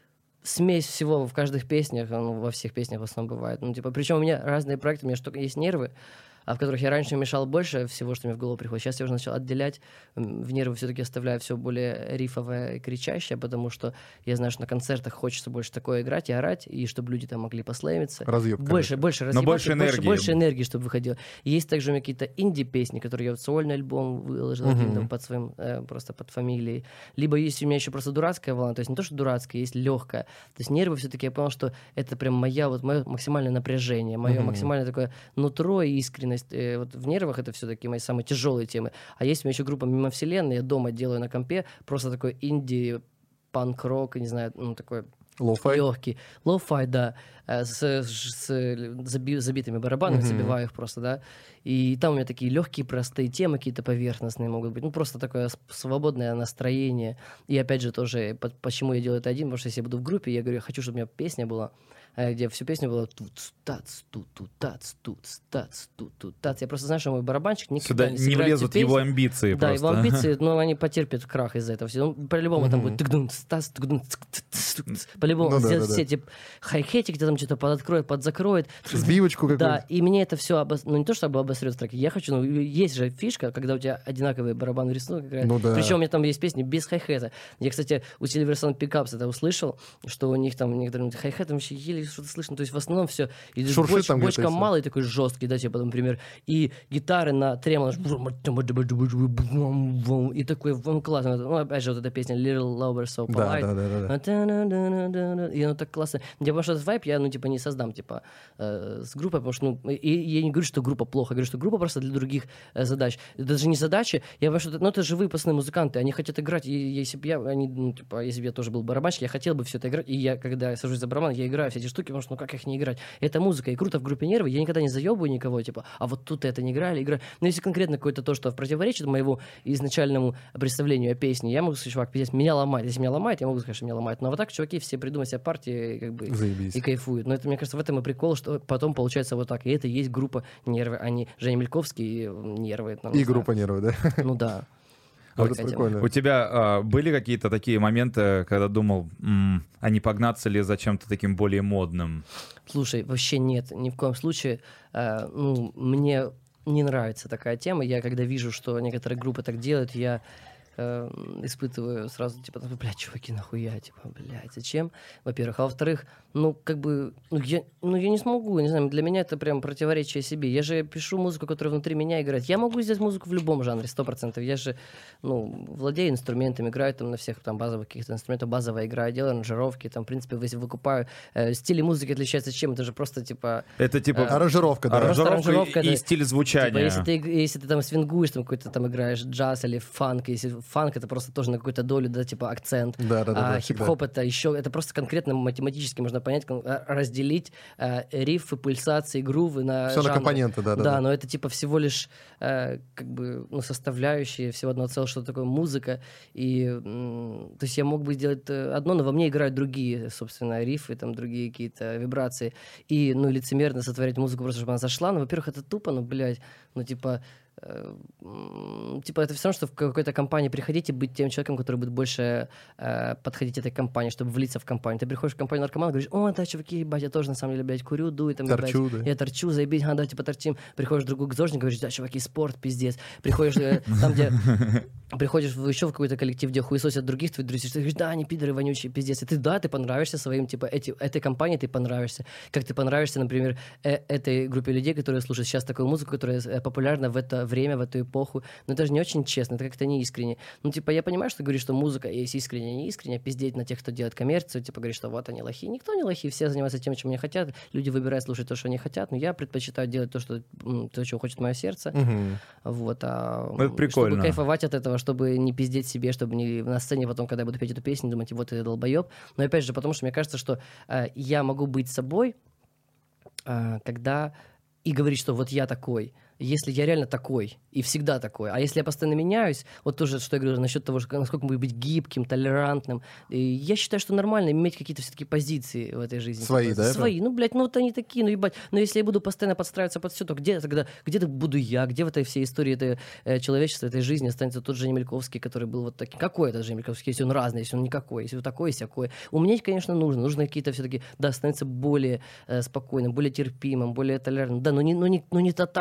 смесь всего в каждых песнях, ну, во всех песнях в основном бывает. Ну, типа, причем у меня разные проекты, у меня что есть нервы, а в которых я раньше мешал больше всего, что мне в голову приходит. Сейчас я уже начал отделять. В нервы все-таки оставляю все более рифовое и кричащее, потому что я знаю, что на концертах хочется больше такое играть и орать, и чтобы люди там могли послэмиться. Разъеб, больше, короче. больше Но разъебаться, больше больше, энергии. больше энергии, чтобы выходило. Есть также у меня какие-то инди-песни, которые я вот сольный альбом выложил один там под своим, э, просто под фамилией. Либо есть у меня еще просто дурацкая волна, то есть не то, что дурацкая, есть легкая. То есть нервы все-таки я понял, что это прям моя, вот мое максимальное напряжение, мое максимальное такое нутро и искренность. Э, вот в нервах это все-таки мои самые тяжелые темы. А есть у меня еще группа «Мимо вселенной», я дома делаю на компе, просто такой инди, панк-рок, не знаю, ну такой... Лоу-фай? Легкий. Лоу-фай, да. Э, С, с заби- забитыми барабанами, Мгм. забиваю их просто, да. И там у меня такие легкие, простые темы, какие-то поверхностные могут быть. Ну, просто такое с- свободное настроение. И опять же тоже, по- почему я делаю это один, потому что если я буду в группе, я говорю, я хочу, чтобы у меня песня была, э, где всю песню было тут тац тут тут тац тут тац тут тут тац. Я просто знаю, что мой барабанщик никогда Сюда не не сыграет влезут эту его песню. амбиции Да, просто. его амбиции, но они потерпят крах из-за этого всего. Ну, по-любому там будет тык-дун, стас, тык-дун, цк, цк, цк, цк. По-любому Ну да, сделать да, все да. эти хай-хетики, там что-то подоткроет, подзакроет. Сбивочку Да, какую-то. и мне это все, обос... ну не то чтобы обосрет треки, я хочу, ну есть же фишка, когда у тебя одинаковые барабаны в рисунок играют. Ну да. Причем у меня там есть песни без хай-хета. Я, кстати, у Silver Sun Pickups это услышал, что у них там некоторые хай-хетом вообще еле что-то слышно. То есть в основном все идет Шуршит боч- там где-то бочка и всё. малый такой жесткий, да, типа, например, и гитары на тремоло, и такой, ну, классно. Ну, опять же, вот эта песня Little Lover So Да, Polite. да, да, да, да. И оно так классно. Я, потому что этот вайп я, ну, типа, не создам, типа, э, с группой, потому что, ну, и, я не говорю, что группа плохо, я говорю, что группа просто для других э, задач. Это даже не задачи, я понимаю, что это, ну, это живые пацаны музыканты, они хотят играть, и если бы я, они, ну, типа, если бы я тоже был барабанщик, я хотел бы все это играть, и я, когда я сажусь за барабан, я играю все эти штуки, потому что, ну, как их не играть? Это музыка, и круто в группе нервы, я никогда не заебываю никого, типа, а вот тут это не играли, играю. Но если конкретно какое-то то, что противоречит моему изначальному представлению о песне, я могу сказать, чувак, пиздец, меня ломает. Если меня ломает, я могу сказать, что меня ломает. Но вот так чуваки все придумают себе партии, как бы, Заебись. и кайфуют. Но это, мне кажется, в этом и прикол, что потом получается вот так. И это и есть группа «Нервы», а не Женя Мельковский и «Нервы». там, не И знаю. группа нервы, да? Ну да. Вот Такая это тема. прикольно. У тебя а, были какие-то такие моменты, когда думал, м, а не погнаться ли за чем-то таким более модным? Слушай, вообще нет, ни в коем случае. Э, ну, мне не нравится такая тема. Я когда вижу, что некоторые группы так делают, я э, испытываю сразу, типа, ну, блядь, чуваки, нахуя, типа, блядь, зачем? Во-первых. А во-вторых, ну, как бы, ну я, ну, я не смогу, не знаю, для меня это прям противоречие себе. Я же пишу музыку, которая внутри меня играет. Я могу сделать музыку в любом жанре, сто процентов. Я же, ну, владею инструментами, играю там на всех там базовых каких-то инструментах, базовая игра, делаю аранжировки, там, в принципе, вы- выкупаю. Э, стили музыки отличаются чем? Это же просто, типа, Это типа А, Аранжировка, да. аранжировка, аранжировка, и, и да. стиль звучания. Типа, если ты, если ты там свингуешь, там какой-то там играешь джаз или фанк, если фанк это просто тоже на какую-то долю, да, типа акцент. Да, да, да, а да, всегда. хип-хоп это еще, это просто конкретно математически можно понять, кон- а, разделить э, рифы, пульсации, грувы на Все на жанры. компоненты, да, да. Да, да. но это типа всего лишь э, как бы ну, составляющие всего одного целого, что такое музыка. И м, то есть я мог бы сделать э, одно, но во мне играют другие, собственно, рифы, там другие какие-то вибрации. И ну лицемерно сотворять музыку просто, чтобы она зашла. Ну, во-первых, это тупо, ну, блядь, ну типа. э, м, Типа это все равно, что в какой-то компании приходить и быть тем человеком, который будет больше э, подходить этой компании, чтобы влиться в компанию. Ты приходишь в компанию наркомана, говоришь, о, да, чуваки, ебать, я тоже на самом деле, блядь, курю, дую, там, Торчу, ебать, да. я торчу, заебись, а, давайте поторчим. Приходишь в другую зожник, говоришь, да, чуваки, спорт, пиздец. Приходишь э, там, где... Приходишь в еще в какой-то коллектив, где хуесосят других твоих друзей, ты говоришь, да, они пидоры вонючие, пиздец. И ты, да, ты понравишься своим, типа, эти, этой компании ты понравишься. Как ты понравишься, например, э- этой группе людей, которые слушают сейчас такую музыку, которая э, популярна в это время, в эту эпоху. Но это же не очень честно, это как-то не искренне. Ну, типа, я понимаю, что ты говоришь, что музыка есть искренне, не искренне, пиздеть на тех, кто делает коммерцию, типа, говоришь, что вот они лохи. Никто не лохи, все занимаются тем, чем они хотят. Люди выбирают слушать то, что они хотят, но я предпочитаю делать то, что, м, то, чего хочет мое сердце. Мгм. Вот, а Это прикольно. чтобы кайфовать от этого, чтобы не пиздеть себе, чтобы не на сцене потом, когда я буду петь эту песню, думать, вот ты долбоеб. Но опять же, потому что мне кажется, что э, я могу быть собой, э, когда и говорить, что вот я такой, если я реально такой и всегда такой. А если я постоянно меняюсь, вот тоже, что я говорю насчет того, что, насколько мы быть гибким, толерантным, и я считаю, что нормально иметь какие-то все-таки позиции в этой жизни. Свои, Типа, да, Свои. Ну, блядь, ну вот они такие, ну, ебать. Но если я буду постоянно подстраиваться под все, то где тогда, где-то буду я, где в этой всей истории этой, э, человечества, этой жизни останется тот Женя Мельковский, который был вот таким. Какой это Женя Мельковский, если он разный, если он никакой, если он такой, всякой. Уметь, конечно, нужно. Нужно какие-то все-таки, да, становиться более э, спокойным, более терпимым, более толерантным. Да, но не, но, не, но не тотально просто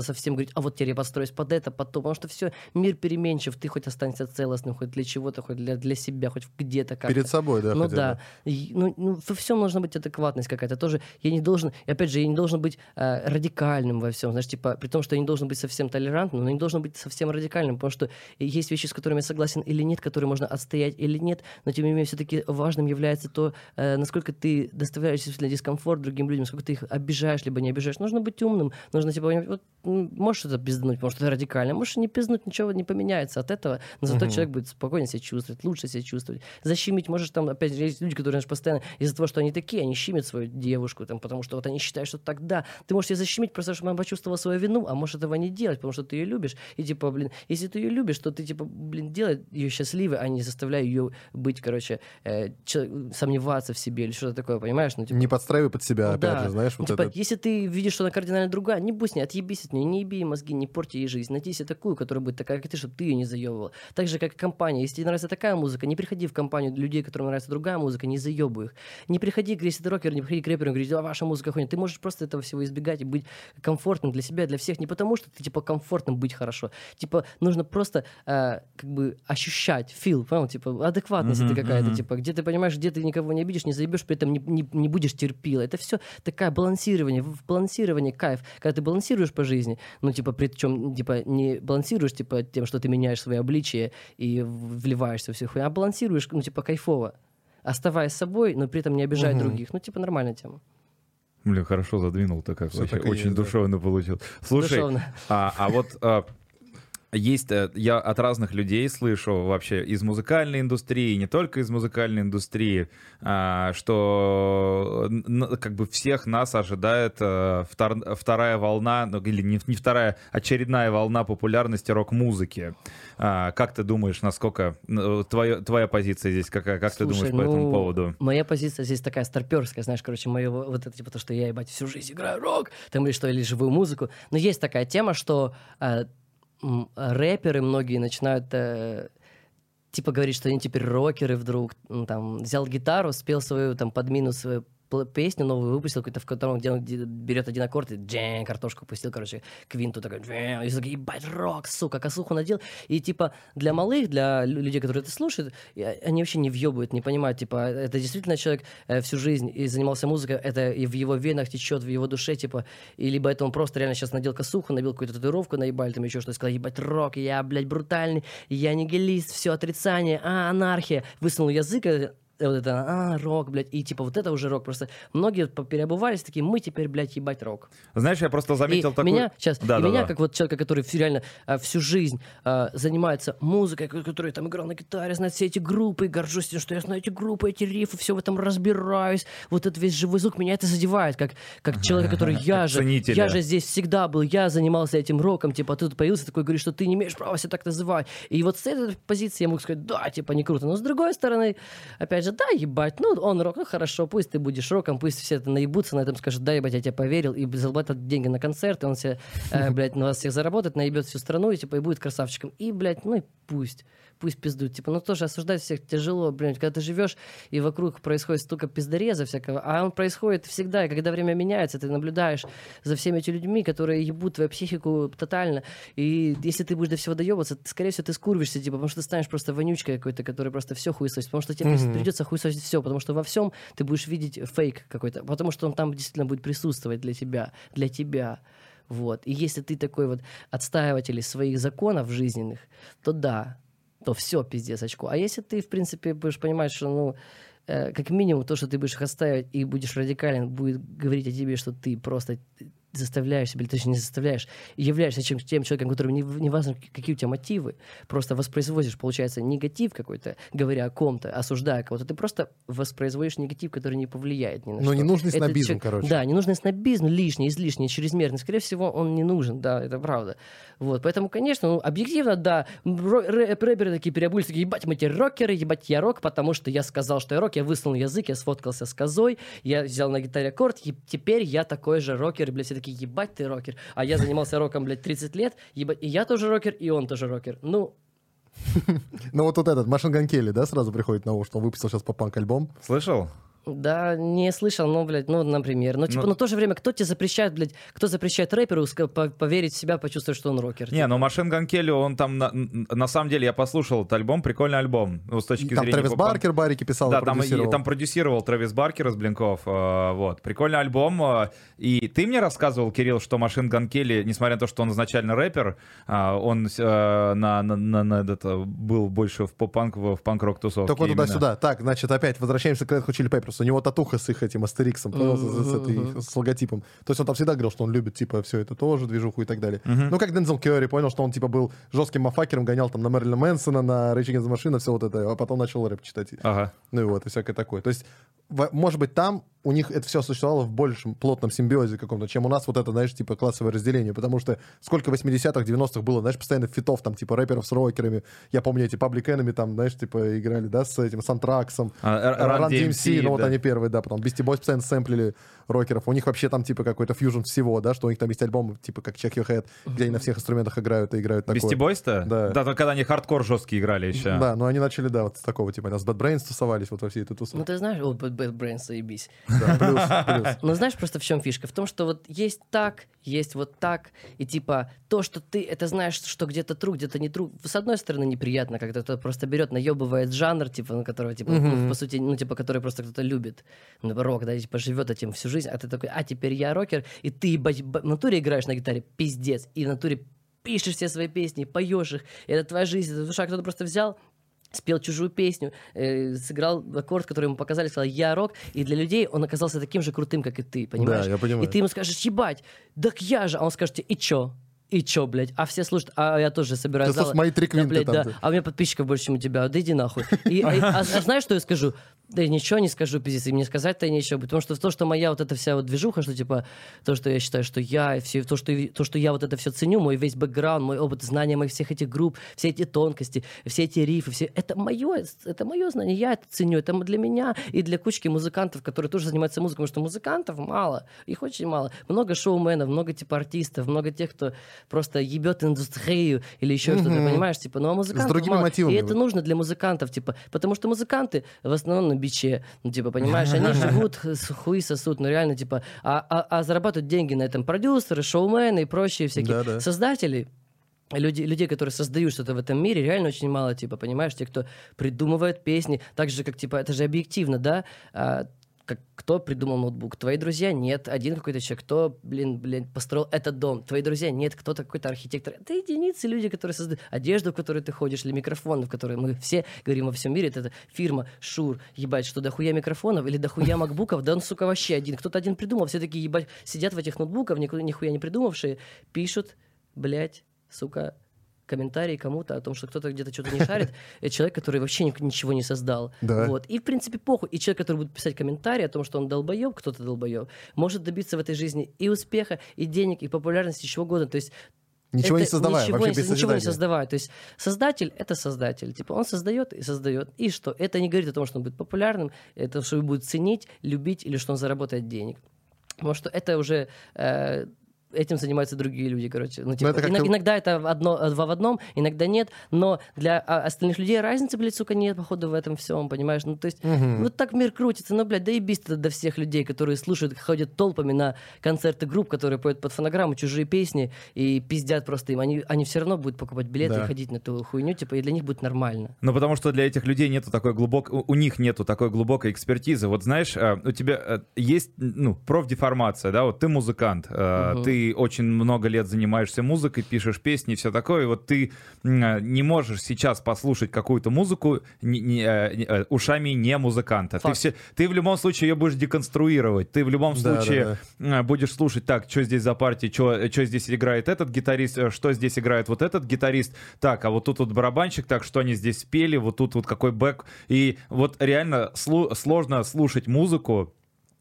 просто совсем говорить, а вот теперь я подстроюсь под это, под то, потому что все, мир переменчив, ты хоть останешься целостным, хоть для чего-то, хоть для, для себя, хоть где-то как-то. Перед собой, да, Ну хотя да. бы. И, ну, ну, во всем должна быть адекватность какая-то. Тоже я не должен, и опять же, я не должен быть э, радикальным во всем, знаешь, типа, при том, что я не должен быть совсем толерантным, но не должен быть совсем радикальным, потому что есть вещи, с которыми я согласен или нет, которые можно отстоять или нет, но тем не менее все-таки важным является то, э, насколько ты доставляешь действительно дискомфорт другим людям, насколько ты их обижаешь, либо не обижаешь. Нужно быть умным, нужно, типа, вот, можешь это пиздануть, потому что это радикально, можешь не пизнуть, ничего не поменяется от этого, но зато Мгм. человек будет спокойнее себя чувствовать, лучше себя чувствовать. Защемить можешь там, опять же, есть люди, которые, знаешь, постоянно из-за того, что они такие, они щемят свою девушку, там, потому что вот они считают, что тогда ты можешь ее защемить, просто чтобы она почувствовала свою вину, а можешь этого не делать, потому что ты ее любишь. И типа, блин, если ты ее любишь, то ты, типа, блин, делай ее счастливой, а не заставляй ее быть, короче, э, чел- сомневаться в себе или что-то такое, понимаешь? Ну, типа, Не подстраивай под себя, ну опять да. же, знаешь, Ну, вот типа, это. если ты видишь, что она кардинально другая, не будь с ней, отъебись от нее, не еби ей мозги, не порти ей жизнь. Найди себе такую, которая будет такая, как ты, чтобы ты ее не заебывал. Так же, как и компания. Если тебе нравится такая музыка, не приходи в компанию людей, которым нравится другая музыка, не заебывай их. Не приходи, если ты рокер, не приходи к рэперу и говори, а ваша музыка хуйня. Ты можешь просто этого всего избегать и быть комфортным для себя, для всех. Не потому, что ты, типа, комфортным быть хорошо. Типа, нужно просто, э, как бы, ощущать, feel, понял? Типа, адекватность Мгм, это какая-то, мгм. типа, где ты понимаешь, где ты никого не обидишь, не заебешь, при этом не, не, не будешь терпила. Это все такая балансирование. В балансировании кайф. Когда ты балансируешь по жизни, ну, типа, причем, типа, не балансируешь, типа, тем, что ты меняешь свои обличия и в- вливаешься в всю хуйню, а балансируешь, ну, типа, кайфово. Оставаясь собой, но при этом не обижай Мгм. других. Ну, типа, нормальная тема. Блин, хорошо задвинул-то как Всё вообще. так и Очень есть, да. душевно получил. Слушай, Душевно. а, а вот а, есть, э, я от разных людей слышу вообще из музыкальной индустрии, не только из музыкальной индустрии, а, что н- н- как бы всех нас ожидает э, втор- вторая волна, ну, или не, не вторая, очередная волна популярности рок-музыки. А, как ты думаешь, насколько ну, твоя, твоя позиция здесь какая? Как ты Слушай, думаешь по этому ну, поводу? Моя позиция здесь такая старперская, знаешь, короче, мое вот это, типа, то, что я, ебать, всю жизнь играю рок, там, или что, или живую музыку. Но есть такая тема, что э, м, рэперы многие начинают... э, типа говорить, что они теперь рокеры вдруг, ну, там, взял гитару, спел свою, там, под минус свою пл- песню новую выпустил, какой-то, в котором, где он ди- берет один аккорд и джэн, картошку пустил, короче, квинту такой, джэн, и такой, ебать, рок, сука, косуху надел. И, типа, для малых, для лю- людей, которые это слушают, и а- они вообще не въебывают, не понимают, типа, это действительно человек э, всю жизнь и занимался музыкой, это и в его венах течет, в его душе, типа, и либо это он просто реально сейчас надел косуху, набил какую-то татуировку, наебали там еще что-то, сказал, ебать, рок, я, блядь, брутальный, я нигилист, все отрицание, а, анархия, высунул язык, э, вот это, а, рок, блядь, и типа вот это уже рок. Просто многие по- переобувались, такие, мы теперь, блядь, ебать рок. Знаешь, я просто заметил и такой... меня сейчас, Да, и да, меня, да. как вот человека, который всю- реально а, всю жизнь а, занимается музыкой, ко- который там играл на гитаре, знает все эти группы, и горжусь тем, что я знаю эти группы, эти рифы, все в этом разбираюсь. Вот этот весь живой звук меня это задевает, как, как человек, который я Как же, ценителя. я же здесь всегда был, я занимался этим роком, типа, а ты тут появился такой, говоришь, что ты не имеешь права себя так называть. И вот с этой позиции я могу сказать, да, типа, не круто. Но с другой стороны, опять же, да, ебать, ну, он рок, ну, хорошо, пусть ты будешь роком, пусть все это наебутся на этом, скажут, да, ебать, я тебе поверил, и заплатят деньги на концерт, и он себе, э, блядь, на вас всех заработает, наебет всю страну, и, типа, и будет красавчиком. И, блядь, ну и пусть. Пусть пиздуют. Типа, ну тоже осуждать всех тяжело, блин, когда ты живешь, и вокруг происходит столько пиздореза всякого, а он происходит всегда, и когда время меняется, ты наблюдаешь за всеми этими людьми, которые ебут твою психику тотально, и если ты будешь до всего доебаться, ты, скорее всего, ты скурвишься, типа, потому что ты станешь просто вонючкой какой-то, который просто все хуесосит, потому что тебе Мгм. придется хуесосить все, потому что во всем ты будешь видеть фейк какой-то, потому что он там действительно будет присутствовать для тебя, для тебя. Вот. И если ты такой вот отстаиватель своих законов жизненных, то да, то все, пиздец, очко. А если ты, в принципе, будешь понимать, что, ну, э, как минимум, то, что ты будешь их отстаивать и будешь радикален, будет говорить о тебе, что ты просто заставляешь себя, или точнее не заставляешь, являешься чем, тем человеком, который не, не важно, какие у тебя мотивы, просто воспроизводишь, получается, негатив какой-то, говоря о ком-то, осуждая кого-то, ты просто воспроизводишь негатив, который не повлияет ни на Но что. ненужный Это снобизм, человек- короче. Да, ненужный снобизм, лишний, излишний, чрезмерный. Скорее всего, он не нужен, да, это правда. Вот, поэтому, конечно, ну, объективно, да, ро- рэп- рэперы такие переобулись, такие, ебать, мы те рокеры, ебать, я рок, потому что я сказал, что я рок, я высунул язык, я сфоткался с козой, я взял на гитаре аккорд, и теперь я такой же рокер, и, блядь, все такие, ебать, ты рокер. А я занимался роком, блядь, тридцать лет, ебать, и я тоже рокер, и он тоже рокер. Ну, Ну вот тут этот, Машин Ган Келли, да, сразу приходит на ум, что он выпустил сейчас по панк-альбом. Слышал? Да, не слышал, но, блядь, ну, например. Ну, типа, Ну- но в то же время, кто тебе запрещает, блядь, кто запрещает рэперу ска- по- поверить в себя, почувствовать, что он рокер? Не, ну Машин Ган Келли, он там, на, на самом деле, я послушал этот альбом, прикольный альбом, ну, с точки И там зрения... Трэвис поп- Баркер барики писал, Да, и там, и- продюсировал. там продюсировал Трэвис Баркер из Блинков, э, вот, прикольный альбом, э, и ты мне рассказывал, Кирилл, что Машин Ган Келли, несмотря на то, что он изначально рэпер, э, он э, на, на, на, на это, был больше в поп-панк, в, в панк-рок тусовке. Только вот именно. туда-сюда. Так, значит, опять возвращаемся к Red Hot Chili Peppers. У него татуха с их этим астериксом, понял, с, с этой- с логотипом. То есть он там всегда говорил, что он любит, типа, все это тоже, движуху и так далее. Ну, как Дензел Кёрри, понял, что он, типа, был жестким мафакером, гонял там на Мэрилина Мэнсона, на Rage Against the Machine, все вот это, а потом начал рэп читать. Ага. Ну и вот, и всякое такое. То есть, в- может быть, там у них это все существовало в большем плотном симбиозе каком-то, чем у нас вот это, знаешь, типа классовое разделение. Потому что сколько в восьмидесятых, девяностых было, знаешь, постоянно фитов, там, типа, рэперов с рокерами. Я помню, эти Public Enemy там, знаешь, типа, играли, да, с этим, с Антраксом. А, Run Run ди эм ди эм си, си, ну вот да. они первые, да, потом Beastie Boys постоянно сэмплили рокеров. У них вообще там, типа, какой-то фьюжн всего, да, что у них там есть альбом, типа, как Check Your Head, где они на всех инструментах играют и играют такое. Бисти Бойс-то? Да. Да, только когда они хардкор жесткий играли еще. Да, но они начали, да, вот с такого, типа, они с Bad Brains тусовались вот во всей этой Ну, тусовке. ты знаешь, о, Bad Bad Brains, заебись. Да, плюс, плюс. Но знаешь просто в чем фишка? В том, что вот есть так, есть вот так, и типа то, что ты это знаешь, что где-то true, где-то не true. С одной стороны неприятно, когда кто-то просто берет, наебывает жанр, типа, на которого, типа, ну, по сути, ну, типа, который просто кто-то любит. Ну, рок, да, и, типа, живет этим всю жизнь, а ты такой, а, теперь я рокер, и ты, ебать, б- в натуре играешь на гитаре, пиздец, и в натуре пишешь все свои песни, поешь их, и это твоя жизнь, это душа, кто-то просто взял, спел чужую песню, э, сыграл аккорд, который ему показали, сказал «я рок», и для людей он оказался таким же крутым, как и ты, понимаешь? я понимаю. И ты ему скажешь «ебать, так я же», а он скажет тебе «и чё?» И чё, блядь? А все слушают, а я тоже собираю Ты зал. слушай, мои три Да, квинты блядь, там, да. да. А у меня подписчиков больше, чем у тебя. Да иди нахуй. И, а, а- а знаешь, что я скажу? Да ничего не скажу, пиздец. И мне сказать-то ничего. Потому что то, что моя вот эта вся вот движуха, что типа то, что я считаю, что я, и все, то, что, то, что я вот это все ценю, мой весь бэкграунд, мой опыт, знания моих всех этих групп, все эти тонкости, все эти рифы, все, это мое, это мое знание, я это ценю. Это для меня и для кучки музыкантов, которые тоже занимаются музыкой, потому что музыкантов мало, их очень мало. Много шоуменов, много типа артистов, много тех, кто просто ебет индустрию или еще что-то, понимаешь? Типа, ну а музыкантов другими мало. мотивами. И это нужно для музыкантов, типа, потому что музыканты в основном на биче, ну, типа, понимаешь, они живут, с хуи сосут, ну, реально, типа, а, а, а зарабатывают деньги на этом продюсеры, шоумены и прочие всякие Да-да. создатели. Люди, людей, которые создают что-то в этом мире, реально очень мало, типа, понимаешь, те, кто придумывает песни, так же, как, типа, это же объективно, да, а, как, кто придумал ноутбук? Твои друзья? Нет. Один какой-то человек. Кто, блин, блин, построил этот дом? Твои друзья? Нет. Кто-то какой-то архитектор. Это единицы люди, которые создают одежду, в которой ты ходишь, или микрофон, в который мы все говорим во всем мире. Это, это фирма Шур. Ебать, что дохуя микрофонов или дохуя макбуков? Да он, сука, вообще один. Кто-то один придумал. Все такие, ебать, сидят в этих ноутбуках, никуда, нихуя не придумавшие, пишут, блядь, сука, комментарии кому-то о том, что кто-то где-то что-то не шарит, это человек, который вообще ни- ничего не создал. Да. Вот. И, в принципе, похуй. И человек, который будет писать комментарии о том, что он долбоеб, кто-то долбоеб, может добиться в этой жизни и успеха, и денег, и популярности, чего угодно. То есть Ничего это не создавая, ничего вообще не, без ничего не созидания. создавая. То есть создатель — это создатель. Типа он создает и создает. И что? Это не говорит о том, что он будет популярным, это что его будет ценить, любить или что он заработает денег. Потому что это уже... э, этим занимаются другие люди, короче. Ну, типа, это как-то- иног- иногда это в одно, два в одном, иногда нет, но для а, остальных людей разницы, блядь, сука, нет, походу, в этом всем, понимаешь? Ну, то есть, вот так мир крутится, ну, блядь, да ебись ты до всех людей, которые слушают, ходят толпами на концерты групп, которые поют под фонограмму чужие песни и пиздят просто им. Они, они все равно будут покупать билеты Да. и ходить на эту хуйню, типа, и для них будет нормально. Ну, потому что для этих людей нету такой глубокой, у у них нету такой глубокой экспертизы. Вот знаешь, э, у тебя э, есть, ну, профдеформация, да, вот ты музыкант, э, Мгм. ты очень много лет занимаешься музыкой, пишешь песни и все такое, и вот ты м, э, не можешь сейчас послушать какую-то музыку не- не, э, не, э, ушами не музыканта. Ты, Факт. все, ты в любом случае ее будешь деконструировать, ты в любом Да, случае э, будешь слушать, так, что здесь за партия, что здесь играет этот гитарист, э, что здесь играет вот этот гитарист, так, а вот тут вот барабанщик, так, что они здесь спели, вот тут вот какой бэк. И вот реально слу- сложно слушать музыку,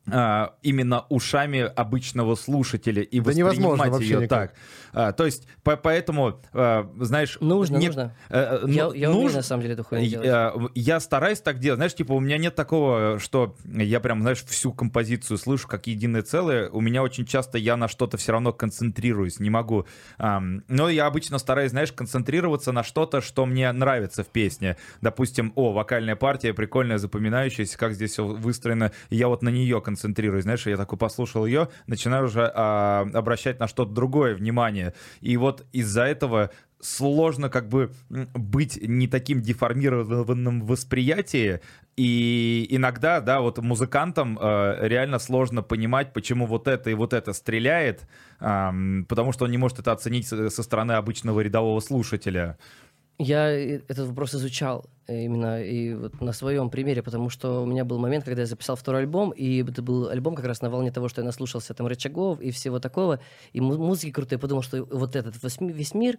а, именно ушами обычного слушателя и Да невозможно воспринимать вообще ее никак. так. А, то есть, по- поэтому, а, знаешь... Нужно, не- нужно. э, Я, ну, я умею, нужно- на самом деле, эту хуйню делать. Я, я стараюсь так делать. Знаешь, типа, у меня нет такого, что я прям, знаешь, всю композицию слышу как единое целое. У меня очень часто я на что-то все равно концентрируюсь, не могу. Ам, но я обычно стараюсь, знаешь, концентрироваться на что-то, что мне нравится в песне. Допустим, о, вокальная партия прикольная, запоминающаяся, как здесь все выстроено. И я вот на нее концентрируюсь. Знаешь, я такой послушал ее, начинаю уже а, обращать на что-то другое внимание. И вот из-за этого сложно как бы м, быть не таким деформированным в восприятии, и иногда, да, вот музыкантам э, реально сложно понимать, почему вот это и вот это стреляет, ам, потому что он не может это оценить со со стороны обычного рядового слушателя. Я э, этот вопрос изучал э, именно и вот на своем примере, потому что у меня был момент, когда я записал второй альбом, и это был альбом как раз на волне того, что я наслушался там рычагов и всего такого, и му- музыки крутые. Я подумал, что вот этот восьми- весь мир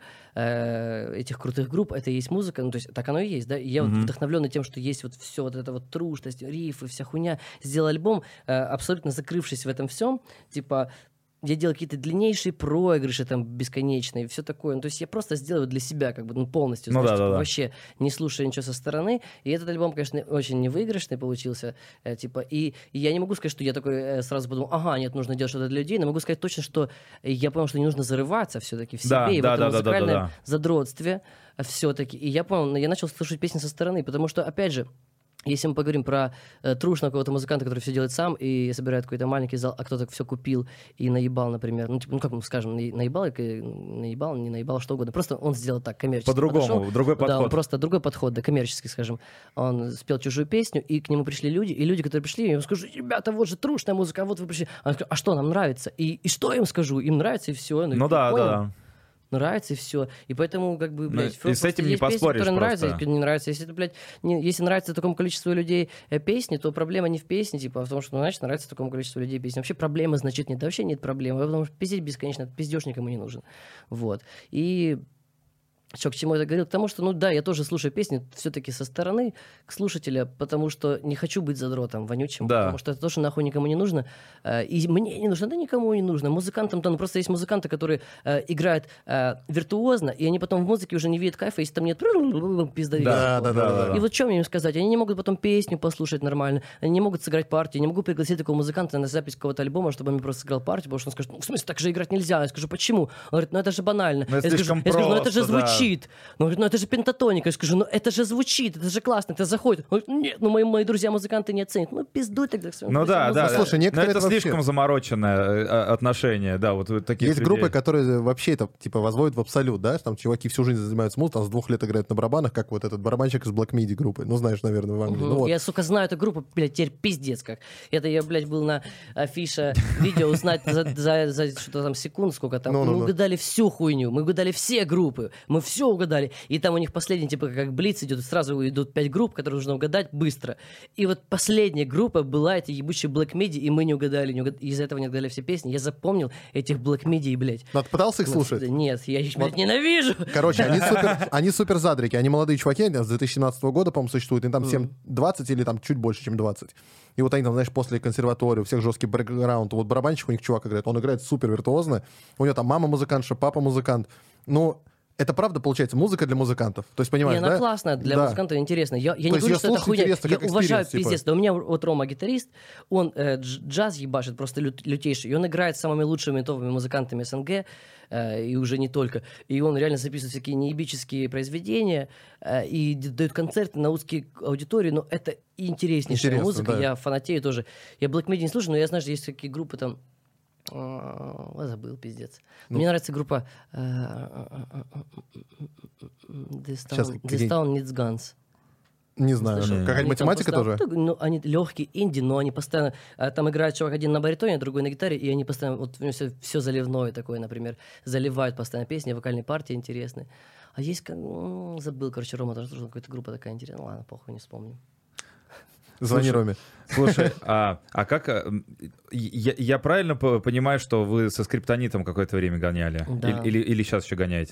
э, этих крутых групп, это и есть музыка, ну то есть так оно и есть, да. И я вот Мгм. вдохновленный тем, что есть вот все вот это вот трушность, рифы, вся хуйня, сделал альбом, э, абсолютно закрывшись в этом всем, типа я делал какие-то длиннейшие проигрыши, там, бесконечные, все такое. Ну, то есть я просто сделаю для себя, как бы, ну, полностью, Ну знаешь, да, типа, да, да. вообще не слушая ничего со стороны. И этот альбом, конечно, очень невыигрышный получился, э, типа, и, и я не могу сказать, что я такой э, сразу подумал, ага, нет, нужно делать что-то для людей, но могу сказать точно, что я понял, что не нужно зарываться все-таки в себе Да, и да, в этом да, да, да, музыкальном да, да. задротстве все-таки. И я понял, я начал слушать песни со стороны, потому что, опять же, если мы поговорим про э, трушного какого-то музыканта, который все делает сам и собирает какой-то маленький зал, а кто-то все купил и наебал, например, ну, типа, ну как мы скажем, на- наебал, и к- наебал, не наебал, что угодно, просто он сделал так, коммерчески По-другому, подошел. другой Да, он подход. просто другой подход, да, коммерческий, скажем. Он спел чужую песню, и к нему пришли люди, и люди, которые пришли, я им скажу, ребята, вот же трушная музыка, а вот вы пришли. А, он скажет, а что нам нравится? И, и что я им скажу? Им нравится, и все. Ну да, да, да. Нравится, и все. И поэтому, как бы, блядь, и с просто этим не есть песни, поспоришь которые нравятся, просто. есть, не нравятся. Если, это, блядь, не- если нравится такому количеству людей э, песни, то проблема не в песне, типа, а в том, что, ну, значит, нравится такому количеству людей песни. Вообще проблемы, значит, нет. Да вообще нет проблемы, потому что пиздеть бесконечно, пиздеж никому не нужен. Вот. И что, к чему я это говорил? К тому, что, ну да, я тоже слушаю песни все-таки со стороны к слушателя, потому что не хочу быть задротом вонючим, Да. потому что это тоже нахуй никому не нужно. Э, И мне не нужно, да никому не нужно. Музыкантам-то, ну просто есть музыканты, которые э, играют э, виртуозно, и они потом в музыке уже не видят кайфа, если там нет пиздовия. Да, да, да, да. И вот что мне им сказать? Они не могут потом песню послушать нормально, они не могут сыграть партию, я не могу пригласить такого музыканта на запись какого-то альбома, чтобы он мне просто сыграл партию, потому что он скажет, ну, в смысле, так же играть нельзя. Я скажу, почему? Он говорит, ну это же банально. Ну, это я, скажу, слишком я скажу, ну это же просто, да. звучит. Ну, он говорит, ну это же пентатоника. Я скажу, ну это же звучит, это же классно, это заходит. Он говорит, нет, ну мои, мои друзья-музыканты не оценят. Ну пиздуй тогда к своим Ну да, да. Ну, слушай, Но некоторые это это вообще- слишком замороченное э, отношение, да, вот вот таких Есть людей. группы, которые вообще это типа возводят в абсолют, да? Там чуваки всю жизнь занимаются музыкой, там с двух лет играют на барабанах, как вот этот барабанщик из Black Midi группы. Ну, знаешь, наверное, в Англии. Мгм. Ну, вот. Я, сука, знаю эту группу, блядь, теперь пиздец как. Это я, блядь, был на афише видео узнать за, за, за что-то там секунд, сколько там. Ну-ну-ну. Мы угадали всю хуйню, мы угадали все группы, мы все угадали. И там у них последний, типа, как блиц идет, сразу идут пять групп, которые нужно угадать быстро. И вот последняя группа была эти ебучие Black Midi, и мы не угадали, не угад- из-за этого не угадали все песни. Я запомнил этих Black Midi, блядь. Ну, ты пытался их слушать? Нет, я их, блядь, ненавижу. Короче, они супер, они супер задрики, они молодые чуваки, они с две тысячи семнадцатого года, по-моему, существуют, им там семь двадцать или там чуть больше, чем двадцать. И вот они там, знаешь, после консерватории, у всех жесткий бэкграунд, вот барабанщик у них чувак играет, он играет супер виртуозно, у него там мама музыкантша, папа музыкант, ну, это правда, получается, музыка для музыкантов. То есть, понимаешь, Не, она да? классная, для Да. музыкантов интересно. Я, я не есть говорю, её что это слушать хуйня. интересно, Я как уважаю experience, типа. пиздец. Да у меня вот Рома гитарист, он э, дж- джаз ебашит просто лют- лютейший. И он играет с самыми лучшими топовыми музыкантами СНГ, э, и уже не только. И он реально записывает всякие неебические произведения, э, и д- дает концерты на узкие аудитории, но это интереснейшая Интересно, музыка. да. Я фанатею тоже. Я Black Midi не слушаю, но я знаю, что есть такие группы там. а, Я забыл, пиздец. Ну. Мне нравится группа э, This Щас, Town, какие- This Town Needs Guns. Не знаю, Слышал? какая-то Они там математика постоянно- тоже? Ну, они легкие инди, но они постоянно... а, Там играет чувак один на баритоне, другой на гитаре, и они постоянно... Вот у него все, все заливное такое, например. Заливают постоянно песни, вокальные партии интересные. А есть... ка- ну, забыл, короче, Рома тоже слушал, какая-то группа такая интересная. Ну, ладно, похуй, не вспомню. Звони Слушай, Роме. Слушай, а, а как... а, м, Я, я правильно по- понимаю, что вы со скриптонитом какое-то время гоняли? Да. Или, или, или сейчас еще гоняете?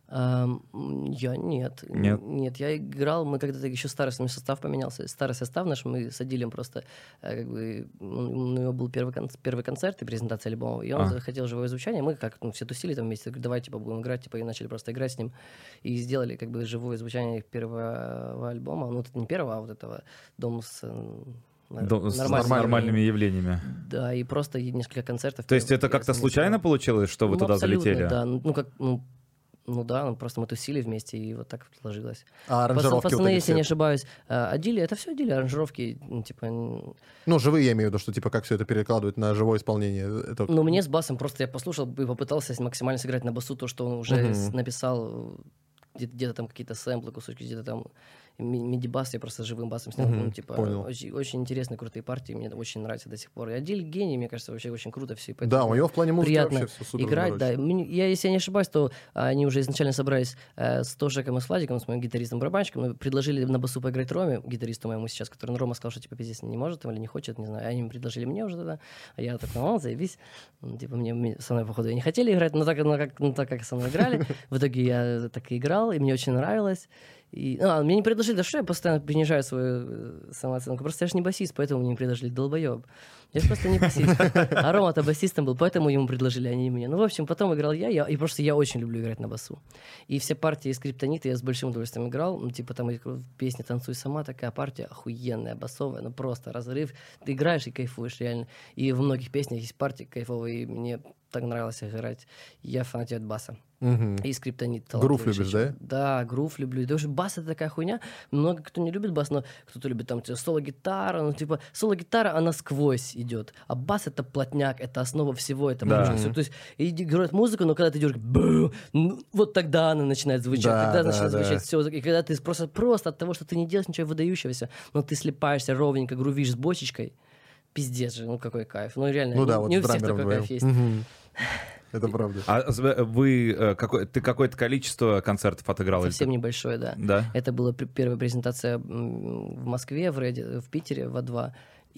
Ам, Я нет. Нет? Нет, я играл, мы когда-то еще старый у меня состав поменялся. Старый состав наш, мы с Адилем просто, э, как бы, ну, у него был первый, кон- первый концерт и презентация альбома, и он А. захотел живое звучание, мы как ну, все тусили там вместе, говорю, давай, типа, будем играть, типа, и начали просто играть с ним, и сделали, как бы, живое звучание их первого альбома, ну, это не первого, а вот этого «Дом с... э, До- с нормальными нормальными явлениями. Да, и просто и несколько концертов. То есть я- это я как-то с ними случайно сыграл. получилось, что вы Ну, туда абсолютно, залетели? Да, ну, ну, как, ну, ну да, ну, просто мы тусили вместе, и вот так сложилось. А Пацаны, аранжировки вот пацаны, эти если не все? ошибаюсь, а, Адили, это все Адили, аранжировки, ну, типа, н- Ну, живые я имею в виду, что типа как все это перекладывать на живое исполнение. Это... ну, мне с басом просто я послушал и попытался максимально сыграть на басу то, что он уже Мгм. с- написал, где-то, где-то там какие-то сэмплы, кусочки, где-то там ми- миди-бас, я просто живым басом снял, Мгм, ну, типа, понял. очень, очень интересные, крутые партии, мне очень нравятся до сих пор. И Адиль гений, мне кажется, вообще очень круто все. Да, у него в плане музыки приятно вообще все супер. играть, да. здорово. Мне- Я, если я не ошибаюсь, то а, они уже изначально собрались э, с Тошиком и с Владиком, с моим гитаристом-барабанщиком, но предложили на басу поиграть Роме, гитаристу моему сейчас, который Рома сказал, что типа пиздец не может там, или не хочет, не знаю. Они предложили мне уже тогда, а я такой, о, заебись. Ну, типа мне, мне со мной, походу, и не хотели играть, но так, но как, ну, так как со мной играли, в итоге я так и играл, и мне очень нравилось. И, а, мне не предложили, да что я постоянно понижаю свою э, самооценку, просто я же не басист, поэтому мне не предложили, долбоеб. Я же просто не басист. А Рома-то басистом был, поэтому ему предложили, а не мне. Ну, в общем, потом играл я, я, и просто я очень люблю играть на басу. И все партии скриптониты я с большим удовольствием играл. Ну, типа там и песня «Танцуй сама», такая партия охуенная, басовая, ну просто разрыв. Ты играешь и кайфуешь реально. И в многих песнях есть партии кайфовые, и мне так нравилось играть. Я фанатею от баса. Мгм. И скриптонит Грув талантливейший любишь, чувак. Да, грув люблю. И даже бас — это такая хуйня. Много кто не любит бас, но кто-то любит там типа, соло-гитара. Ну, типа, соло-гитара, она сквозь идет. А бас — это плотняк, это основа всего. Это Да. можно всё. То есть и играет музыку, но когда ты идешь, бу, ну, вот тогда она начинает звучать. Да, тогда да, начинает да. звучать все. И когда ты просто, просто от того, что ты не делаешь ничего выдающегося, но ты слепаешься ровненько, грувишь с бочечкой, пиздец же, ну какой кайф. Ну реально, Ну не, да, вот не с у всех драмером такой вдвоем. кайф есть. Мгм. Это правда. А з- вы э, какой, ты какое-то количество концертов отыграл? или Совсем ты- небольшое, да. Да? Это была пр- первая презентация м, в Москве, в Реде, в Питере, в А2.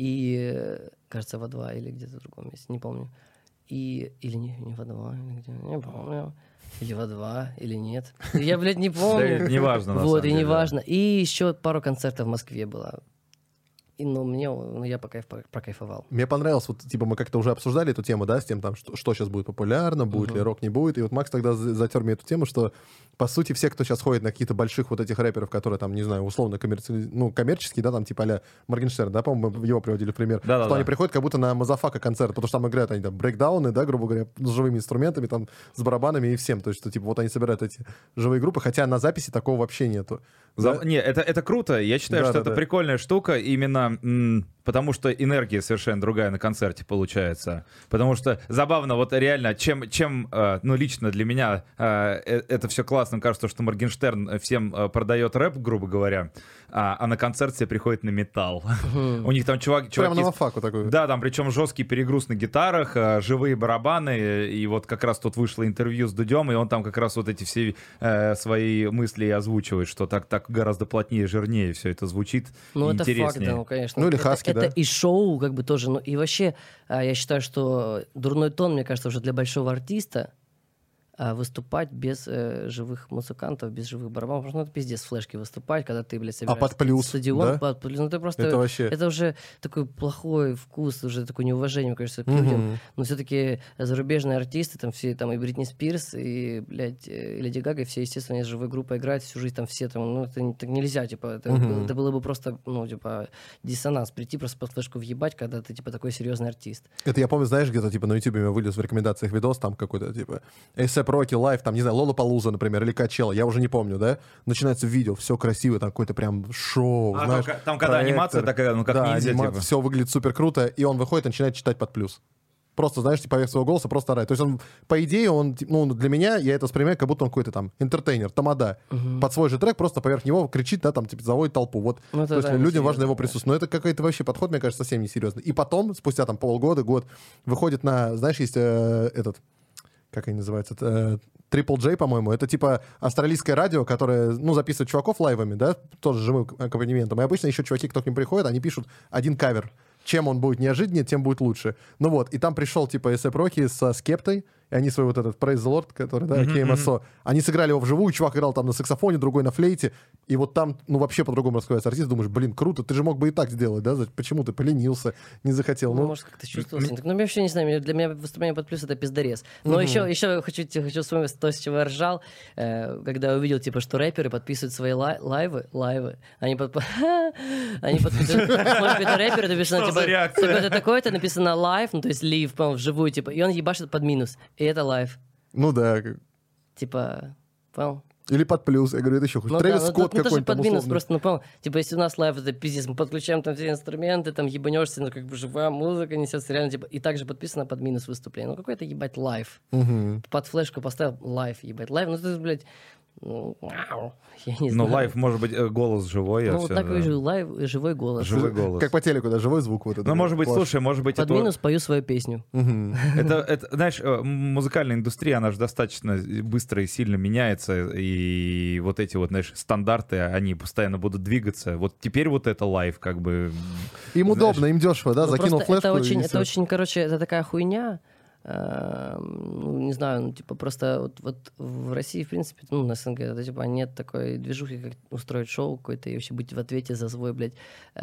И, э, кажется, в А2 или где-то в другом месте, не помню. И, или не, не в А2, или где, не помню. Или в А2, или нет. Я, блядь, не помню. Да, неважно, на Вот, самом и деле. неважно. И еще пару концертов в Москве было. И, ну, мне, ну, я покайф, прокайфовал. Мне понравилось, вот, типа, мы как-то уже обсуждали эту тему, да, с тем, там, что, что сейчас будет популярно, будет Мгм. ли рок, не будет. И вот Макс тогда за- затер мне эту тему, что, по сути, все, кто сейчас ходит на каких-то больших вот этих рэперов, которые там, не знаю, условно коммерци... ну, коммерческие, да, там, типа а-ля Моргенштерн, да, по-моему, мы его приводили в пример, Да-да-да. что они приходят как будто на Мазафака концерт, потому что там играют они там брейкдауны, да, грубо говоря, с живыми инструментами, там, с барабанами и всем. То есть, что, типа, вот они собирают эти живые группы, хотя на записи такого вообще нету. За- Да? Не, это, это круто. Я считаю, Да, что да, это да. прикольная штука, именно м, потому что энергия совершенно другая на концерте получается. Потому что забавно, вот реально, чем, чем э, ну, лично для меня э, э, это все классно. Кажется, что Моргенштерн всем э, продает рэп, грубо говоря, а, а на концерт все приходят на металл. У них там чувак, Прямо чуваки... на мафаку такой. Да, там причем жесткий перегруз на гитарах, э, живые барабаны, и вот как раз тут вышло интервью с Дудем, и он там как раз вот эти все э, свои мысли и озвучивает, что так, так гораздо плотнее, жирнее все это звучит, Ну, и это интереснее. факт, да, ну, конечно. Ну, или это, Хаски, это да? и шоу, как бы, тоже. Ну, и вообще, а, я считаю, что дурной тон, мне кажется, уже для большого артиста а, выступать без э, живых музыкантов, без живых барабанов. Потому что ну, это пиздец, флешки выступать, когда ты, блядь, собираешь А под плюс, стадион. да? Под плюс. Ну, это просто... Это вообще... Это уже такой плохой вкус, уже такое неуважение, мне кажется, к людям. Мгм. Но все-таки зарубежные артисты, там все, там и Бритни Спирс, и, блядь, э, и Леди Гага, все, естественно, из живой группы играют всю жизнь, там все там, ну, это не- так нельзя, типа, это, Мгм. было, это было бы просто, ну, типа, диссонанс, прийти просто под флешку въебать, когда ты, типа, такой серьезный артист. Это я помню, знаешь, где-то типа на YouTube у меня вылез в рекомендациях видос, там какой-то типа A$эй пи Rocky Live, там, не знаю, Lollapalooza, например, или Coachella, я уже не помню, да? Начинается видео, все красиво, там какое-то прям шоу, А, знаешь. там, там когда проектор. анимация такая, ну как да, ниндзя, типа. все выглядит супер круто, и он выходит и начинает читать под плюс. Просто, знаешь, типа, поверх своего голоса просто орать. То есть он, по идее, он, тип- ну, для меня, я это воспринимаю, как будто он какой-то там интертейнер, тамада. Под свой же трек просто поверх него кричит, да, там, типа, заводит толпу. Вот. Ну, это То есть да, людям несерьезно, важно его конечно. присутствие. Но это какой-то вообще подход, мне кажется, совсем несерьезный. И потом, спустя там полгода, год, выходит на, знаешь, есть э, этот, как они называются, э, Triple J, по-моему, это типа австралийское радио, которое, ну, записывает чуваков лайвами, да, тоже живым аккомпанементом. И обычно еще чуваки, кто к ним приходит, они пишут один кавер. Чем он будет неожиданнее, тем будет лучше. Ну вот, и там пришел, типа, A$эй пи Rocky со Скептой, и они свой вот этот Praise the Lord, который, да, кей эм эс о, они сыграли его вживую, чувак играл там на саксофоне, другой на флейте, и вот там, ну, вообще по-другому раскрывается артист, думаешь, блин, круто, ты же мог бы и так сделать, да, почему ты поленился, не захотел, Ну, ну... может, как-то чувствовался. Ну, я вообще не знаю, для меня выступление под плюс — это пиздорез. Но еще, еще хочу, хочу вспомнить то, с чего я ржал, э, когда я увидел, типа, что рэперы подписывают свои лай- лайвы, лайвы, они, под... они подписывают, может, какой-то рэпер написано, типа, какой-то такой-то, написано лайв, ну, то есть лив, по-моему, вживую, типа, и он ебашит под минус, и это лайв. Ну да. Типа, понял? Или под плюс, я говорю, это еще хуже. Ну, Трэвис да, ну, Скотт ну, какой-нибудь под там минус условно. просто, ну, понял, типа, если у нас лайв, это пиздец, мы подключаем там все инструменты, там ебанешься, ну, как бы живая музыка несется, реально, типа, и также подписано под минус выступление. Ну, какой-то, ебать, лайв. Мгм. Под флешку поставил лайв, ебать. Лайв, ну, ты, блядь, ну, вау, я не Ну, знаю. лайв, может быть, э, голос живой. а Ну, вот всё, так да. вижу, лайв, живой голос. Живой голос. Как по телеку, да, живой звук вот этот. Ну, может быть, Класс. слушай, может быть, Под это... минус пою свою песню. Мгм. Это, это, знаешь, э, музыкальная индустрия, она же достаточно быстро и сильно меняется, и вот эти вот, знаешь, стандарты, они постоянно будут двигаться. Вот теперь вот это лайв, как бы... Им Знаешь, удобно, им дешево, да, Ну, закинул просто флешку это и очень, всё. это очень, короче, это такая хуйня. э, ну, не знаю, ну, типа, просто вот, вот в России, в принципе, ну, на СНГ, это, типа, нет такой движухи, как устроить шоу какое-то и вообще быть в ответе за свой, блядь,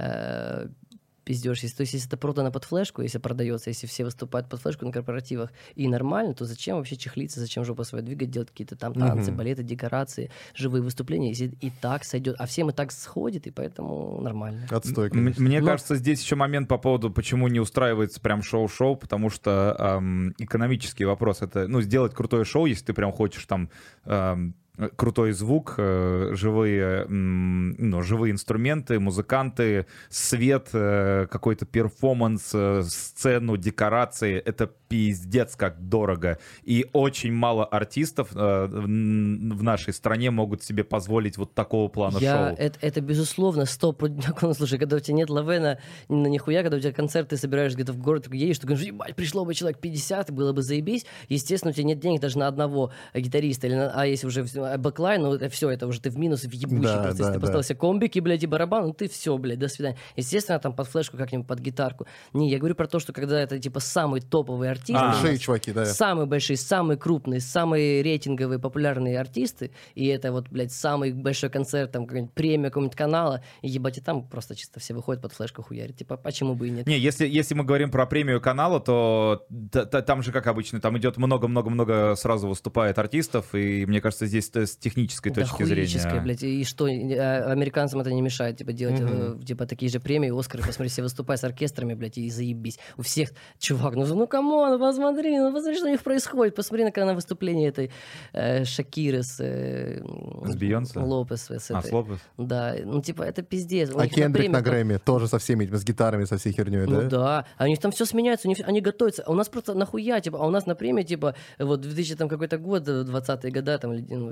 э, пиздеж. Если, то есть, если это продано под флешку, если продается, если все выступают под флешку на корпоративах и нормально, то зачем вообще чехлиться, зачем жопу свою двигать, делать какие-то там танцы, Мгм. балеты, декорации, живые выступления, если и так сойдет, а всем и так сходит, и поэтому нормально. Отстой, М- конечно. Мне Но- кажется, здесь еще момент по поводу, почему не устраивается прям шоу-шоу, потому что эм, экономический вопрос. Это, ну, сделать крутое шоу, если ты прям хочешь там... эм, крутой звук, э, живые, м, ну, живые инструменты, музыканты, свет, э, какой-то перформанс, э, сцену, декорации. Это пиздец как дорого. И очень мало артистов э, в н- в нашей стране могут себе позволить вот такого плана Я, шоу. это, это безусловно, сто ну, слушай, когда у тебя нет лавена, на нихуя, когда у тебя концерт, ты собираешь где-то в город, едешь, ты говоришь, ебать, пришло бы человек пятьдесят, было бы заебись. Естественно, у тебя нет денег даже на одного гитариста, или на, а если уже всё- а бэклайн, ну это все, это уже ты в минус въебущий Да, просто. да, Если ты да. поставил себе комбики, блядь, и барабан, ну ты все, блядь, до свидания. Естественно, там под флешку как-нибудь, под гитарку. Не, я говорю про то, что когда это типа самый топовый артист, А. у нас, Большие чуваки, да. самые большие, самые крупные, самые рейтинговые, популярные артисты, и это вот, блядь, самый большой концерт, там, какая-нибудь премия какого-нибудь канала, и ебать, и там просто чисто все выходят под флешку хуярить. Типа, почему бы и нет? Не, если, если мы говорим про премию канала, то т- т- там же, как обычно, там идет много-много-много сразу выступает артистов, и мне кажется, здесь с технической Да точки хуическое, зрения... блядь, и что, э, американцам это не мешает, типа, делать, Мгм. э, типа, такие же премии, Оскары, посмотри, все выступают с оркестрами, блядь, и заебись. У всех, чувак, ну, ну, камон, посмотри, ну, посмотри, что у них происходит, посмотри на, на выступление этой э, Шакиры с... э, С Бейонсе? Лопес. С А, этой. Слопес? Да, ну, типа, это пиздец. У А них на Кендрик на премии- Грэмми тоже со всеми этими, с гитарами, со всей херней, Ну да? да, а у них там все сменяется, у них, они готовятся. А у нас просто нахуя, типа, а у нас на премии, типа, вот две тысячи там какой-то год, двадцатые года, там, или, ну,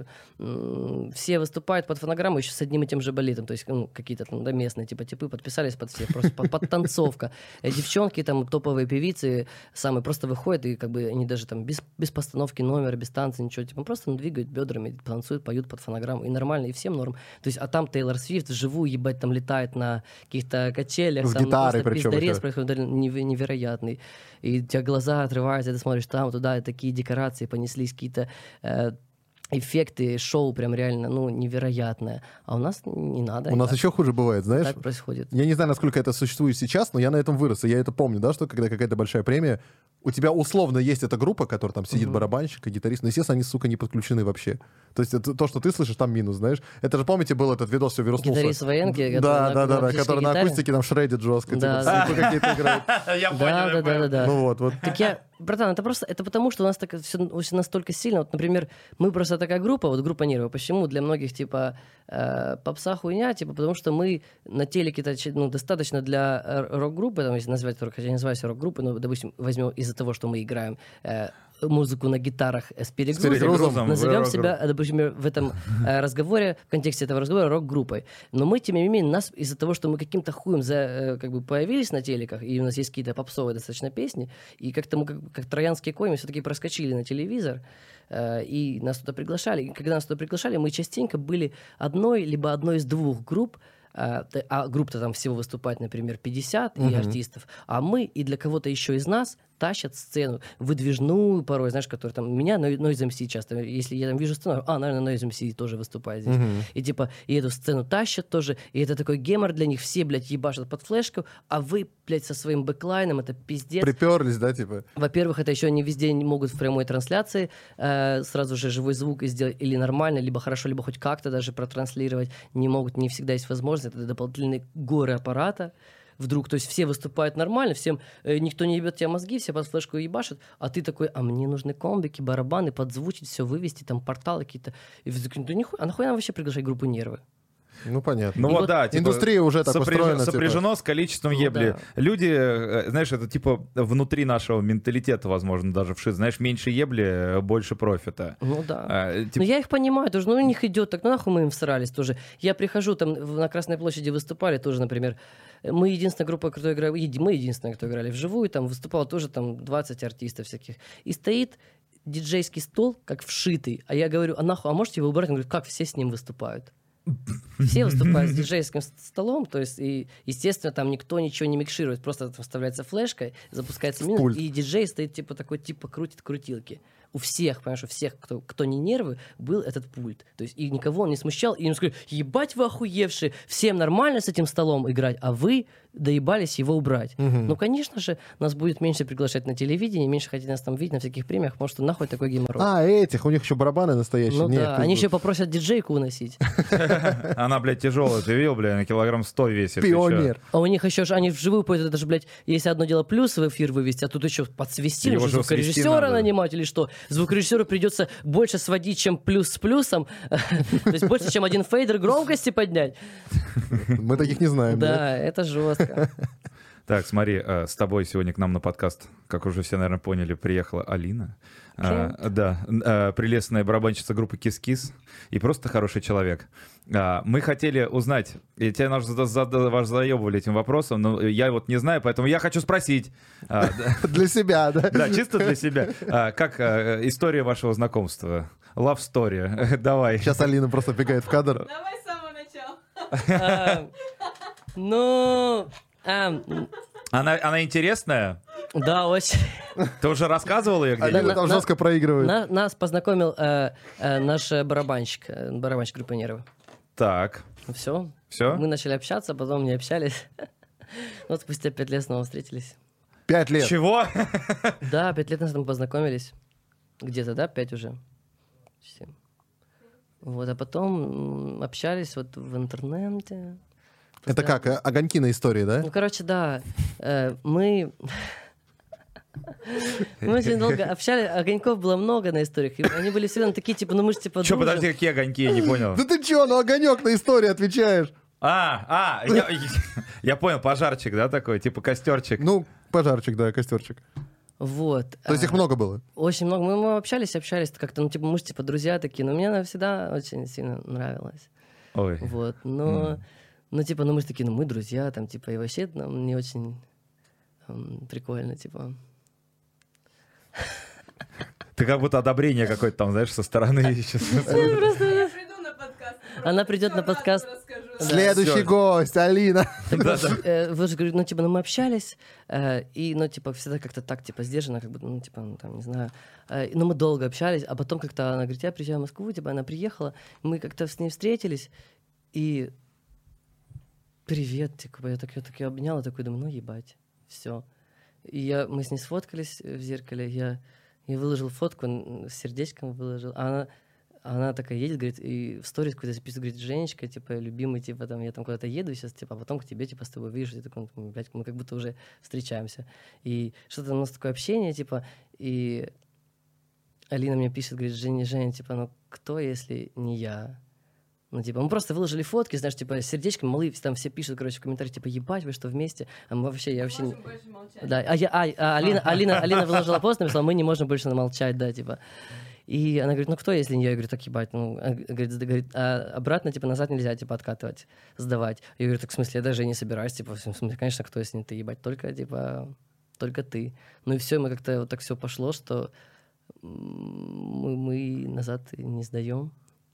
м, все выступают под фонограмму еще с одним и тем же балетом, то есть, ну, какие-то там, да, местные, типа, типы подписались под все, просто под, под танцовка. Э, Девчонки, там, топовые певицы самые просто выходят, и как бы они даже там без, без постановки номера, без танца, ничего, типа, просто ну, двигают бедрами, танцуют, поют под фонограмму, и нормально, и всем норм. То есть, а там Тейлор Свифт вживую, ебать, там летает на каких-то качелях, С там, ну, гитарой просто причем пиздорез еще. происходит да, неве- невероятный. И у тебя глаза отрываются, ты смотришь там, туда, и такие декорации понеслись, какие-то э, эффекты, шоу прям реально, ну, невероятное. А у нас не надо. У и нас так, еще хуже бывает, знаешь? так происходит. Я не знаю, насколько это существует сейчас, но я на этом вырос, и я это помню, да, что когда какая-то большая премия, у тебя условно есть эта группа, которая там сидит, Мгм. барабанщик и гитарист, но, естественно, они, сука, не подключены вообще. То есть это, то, что ты слышишь, там минус, знаешь? Это же, помните, был этот видос, все вируснулся. Гитарист военки, который Да, на- да, на да, да, акустической который на гитаре. акустике там шредит жестко, Да, типа, да. слипы какие-то играют. Я Да, да, да, да, да. Ну вот, вот. Так я, братан, это просто, это потому, что у нас так все настолько сильно. Вот, например, мы просто такая группа, вот группа Нервы. Почему для многих, типа, э, попса хуйня, типа, потому что мы на телеке, ну, достаточно для э, рок-группы, там, если назвать, хотя я не называю себя рок-группой, но, допустим, возьмем из-за того, что мы играем э, музыку на гитарах с перегрузом, перегрузом, назовем рок-группа. себя, э, допустим, в этом э, разговоре, в контексте этого разговора, рок-группой. Но мы, тем не менее, нас из-за того, что мы каким-то хуем за, э, как бы появились на телеках, и у нас есть какие-то попсовые достаточно песни, и как-то мы, как, как троянские кони, мы все-таки проскочили на телевизор, э, и нас туда приглашали. И когда нас туда приглашали, мы частенько были одной, либо одной из двух групп, а, т- а групп-то там всего выступает, например, пятьдесят и Мгм. артистов, а мы и для кого-то еще из нас тащат сцену, выдвижную порой, знаешь, которая там, меня Noise эм си часто, если я там вижу сцену, а, наверное, Noise эм си тоже выступает здесь. Мгм. И типа, и эту сцену тащат тоже, и это такой гемор для них, все, блядь, ебашат под флешку, а вы, блядь, со своим бэклайном, это пиздец. Приперлись, да, типа? Во-первых, это еще не везде не могут в прямой трансляции э, сразу же живой звук сделать или нормально, либо хорошо, либо хоть как-то даже протранслировать. Не могут, не всегда есть возможность. Это дополнительные горы аппарата. Вдруг, то есть все выступают нормально, всем э, никто не ебет тебе мозги, все под флешку ебашат, а ты такой, а мне нужны комбики, барабаны, подзвучить, все вывести, там порталы какие-то. И вы такие, да нихуя, а нахуй нам вообще приглашать группу «Нервы»? Ну, понятно. Ну И вот, вот да, типа, индустрия уже так сопряж- устроена, типа. сопряжено с количеством Ну ебли. да. Люди, э, знаешь, это типа внутри нашего менталитета, возможно, даже вшит. Знаешь, меньше ебли, э, больше профита. Ну да. А, Ну типа, я их понимаю тоже, ну у них идет так, ну нахуй мы им всрались тоже. Я прихожу, там в- на Красной площади выступали тоже, например, мы единственная группа, кто играла, еди- мы единственная, кто играли вживую, там выступало тоже там двадцать артистов всяких. И стоит диджейский стол, как вшитый, а я говорю, а нахуй, а можете его убрать? Он говорит, как все с ним выступают? Все выступают с диджейским с- столом, то есть, и, естественно, там никто ничего не микширует, просто там вставляется флешка, запускается минус, пульт. и диджей стоит, типа, такой, типа, крутит крутилки. У всех, понимаешь, у всех, кто, кто не нервы, был этот пульт. То есть, и никого он не смущал, и им сказали, ебать вы охуевшие, всем нормально с этим столом играть, а вы доебались его убрать. Мгм. Ну, конечно же, нас будет меньше приглашать на телевидение, меньше хотеть нас там видеть на всяких премиях, потому что нахуй такой геморрой. А, этих, у них еще барабаны настоящие. Ну Нет, да, ты- они еще попросят диджейку уносить. она, блядь, тяжелая. Ты видел, блядь, на килограмм сто весит. ты чё? Пионер. А у них еще же, они вживую пойдут, это же, блядь, если одно дело плюс в эфир вывести, а тут еще подсвести, Его уже же свести звукорежиссера надо. нанимать или что? Звукорежиссеру придется больше сводить, чем плюс с плюсом, то есть больше, чем один фейдер громкости поднять. Мы таких не знаем. да? Да, это жестко. Так, смотри, э, с тобой сегодня к нам на подкаст, как уже все, наверное, поняли, приехала Алина. А, да, э, прелестная барабанщица группы Кис-Кис и просто хороший человек. А, мы хотели узнать, и тебя нас зада- зада- вас заебывали этим вопросом, но я вот не знаю, поэтому я хочу спросить, а, да, Для себя, да? да, чисто для себя, а, как а, история вашего знакомства? Love story, давай. Сейчас Алина просто бегает в кадр. Давай с самого начала. А, Ну, а, Она, она интересная? да, очень. Ты уже рассказывал ее Алина где-нибудь? там на- жестко проигрывает. На- Нас познакомил э, э, наш э, барабанщик, э, барабанщик группы «Нервы». Так, Все. все? Мы начали общаться, потом не общались. Вот спустя пять лет снова встретились. Пять лет. Чего? Да, пять лет назад мы познакомились. Где-то, да, пять уже. Семь. Вот, а потом м, общались вот в интернете. Это как, э, огоньки на истории, да? Ну, короче, да, э, мы... Мы очень долго общались, огоньков было много на историях, и они были всегда такие, типа, ну мы же типа Че, дружим. подожди, какие огоньки, я не понял. Да ты чё, ну огонек на истории отвечаешь. А, а, я, я понял, пожарчик, да, такой, типа костерчик. Ну, пожарчик, да, костерчик. Вот. То есть их а, много было? Очень много. Мы, мы общались, общались, как-то, ну, типа, мы же, типа, друзья такие, но мне она всегда очень сильно нравилась. Ой. Вот, но, ну, типа, ну, мы же такие, ну, мы друзья, там, типа, и вообще нам не очень эм, прикольно, типа. Ты как будто одобрение какое-то там, знаешь, со стороны. сейчас. Я приду на подкаст. Она придет Всё на подкаст. разу расскажу. Да. Следующий Всё. гость, Алина. Так вот, э, вы же говорите, ну, типа, ну, мы общались, э, и, ну, типа, всегда как-то так, типа, сдержанно, как бы, ну, типа, ну, там, не знаю. Э, ну, мы долго общались, а потом как-то она говорит, я приезжаю в Москву, типа, она приехала, мы как-то с ней встретились, и привет, типа, я так, я так ее обняла, такой, думаю, ну, ебать, все. И я, мы с ней сфоткались в зеркале, я, я выложил фотку, н- с сердечком выложил, а она... Она такая едет, говорит, и в сторис какой-то записывает, говорит, Женечка, типа, любимый, типа, там, я там куда-то еду сейчас, типа, а потом к тебе, типа, с тобой вижу, я такой, ну, блядь, мы как будто уже встречаемся. И что-то у нас такое общение, типа, и Алина мне пишет, говорит, Женя, Женя, типа, ну, кто, если не я? Ну, типа, мы просто выложили фотки, знаешь, типа, с сердечком, малые, там все пишут, короче, в комментариях, типа, ебать, вы что, вместе? А мы вообще, я вообще... не- Можем больше молчать. Да, а, я, а, а Алина, Алина, Алина выложила пост, написала, мы не можем больше молчать, да, типа. И она говорит, ну кто, если не я? Я говорю, так ебать, ну, а, говорит, сда- говорит, а обратно, типа, назад нельзя, типа, откатывать, сдавать. Я говорю, так в смысле, я даже и не собираюсь, типа, в смысле, конечно, кто, если не ты, ебать, только, типа, только ты. Ну и все, мы как-то вот так все пошло, что м, мы, мы назад не сдаем.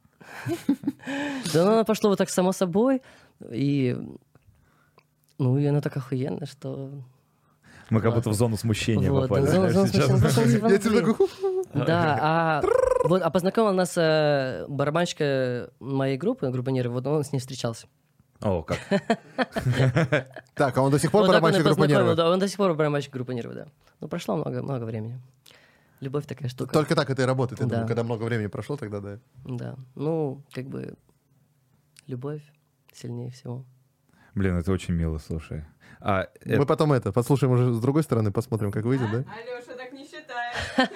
Да, оно пошло вот так само собой, и, ну, и оно так охуенно, что... Мы как будто в зону смущения Вот, попали. зону- знаешь, зону сейчас. смущения. Просто, типа, Я тебе блин. такой... Да, а, вот, а познакомил нас э, барабанщика моей группы, группонеры, вот он с ней встречался. О, как. Так, а он до сих пор Вот так он и барабанщик группы познакомил, «Нервы». да, он до сих пор барабанщик группы «Нервы», да. Ну, прошло много, много времени. Любовь такая штука. Только так это и работает. Я Да. думаю, когда много времени прошло, тогда да. Да, ну, как бы, любовь сильнее всего. Блин, это очень мило, слушай. А, э, Мы потом это, послушаем уже с другой стороны, посмотрим, как выйдет, да? Алеша так не считает.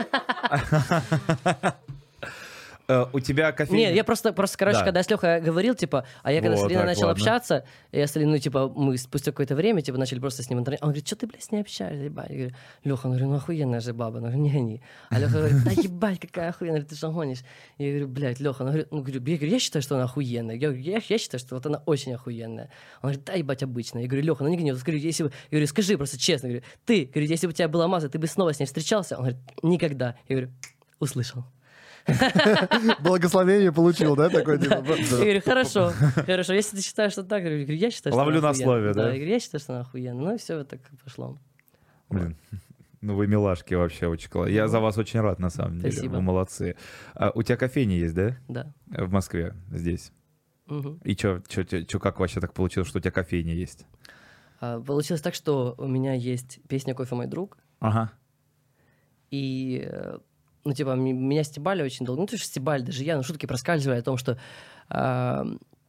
э, у тебя кофейня... Не, я просто, просто короче, Да. когда с Лехой говорил, типа, а я когда Вот с Алиной так, начал ладно. общаться, я с Алиной, ну, типа, мы спустя какое-то время, типа, начали просто с ним интернет. Он говорит, что ты, блядь, с ней общаешься, ебать? Я говорю, Леха, он говорит, ну, охуенная же баба. Он говорит, не гони. А Леха говорит, да ебать, какая охуенная, ты что гонишь? Я говорю, блядь, Леха, он говорит, ну, говорю, я, говорю, я считаю, что она охуенная. Я говорю, я, я считаю, что вот она очень охуенная. Он говорит, да ебать, обычно. Я говорю, Леха, ну не гони. Я говорю, если бы, я говорю, скажи просто честно, я говорю, ты, говорю, если бы у тебя была масса, ты бы снова с ней встречался? Он говорит, никогда. Я говорю, услышал. Благословение получил, да, такой типа? Я говорю, хорошо, хорошо, если ты считаешь, что так, я говорю, я считаю, что Ловлю она на охуенная. слове, да? Я говорю, я считаю, что она охуенная. Ну и все, вот так пошло. Блин, ну вы милашки вообще очень классно. Я за вас очень рад, на самом деле. Спасибо. Вы молодцы. А, у тебя кофейня есть, да? Да. В Москве, здесь. Мгм. И чё, чё, чё, чё, как вообще так получилось, что у тебя кофейня есть? А, Получилось так, что у меня есть песня «Кофе, мой друг», Ага. и, э, ну, типа, м- меня стебали очень долго. Ну, то есть стебали даже я, ну, шутки проскальзывали о том, что, а,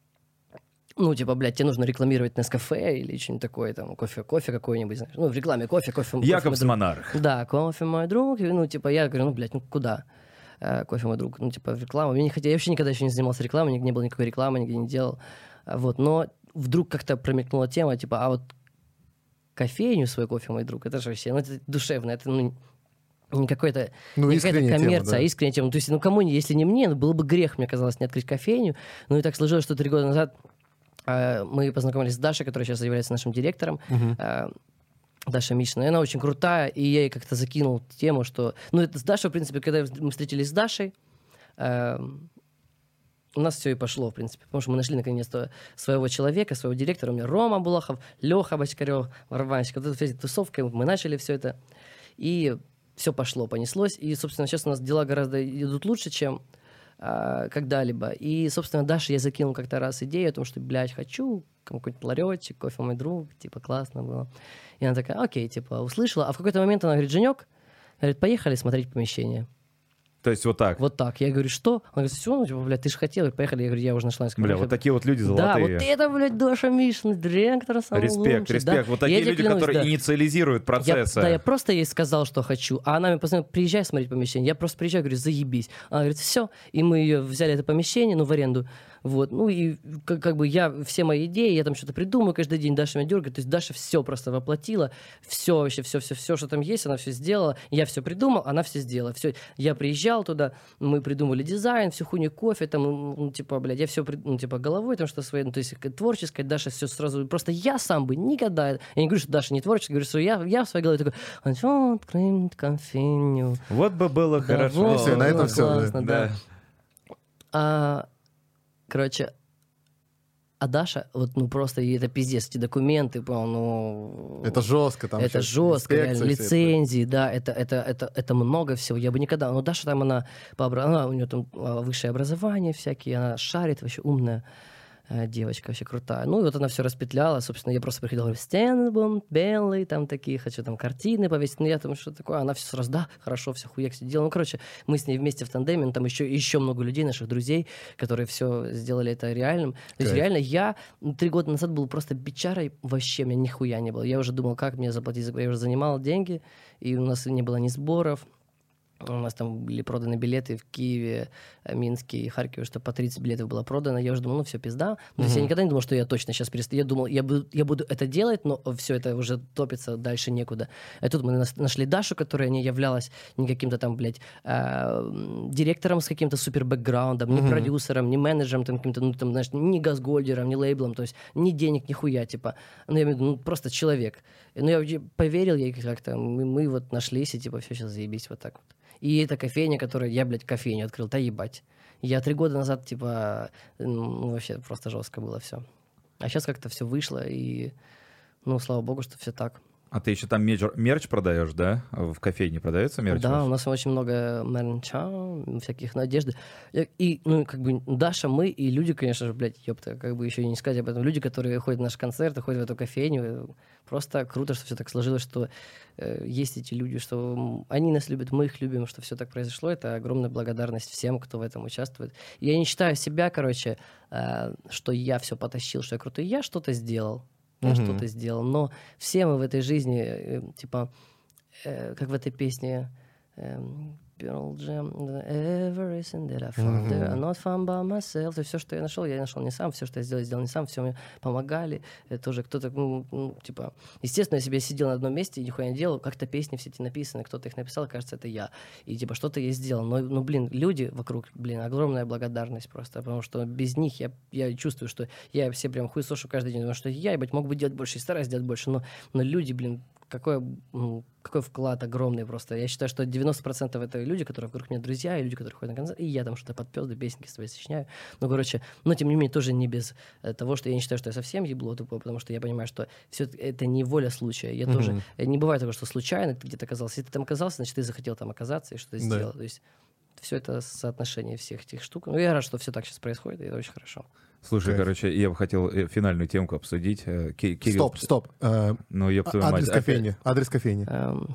ну, типа, блядь, тебе нужно рекламировать Нескафе или что-нибудь такое, там, кофе, кофе какой-нибудь, знаешь. Ну, в рекламе кофе, кофе, кофе, Якобс мой друг. Монарх. Да, кофе мой друг. И, ну, типа, я говорю, ну, блядь, ну куда? Э, кофе мой друг. Ну, типа, в рекламу. Я, не хотел, я вообще никогда еще не занимался рекламой, нигде не было никакой рекламы, нигде не делал. А, Вот, но вдруг как-то промелькнула тема, типа, а вот кофейню свой кофе мой друг, это же вообще, ну, это душевно, это, ну, не какой-то, Ну, не какая-то искренняя тема, коммерция, да. а искренняя тема. То есть, ну, кому, не- если не мне, ну, было бы грех, мне казалось, не открыть кофейню. Ну, и так сложилось, что три года назад э, мы познакомились с Дашей, которая сейчас является нашим директором. Э, Даша Мишина, и она очень крутая, и я ей как-то закинул тему, что... Ну, это с Дашей, в принципе, когда мы встретились с Дашей, э, у нас все и пошло, в принципе, потому что мы нашли наконец-то своего человека, своего директора. У меня Рома Булахов, Леха Бочкарев, барабанщик. Вот эта вся тусовка, мы начали все это, и все пошло, понеслось. И, собственно, сейчас у нас дела гораздо идут лучше, чем а, когда-либо. И, собственно, Даше я закинул как-то раз идею о том, что, блядь, хочу какой-нибудь ларечек, кофе мой друг, типа, классно было. И она такая, окей, типа, услышала. А в какой-то момент она говорит, Женек, говорит, поехали смотреть помещение. То есть вот так. Вот так. Я говорю, что? Он говорит, все, ну, типа, блядь, ты же хотел. Поехали. Я говорю, я уже нашла несколько. Бля, вот такие вот люди Да, золотые. вот это, блядь, Даша Мишина, директор самый Респект, лучший. респект. Да. Вот Я такие тебе люди, клянусь, которые да. инициализируют Я, процессы. да, я просто ей сказал, что хочу, а она мне позвонила, приезжай смотреть помещение. Я просто приезжаю, говорю, заебись. Она говорит, все. И мы ее взяли, это помещение, ну, в аренду. Вот, ну, и как, как бы я, все мои идеи, я там что-то придумаю каждый день, Даша меня дергает. То есть Даша все просто воплотила, все вообще, все, все, все, что там есть, она все сделала. Я все придумал, она все сделала. Все. Я приезжал туда, мы придумали дизайн, всю хуйню кофе, там, ну, типа, блядь, я все, ну, типа, головой, там, что своей, ну, то есть творческое, Даша все сразу, просто я сам бы никогда, я не говорю, что Даша не творческая, говорю, что я, я в своей голове такой, «Хочу открыть кофейню». Вот бы было Да, хорошо. вот, Всё, на этом было всё, да. классно, да. А, короче, а Даша, вот, ну, просто, и это пиздец, эти документы, понял, ну... Это жестко там. Это сейчас жестко, реально, инспекция вся эта. лицензии, да, это, это, это, это много всего. Я бы никогда... Ну, Даша там, она, по обра- она у нее там а, высшее образование всякие, она шарит, вообще умная э, девочка, вообще крутая. Ну, и вот она все распетляла, собственно, я просто приходил, говорю, стены белые, там такие, хочу там картины повесить, ну, я там что такое, она все сразу, да, хорошо, все хуяк все делала. Ну, короче, мы с ней вместе в тандеме, ну, там еще, еще много людей, наших друзей, которые все сделали это реальным. То есть, Кайф. реально, я ну, три года назад был просто бичарой, вообще у меня нихуя не было. Я уже думал, как мне заплатить, за- я уже занимал деньги, и у нас не было ни сборов. У нас там были проданы билеты в Киеве, э, Минске и Харькове, что по тридцать билетов было продано. Я уже думал, ну все, пизда. Ну, то есть я никогда не думал, что я точно сейчас перестану. Я думал, я буду, я буду это делать, но все это уже топится, дальше некуда. И тут мы нас- нашли Дашу, которая не являлась ни каким-то там, блядь, э, м, директором с каким-то супер бэкграундом, ни продюсером, ни менеджером, там, каким-то, ну, там, знаешь, ни газгольдером, ни лейблом, то есть ни денег, ни хуя, типа. Ну, я имею в виду, ну, просто человек. И, ну, я вообще поверил ей как-то, мы, мы вот нашлись, и, типа, все, сейчас заебись, вот так вот. И это кофейня, которую я, блядь, кофейню открыл, да ебать. Я три года назад, типа, ну, вообще просто жестко было все. А сейчас как-то все вышло, и, ну, слава богу, что все так. А ты еще там мерч, мерч продаешь, да? В кофейне продается мерч? Да, ваш? у нас очень много мерча, всяких надежд. И, и, ну, как бы, Даша, мы и люди, конечно же, блядь, ёпта, как бы еще и не сказать об этом. Люди, которые ходят на наши концерты, ходят в эту кофейню. Просто круто, что все так сложилось, что э, есть эти люди, что они нас любят, мы их любим, что все так произошло. Это огромная благодарность всем, кто в этом участвует. Я не считаю себя, короче, э, что я все потащил, что я крутой. Я что-то сделал. Я Мгм. что-то сделал. Но все мы в этой жизни, э, типа, э, как в этой песне эм, Pearl Jam, everything that I found there, I'm not found by myself. И все, что я нашел, я нашел не сам. Все, что я сделал, сделал не сам. Все мне помогали. Это тоже кто-то, ну, ну, типа... Естественно, если бы я сидел на одном месте и нихуя не делал, как-то песни все эти написаны, кто-то их написал, кажется, это я. И, типа, что-то я сделал. Но, ну, блин, люди вокруг, блин, огромная благодарность просто. Потому что без них я, я чувствую, что я все прям хуесошу каждый день. Потому что я, ебать, мог бы делать больше и стараюсь делать больше. Но, но люди, блин, какой, ну, какой вклад огромный просто. Я считаю, что девяносто процентов это люди, которые вокруг меня друзья, и люди, которые ходят на концерт, и я там что-то подпёс, да песенки свои сочиняю. Ну, короче, но тем не менее тоже не без э, того, что я не считаю, что я совсем ебло тупое, потому что я понимаю, что все это не воля случая. Я Мгм. тоже... э, Не бывает такого, что случайно ты где-то оказался. Если ты там оказался, значит, ты захотел там оказаться и что-то Да. сделал. То есть все это соотношение всех этих штук. Ну, я рад, что все так сейчас происходит, и это очень хорошо. Слушай, Кайф. короче, я бы хотел э, финальную темку обсудить. Э, Ки- Кирилл, Стоп, стоп. Э, Ну, ёб твою а- мать. Адрес опять- кофейни. Адрес кофейни. Эм,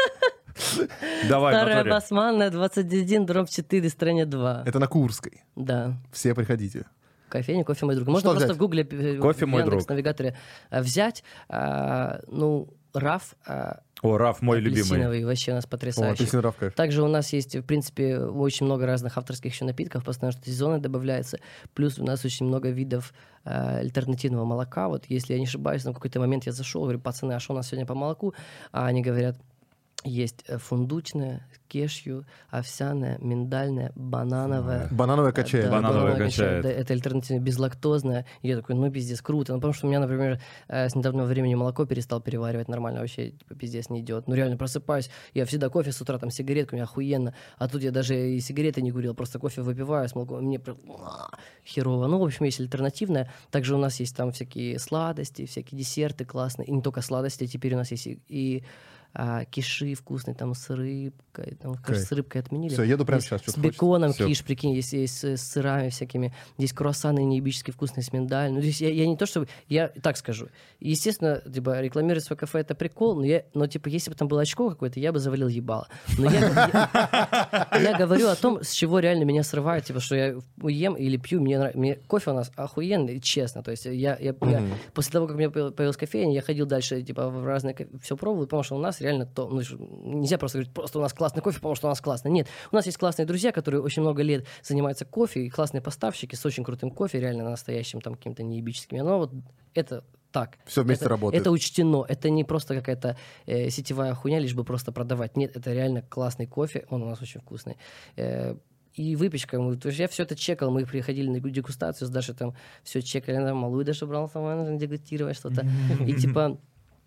Давай, Старая Баторий. Басманная, двадцать один, дробь четыре, стране два. Это на Курской. Да. Все приходите. Кофейня, кофе мой друг. Можно Что просто взять? в гугле, э, Кофе в мой друг. Яндекс.Навигаторе э, взять, а, ну, раф а, О, Раф, мой любимый. апельсиновый, вообще у нас О, потрясающий. апельсин Раф кайф. Также у нас есть, в принципе, очень много разных авторских еще напитков, постоянно что сезоны добавляются. Плюс у нас очень много видов э, альтернативного молока. Вот если я не ошибаюсь, на какой-то момент я зашел, говорю, пацаны, а что у нас сегодня по молоку? А они говорят, есть э, фундучное, кешью, овсяное, миндальное, банановое. Банановая качает. Да, Банановая банановая качает. Да, это альтернативно безлактозная. И я такой, ну, пиздец, круто. Ну, потому что у меня, например, э, с недавнего времени молоко перестал переваривать нормально, вообще, типа, пиздец, не идет. Ну, реально, просыпаюсь, я всегда кофе с утра, там, сигаретку, у меня охуенно. А тут я даже и сигареты не курил, просто кофе выпиваю с молоком, мне прям херово. Ну, в общем, есть альтернативная. Также у нас есть там всякие сладости, всякие десерты классные. И не только сладости, теперь у нас есть и... и а, киши вкусные, там с рыбкой, там, кажется, Кайф. с рыбкой отменили. Всё, еду прямо Есть сейчас, С что-то беконом Всё. киш, прикинь, есть, есть с, с сырами всякими, есть круассаны неебически вкусные с миндалем. Ну, здесь я, я не то, чтобы... Я так скажу. Естественно, типа, рекламировать свое кафе — это прикол, но, я, но типа, если бы там было очко какое-то, я бы завалил ебало. Но я, я, я говорю о том, с чего реально меня срывает, типа, что я ем или пью, мне, нрав- мне кофе у нас охуенный, честно. То есть я, я, я- после того, как у меня появ- появилась кофейня, я ходил дальше, типа, в разные... все пробовал, потому что у нас реально то... Ну, нельзя просто говорить, просто у нас классный кофе, потому что у нас классно. Нет, у нас есть классные друзья, которые очень много лет занимаются кофе, и классные поставщики с очень крутым кофе, реально настоящим, там, каким-то неебическим. Но вот это так. Всё вместе это, работает. Это учтено. Это не просто какая-то э, сетевая хуйня, лишь бы просто продавать. Нет, это реально классный кофе, он у нас очень вкусный. Э, и выпечка. Мы, то есть я все это чекал, мы приходили на дегустацию с Дашей, там все чекали, там малую Даша брал, там дегустировать что-то. И типа...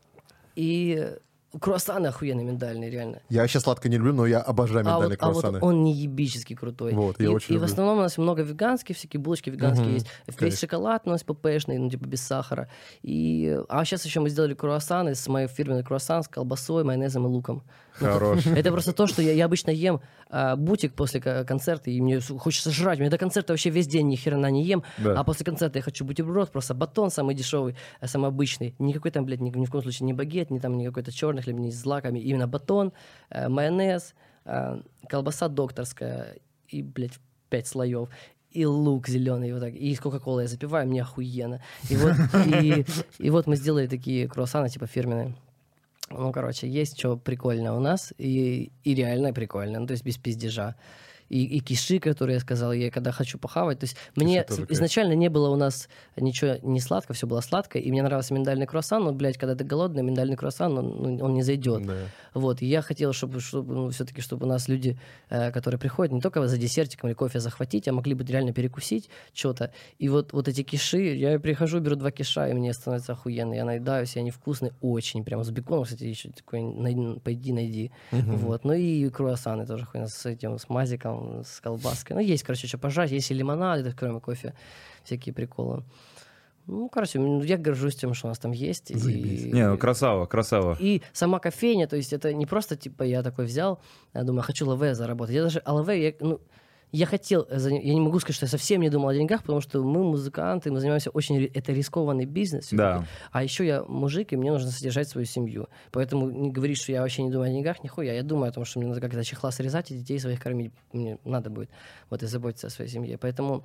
И круассаны охуенные миндальные, реально. Я вообще сладкое не люблю, но я обожаю А миндальные вот, а круассаны. вот он не ебически крутой. Вот, и, я очень и в люблю. основном у нас много веганских, всякие булочки веганские Мгм, есть. Весь конечно. шоколад у нас ппшный, ну типа без сахара. И, а сейчас еще мы сделали круассаны, с моей фирменной круассан с колбасой, майонезом и луком. Хорош. Это просто то, что я, я обычно ем а, бутик после ко- концерта, и мне хочется жрать. Мне до концерта вообще весь день ни хрена не ем, Да. а после концерта я хочу бутерброд, просто батон самый дешевый, а самый обычный. Никакой там, блядь, ни, ни в коем случае не багет, ни там ни какой-то черный хлеб, ни с злаками. Именно батон, э, майонез, э, колбаса докторская и, блядь, пять слоев. И лук зеленый, вот так. И с Кока-Колой я запиваю, мне охуенно. И вот, и, и вот мы сделали такие круассаны, типа фирменные. Ну, короче, есть что прикольно у нас, и, и реально прикольно, ну, то есть без пиздежа. И, и киши, которые я сказал, я когда хочу похавать. То есть мне тоже кайф. изначально не было у нас ничего не сладкого, все было сладкое, и мне нравился миндальный круассан, но, блядь, когда ты голодный, миндальный круассан, он, ну, он не зайдет. Да. Вот, и я хотел, чтобы, чтобы ну, все-таки, чтобы у нас люди, э, которые приходят, не только за десертиком или кофе захватить, а могли бы реально перекусить что-то. И вот, вот эти киши, я прихожу, беру два киша, и мне становится охуенно. Я наедаюсь, и они вкусные очень, прям с беконом, кстати, еще такой, най- пойди найди. Вот, ну и круассаны тоже охуенно с этим, с мазиком, с колбаской. Ну, есть, короче, что пожрать, есть и лимонад, это кроме кофе, всякие приколы. Ну, короче, ну, я горжусь тем, что у нас там есть. И, Не, ну красава, красава. и сама кофейня, то есть это не просто, типа, я такой взял, я думаю, хочу лаве заработать. Я даже о лаве, я, ну, я хотел, за- я не могу сказать, что я совсем не думал о деньгах, потому что мы музыканты, мы занимаемся очень, ри- это рискованный бизнес. Да. А еще я мужик, и мне нужно содержать свою семью. Поэтому не говорить, что я вообще не думаю о деньгах, нихуя. Я думаю о том, что мне надо как-то чехла срезать и детей своих кормить. Мне надо будет вот и заботиться о своей семье. Поэтому,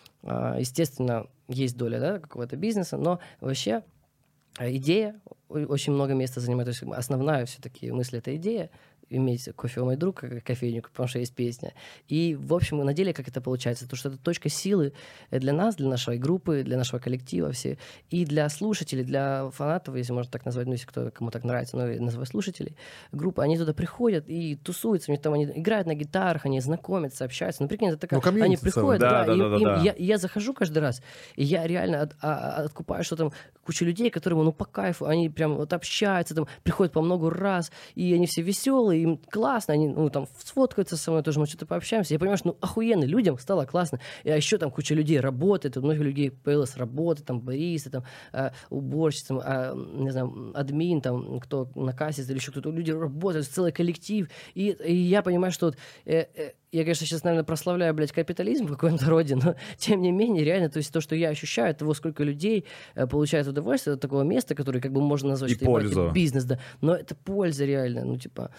а, естественно, есть доля, да, какого-то бизнеса, но вообще а, идея о- очень много места занимает. То есть основная все-таки мысль — это идея, иметь кофе, мой друг, как кофейню, потому что есть песня. И, в общем, на деле как это получается? То, что это точка силы для нас, для нашей группы, для нашего коллектива все, и для слушателей, для фанатов, если можно так назвать, ну, если кто, кому так нравится, но я называю слушателей, группы, они туда приходят и тусуются, у них там они играют на гитарах, они знакомятся, общаются. Ну, прикинь, это такая... Ну, комьюнити они целое. приходят, Да, да, да, им- да, да, им- да. я, я захожу каждый раз, и я реально от- а- а- откупаю, что там куча людей, которые, ну, по кайфу, они прям вот общаются, там, приходят по много раз, и они все веселые, им классно, они, ну, там, сфоткаются со мной тоже, мы что-то пообщаемся. Я понимаю, что, ну, охуенно, людям стало классно. И, а еще там куча людей работает, у многих людей появилась работа, там, баристы, там, э, уборщицы, там, э, не знаю, админ, там, кто на кассе или еще кто-то, люди работают, целый коллектив. И, и я понимаю, что вот, э, э, я, конечно, сейчас, наверное, прославляю, блядь, капитализм в каком-то роде, но, тем не менее, реально, то есть то, что я ощущаю, от того, сколько людей э, получает удовольствие от такого места, которое, как бы, можно назвать, И что ебать, пользу. это бизнес, да, но это польза реально, ну, типа...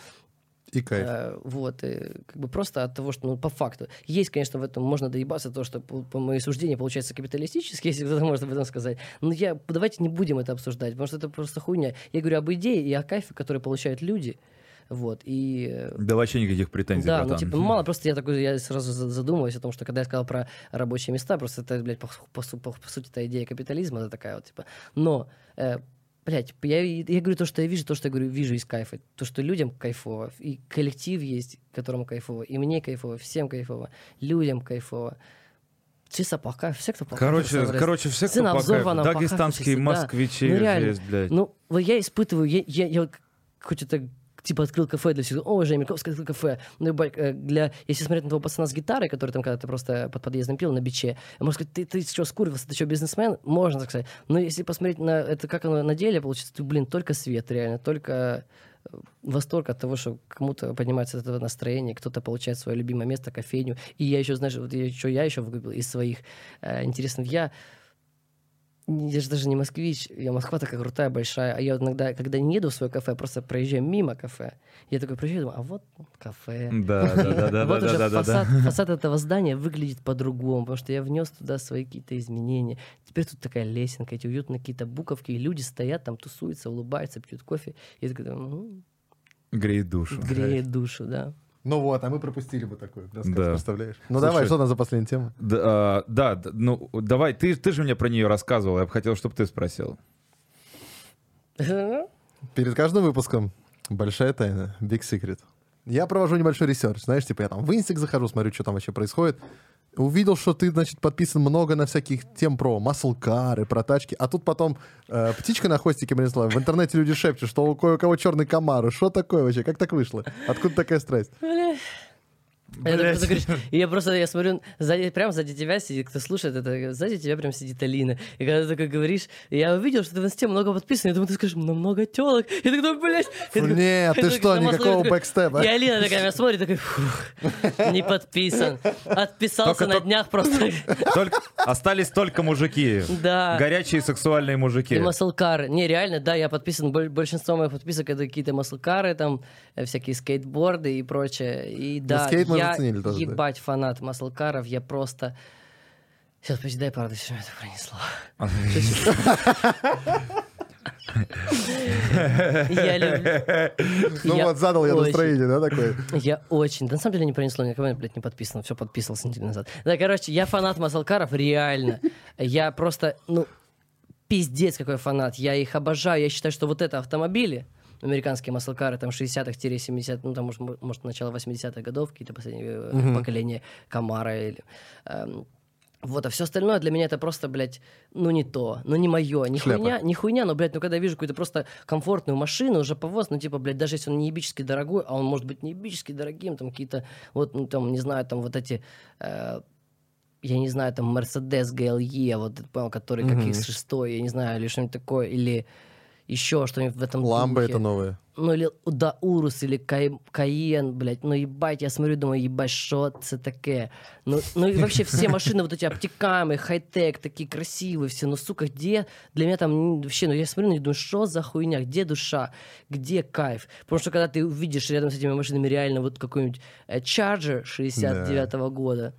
И кайф. Э, вот, и как бы просто от того, что, ну, по факту. Есть, конечно, в этом можно доебаться, то, что, по, по моим суждениям, получается капиталистически, если кто-то может об этом сказать. Но я, давайте не будем это обсуждать, потому что это просто хуйня. Я говорю об идее и о кайфе, который получают люди. Вот, и... э, Да вообще никаких претензий, да, братан. ну, типа, мало, просто я такой, я сразу за- задумываюсь о том, что когда я сказал про рабочие места, просто это, блядь, по, по су- по- по сути, это идея капитализма, это такая вот, типа, но, э, блядь, я, я говорю то, что я вижу, то, что я говорю, вижу из кайфа, то, что людям кайфово, и коллектив есть, которому кайфово, и мне кайфово, всем кайфово, людям кайфово. Чисто по кайфу, все, кто по кайфу, Короче, самое короче, все, кто Сына по кайфу. взорвано, по кайфу Дагестанские чисто, да. москвичи Ну, реально. здесь, блядь. Ну, вот я испытываю, я, я, я вот хоть это типа открыл кафе для всех, о, Женя Мельковский открыл кафе. Ну, ебать, э, для... Если смотреть на того пацана с гитарой, который там когда-то просто под подъездом пил на биче, можно сказать, ты, ты что, скурился, ты что, бизнесмен? Можно так сказать. Но если посмотреть на это, как оно на деле получится, то, блин, только свет реально, только э, восторг от того, что кому-то поднимается от этого настроение, кто-то получает свое любимое место, кофейню. И я еще, знаешь, вот я, что я еще выкупил из своих э, интересных, я я же даже не москвич, я Москва такая крутая, большая, а я вот иногда, когда не еду в свое кафе, просто проезжаю мимо кафе, я такой проезжаю, думаю, а вот кафе. Да, да, да, да, Вот да, уже да, да, фасад, да. фасад этого здания выглядит по-другому, потому что я внес туда свои какие-то изменения. Теперь тут такая лесенка, эти уютные какие-то буковки, и люди стоят там, тусуются, улыбаются, пьют кофе. И я такой, «М, Греет душу. греет душу, да. Ну вот, а мы пропустили бы такой рассказ, Да. представляешь? Ну Слушай, давай, что там за последняя тема? Да, а, да, д- ну давай, ты, ты же мне про нее рассказывал, я бы хотел, чтобы ты спросил. Перед каждым выпуском большая тайна, big secret. Я провожу небольшой ресерч, знаешь, типа я там в инстик захожу, смотрю, что там вообще происходит. Увидел, что ты, значит, подписан много на всяких тем про маслкары, про тачки, а тут потом э, птичка на хвостике принесла. В интернете люди шепчут, что у кое-кого черный комар. Что такое вообще? Как так вышло? Откуда такая страсть? Я так просто говорю, и я просто, я смотрю, сзади, прямо сзади тебя сидит, кто слушает это, сзади тебя прям сидит Алина. И когда ты такой говоришь, я увидел, что ты в инсте много подписан, я думаю, ты скажешь, ну, много телок. И ты такой, блядь. Фу, нет, ты что, никакого бэкстепа. И Алина такая меня смотрит, такой, фух, не подписан. Отписался Только на то- днях просто. Только, остались только мужики. Да. Горячие сексуальные мужики. И маслкары. Не, реально, да, я подписан, боль- большинство моих подписок это какие-то маслкары, там, э, всякие скейтборды и прочее. И да, скейт мы я заценили тоже, да. ебать фанат маслкаров, я просто... Сейчас, подожди, дай правда, что меня это пронесло. Я люблю... Ну я вот, задал я очень- настроение, да, такое? Я очень... Да на самом деле не пронесло, никого, блядь, не подписано. Все подписывался неделю назад. Да, короче, я фанат маслкаров, реально. Я просто, ну, пиздец какой фанат. Я их обожаю. Я считаю, что вот это автомобили, американские маслкары, там, шестидесятых-семидесятых, ну, там, может, может, начало восьмидесятых годов, какие-то последние э, Мгм. поколения Камара или... эм, вот, а все остальное для меня это просто, блядь, ну не то, ну не мое, не Шляпа. хуйня, не хуйня, но, блядь, ну когда я вижу какую-то просто комфортную машину, уже повоз, ну типа, блядь, даже если он не ебически дорогой, а он может быть не ебически дорогим, там какие-то, вот, ну там, не знаю, там вот эти... э, я не знаю, там, Mercedes джи эл и, вот, понял, который как Мгм. икс шесть, я не знаю, или что-нибудь такое, или еще что-нибудь в этом Ламбо духе. это новое. Ну, или да, Урус, или Кай, Каен, блядь. Ну, ебать, я смотрю, думаю, ебать, что это такое? Ну, ну, и вообще все машины вот эти обтекаемые, хай-тек, такие красивые все. Ну, сука, где? Для меня там м, вообще, ну, я смотрю, ну, думаю, что за хуйня? Где душа? Где кайф? Потому что когда ты увидишь рядом с этими машинами реально вот какой-нибудь э, Charger шестьдесят девятого года,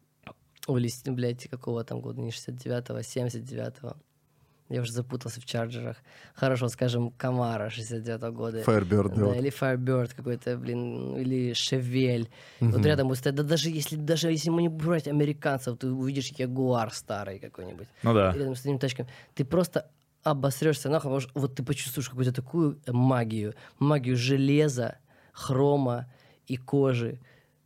или, блядь, какого там года, не шестьдесят девятого, семьдесят девятого. Я уже запутался в чарджерах. Хорошо, скажем, Камара шестьдесят девятого года. Firebird, Да, вот. или Firebird какой-то, блин, или Шевель. Вот Мгм. рядом будет стоять. Да даже если, даже если мы не брать американцев, ты увидишь Ягуар старый какой-нибудь. Ну да. И рядом с этими тачками. Ты просто обосрешься нахуй, потому что вот ты почувствуешь какую-то такую магию. Магию железа, хрома и кожи.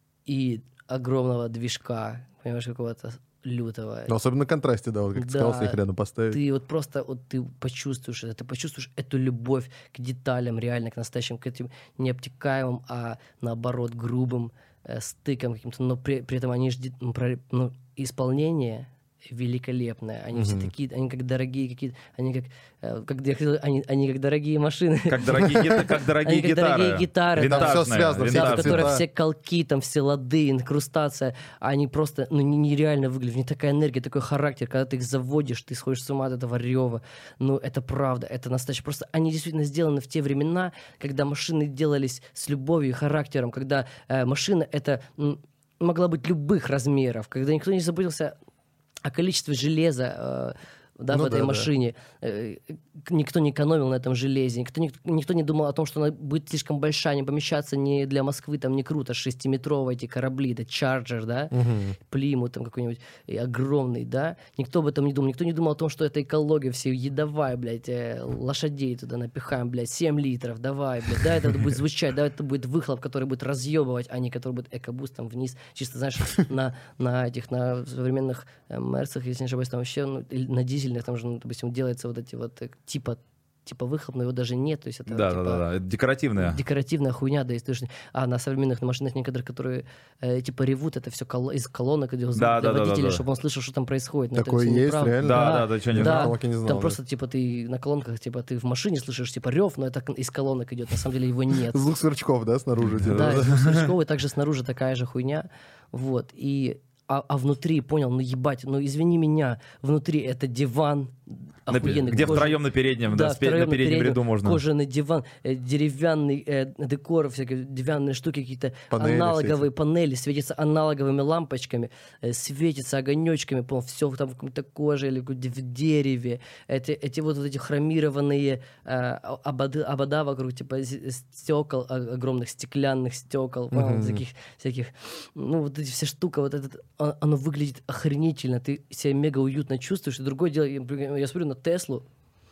И огромного движка, понимаешь, какого-то лютого. Ну, особенно на контрасте, да, вот как ты Да. сказал, если их рядом поставить. Ты вот просто вот ты почувствуешь это, ты почувствуешь эту любовь к деталям, реально к настоящим, к этим необтекаемым, а наоборот грубым э, стыкам каким-то, но при, при этом они ж, де- ну, про- ну, исполнение великолепное, они все Мгм. такие, они как дорогие какие-то, они как, э, как я хотел- они, они как дорогие машины. Как дорогие, гита- как дорогие Они как гитары. дорогие гитары. Там всё Винтажные, связано, все Да, в эти винтажные. которых цвета. все колки, там все лады, инкрустация, они просто ну, не- нереально выглядят. В них такая энергия, такой характер. Когда ты их заводишь, ты сходишь с ума от этого рева. Ну, это правда, это настоящее. Просто они действительно сделаны в те времена, когда машины делались с любовью и характером, когда э, машина это м, могла быть любых размеров, когда никто не заботился о количестве железа, э, да, Ну в этой да, да. машине. Э, к- Никто не экономил на этом железе, никто, ник- никто не думал о том, что она будет слишком большая, не помещаться не для Москвы, там не круто, шестиметровые эти корабли, да, Чарджер, да, Мгм. Плимут там какой-нибудь и огромный, да, никто об этом не думал, никто не думал о том, что это экология, все едовая, блядь, э, лошадей туда напихаем, блядь, семь литров, давай, блядь, да, это будет звучать, да, это будет выхлоп, который будет разъебывать, а не который будет экобуст там вниз, чисто, знаешь, на, на этих, на современных э, мерсах, если не ошибаюсь, там вообще, ну, или на дизельных, там же, ну, допустим, делается вот эти вот э, типа типа выхлоп, но его даже нет, то есть это Да, типа, да, да, да. Это декоративная. декоративная хуйня, да, истошная. А на современных на машинах некоторых, которые э, типа ревут, это все из колонок идет звук Да, для да, да, водителя, да, да. чтобы он слышал, что там происходит. Но это Такое всё есть, неправда. реально? Да, да, да, чё, не Я Да, на колонке не знал, там да. просто типа ты на колонках, типа ты в машине слышишь типа рев, но это из колонок идет, на самом деле его нет. Звук сверчков, да, снаружи? типа, Да, и звук сверчков, и также снаружи такая же хуйня. Вот. И а, а внутри, понял, ну ебать, ну извини меня, внутри это диван На пе- охуенный. Где кожаный. втроем на переднем, да, Да, спе- на втроем на переднем переднем, ряду можно. Кожаный диван, э, деревянный э, декор, всякие деревянные штуки, какие-то Панели аналоговые панели, светятся аналоговыми лампочками, э, светятся огонечками, все там в какой-то коже или в дереве. Эти, эти вот, вот эти хромированные э, ободы, обода вокруг, типа з- стекол, о- огромных стеклянных стекол, понял, Мгм. таких всяких. Ну, вот эти все штука, вот этот, о- оно выглядит охренительно, ты себя мега уютно чувствуешь. И другое дело, я, я смотрю на Теслу,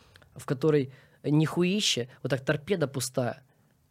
в которой нихуище, вот так торпеда пустая,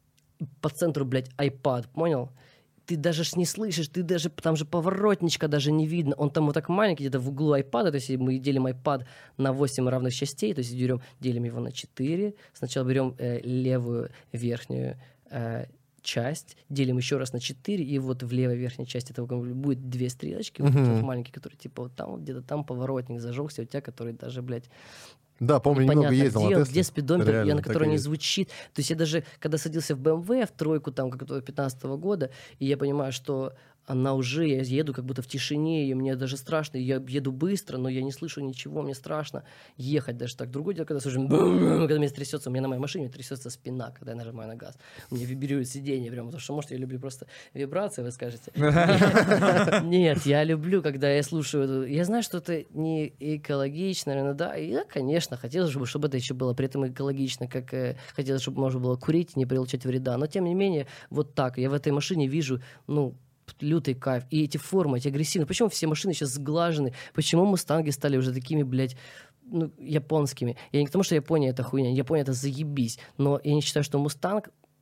и по центру, блядь, iPad, понял? Ты даже ж не слышишь, ты даже, там же поворотничка даже не видно, он там вот так маленький, где-то в углу iPad, то есть мы делим iPad на восемь равных частей, то есть берем, делим его на четыре, сначала берем э, левую верхнюю э, часть, делим еще раз на четыре, и вот в левой верхней части этого будет две стрелочки, вот эти Мгм. вот маленькие, которые типа вот там, вот где-то там поворотник зажегся у тебя, который даже, блядь, Да, помню, немного непонятно, ездил где, на он, Тесле. где спидометр, Реально, я, на так который и не есть. звучит. То есть я даже, когда садился в бэ эм вэ, в тройку там, как пятнадцатого года, и я понимаю, что она уже, я еду как будто в тишине, и мне даже страшно, я еду быстро, но я не слышу ничего, мне страшно ехать даже так. Другое дело, когда слышу, когда меня трясется, у меня на моей машине трясется спина, когда я нажимаю на газ. Мне вибрирует сиденье прямо, потому что, может, я люблю просто вибрации, вы скажете. Нет, я люблю, когда я слушаю, эту- я знаю, что это не экологично, наверное, да, и да, конечно, хотелось бы, чтобы это еще было при этом экологично, как э, хотелось, чтобы можно было курить и не получать вреда, но тем не менее, вот так, я в этой машине вижу, ну, лютый кайф. И эти формы, эти агрессивные. Почему все машины сейчас сглажены? Почему мустанги стали уже такими, блядь, ну, японскими? Я не к тому, что Япония это хуйня. Япония это заебись. Но я не считаю, что мустанг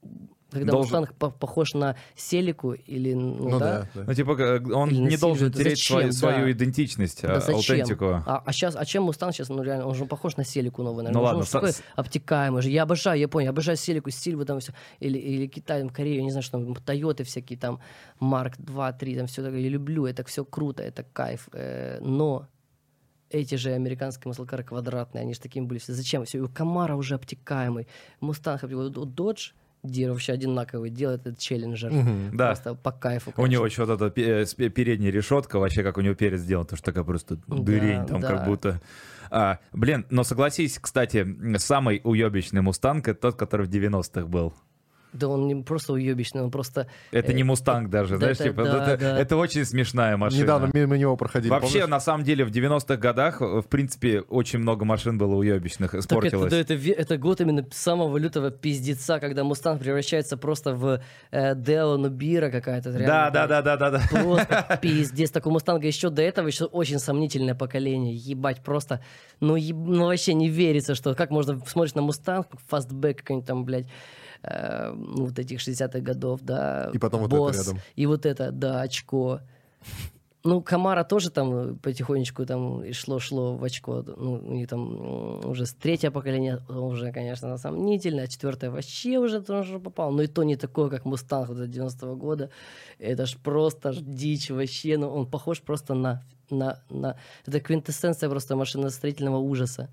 Когда должен... Мустанг по- похож на Селику или, ну, Ну да, да. да. Ну, типа, э, он Или на не должен Сильвию. терять Зачем? свою, свою Да. идентичность, да а, зачем? аутентику. А, а сейчас, а чем Мустанг сейчас, ну реально, он же похож на Селику новый, наверное. Ну Он же ладно, уж такой с- обтекаемый же. Я обожаю Японию, обожаю Селику, Сильву там все, или, или Китай, там, Корею, не знаю, что там, Тойоты всякие там, Марк два, три, там все такое, я люблю, это все круто, это кайф, э, но эти же американские маслкары квадратные, они же такими были все. Зачем? Все, у Камара уже обтекаемый, Мустанг, Додж, Дир вообще одинаковый, делает этот челленджер. Мгм. Да. Просто по кайфу. У конечно. него еще вот эта пе- с- пе- передняя решетка, вообще как у него перед сделан, то что такая просто Да, дырень там да. как будто. А, блин, но согласись, кстати, самый уебищный Мустанг — это тот, который в девяностых был. Да он не просто уебищный, он просто... Это э, не Мустанг даже, да, знаешь, да, типа, да, это, да. это очень смешная машина. Недавно мимо него проходили. Вообще, помнишь? на самом деле, в девяностых годах, в принципе, очень много машин было уебищных, Так это, испортилось. да, это, ве- это год именно самого лютого пиздеца, когда Мустанг превращается просто в э, Део Нубира какая-то. Да, реально, да, да, да, да, да. Просто пиздец. Так у Мустанга еще до этого еще очень сомнительное поколение. Ебать, просто, ну, еб- ну вообще не верится, что как можно смотришь на Мустанг, фастбэк какой-нибудь там, блядь, э, ну, вот этих шестидесятых годов, да. И потом вот это Босс, рядом. И вот это, да, очко. Ну, Камара тоже там потихонечку там и шло-шло в очко. Ну, у них там м, уже с третье поколение уже, конечно, сомнительно, а четвертое вообще уже тоже попал. Но и то не такое, как Мустанг вот девяностого года. Это ж просто ж дичь вообще. Ну, он похож просто на... На, на... Это квинтэссенция просто машиностроительного ужаса.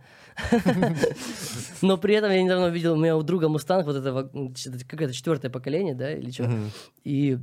Но при этом я недавно видел, у меня у друга Мустанг, вот этого, как это, четвертое поколение, да, или что? Мгм. И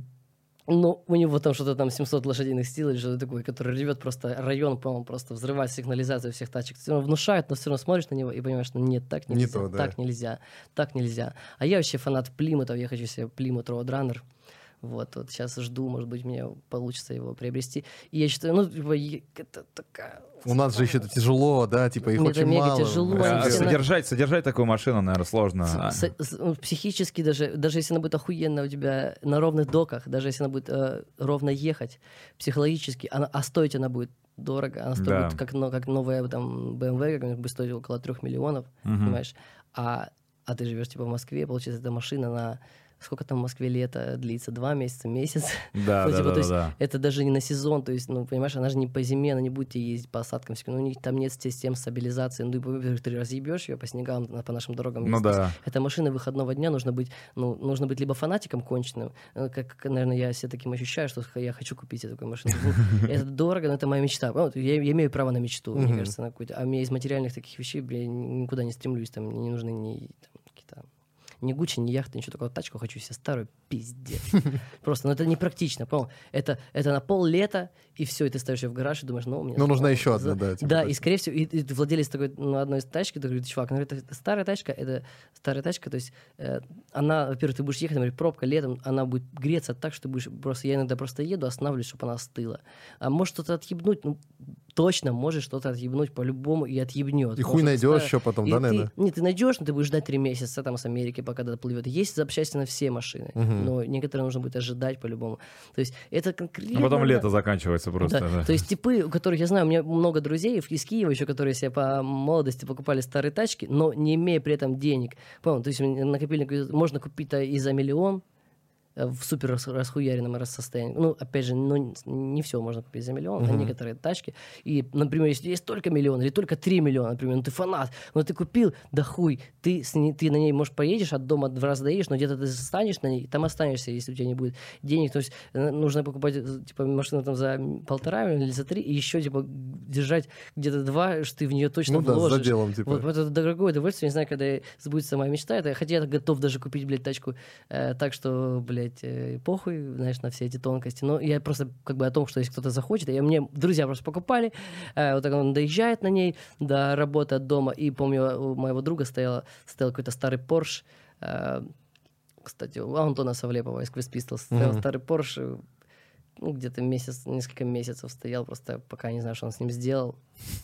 ну, у него там что-то там семьсот лошадиных сил или что-то такое, который ревет просто район, по-моему, просто взрывает сигнализацию всех тачек. Все равно внушает, но все равно смотришь на него и понимаешь, что нет, так Не нельзя, то, да. так нельзя, так нельзя. А я вообще фанат Плимутов, я хочу себе Плимут Roadrunner. Вот, вот сейчас жду, может быть, мне получится его приобрести. И я считаю, ну, типа, е- это такая... У нас же еще это тяжело, да, типа их Мне очень это мега мало. тяжело, в они А России. все на- Содержать, содержать такую машину, наверное, сложно. А, С- с- с- психически даже, даже если она будет охуенно у тебя на ровных доках, даже если она будет э, ровно ехать, психологически, она, а стоить она будет дорого, она стоит Да. будет как, но- как новая там бэ эм вэ, как будет стоить около трех миллионов, Мгм. понимаешь? А, а ты живешь типа в Москве, получается, эта машина на... Сколько там в Москве лето длится? Два месяца, месяц? Да, Ну, да, типа, да, то есть да. это даже не на сезон, то есть, ну, понимаешь, она же не по зиме, она не будет тебе ездить по осадкам, ну, у них там нет систем стабилизации, ну, и, во-первых, ты разъебешь ее по снегам, на- по нашим дорогам. Ну ездить. да. Это машина выходного дня, нужно быть, ну, нужно быть либо фанатиком конченным, э, как, как, наверное, я себя таким ощущаю, что я хочу купить такую машину. Ну, это дорого, но это моя мечта. Ну, Я я имею право на мечту, мне Мгм. кажется, кажется, на какую-то. А мне из материальных таких вещей я никуда не стремлюсь, там мне не нужны ни там, какие-то ни Гуччи, ни яхты, ничего такого. Тачку хочу себе старую, пиздец. Просто, ну это непрактично, понял? Это, это на пол лета, и все, и ты ставишь ее в гараж и думаешь, ну, у меня... Ну, нужна за- еще одна, да, типа да, так. и, скорее всего, и, и ты владелец такой, ну, одной из тачки, ты говоришь, чувак, ну, это старая тачка, это старая тачка, то есть э, она, во-первых, ты будешь ехать, например, пробка летом, она будет греться так, что ты будешь просто, я иногда просто еду, останавливаюсь, чтобы она остыла. А может что-то отъебнуть, ну, точно можешь что-то отъебнуть по-любому и отъебнет. И хуй найдешь еще потом, И да, ты- наверное? Не, ты найдешь, но ты будешь ждать три месяца там с Америки, пока доплывет. Есть запчасти на все машины, Мгм. но некоторые нужно будет ожидать по-любому. То есть это конкретно... А потом лето заканчивается просто. Да. да. То есть типы, у которых я знаю, у меня много друзей из Киева еще, которые себе по молодости покупали старые тачки, но не имея при этом денег. Понял? То есть накопительник можно купить-то и за миллион, э, в супер рас- расхуяренном рас- состоянии. Ну, опять же, ну, не все можно купить за миллион, а Мгм. некоторые тачки. И, например, если есть только миллион или только три миллиона, например, ну ты фанат, но ты купил, да хуй, ты, с ней- ты на ней, может, поедешь, от дома два раза доедешь, но где-то ты станешь на ней, там останешься, если у тебя не будет денег. То есть э, нужно покупать, э, типа, машину там за полтора миллиона или за три, и еще, типа, держать где-то два, что ты в нее точно Ну да, вложишь. за делом, типа. Вот, вот это дорогое удовольствие, не знаю, когда сбудется моя мечта, это, хотя я готов даже купить, блядь, тачку э, так, что, блядь, э, похуй, знаешь, на все эти тонкости. Но я просто как бы о том, что если кто-то захочет, и мне друзья просто покупали, э, вот так он доезжает на ней до работы от дома, и помню, у моего друга стоял, стоял какой-то старый Порш, э, кстати, у Антона Савлепова из Quest Pistols стоял Мгм. старый Порш, э, ну, где-то месяц, несколько месяцев стоял, просто пока не знаю, что он с ним сделал.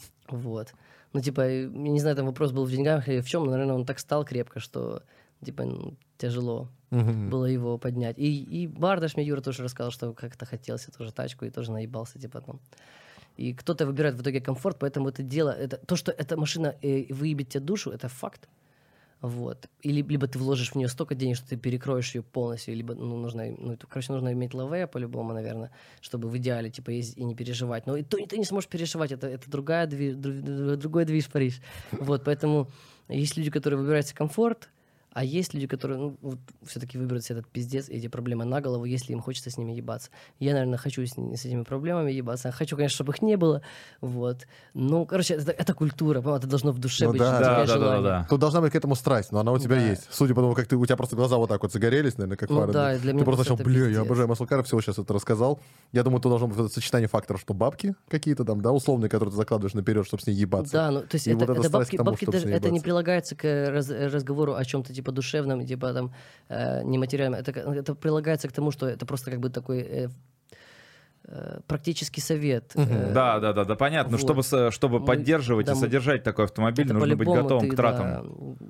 Вот. Ну, типа, я не знаю, там вопрос был в деньгах или в чем, но, наверное, он так стал крепко, что, типа, ну, тяжело Мгм. было его поднять. И, и Бардаш мне Юра тоже рассказал, что как-то хотел себе тоже тачку и тоже наебался, типа, там. И кто-то выбирает в итоге комфорт, поэтому это дело, это, то, что эта машина э, выебет тебе душу, это факт. Вот. Или, либо ты вложишь в нее столько денег, что ты перекроешь ее полностью, либо, ну, нужно, ну, это, короче, нужно иметь лаве по-любому, наверное, чтобы в идеале, типа, ездить и не переживать. Но и то, и ты не сможешь переживать, это, это другая дви, друг, другой движ Париж. Вот, поэтому есть люди, которые выбирают себе комфорт, а есть люди, которые, ну, вот, все-таки выберут себе этот пиздец и эти проблемы на голову, если им хочется с ними ебаться. Я, наверное, хочу с, с этими проблемами ебаться. Хочу, конечно, чтобы их не было. Вот. Ну, короче, это, это культура, по-моему, это должно в душе Ну быть. да, Да, да, да, желание. да, да. Тут должна быть к этому страсть, но она у тебя Да. есть. Судя по тому, как ты, у тебя просто глаза вот так вот загорелись, наверное, как Ну фары. да, и для ты меня просто просто начал, это бля, я пиздец. обожаю маслкаров, всего сейчас это рассказал. Я думаю, тут должно быть вот это сочетание факторов, что бабки какие-то там, да, условные, которые ты закладываешь наперед, чтобы с ней ебаться. Да, ну, то есть И это, вот эта это страсть бабки, к тому, бабки чтобы даже, с ней это не ебаться. прилагается к раз- разговору о чем-то типа душевном, типа там э, нематериальном. Это, к- это прилагается к тому, что это просто как бы такой э, э, практический совет. Э, Да, да, да, да, понятно. вот. Чтобы, с- чтобы Мы- поддерживать да, и мы- содержать такой автомобиль, это нужно быть по-любому готовым ты, к тратам. да,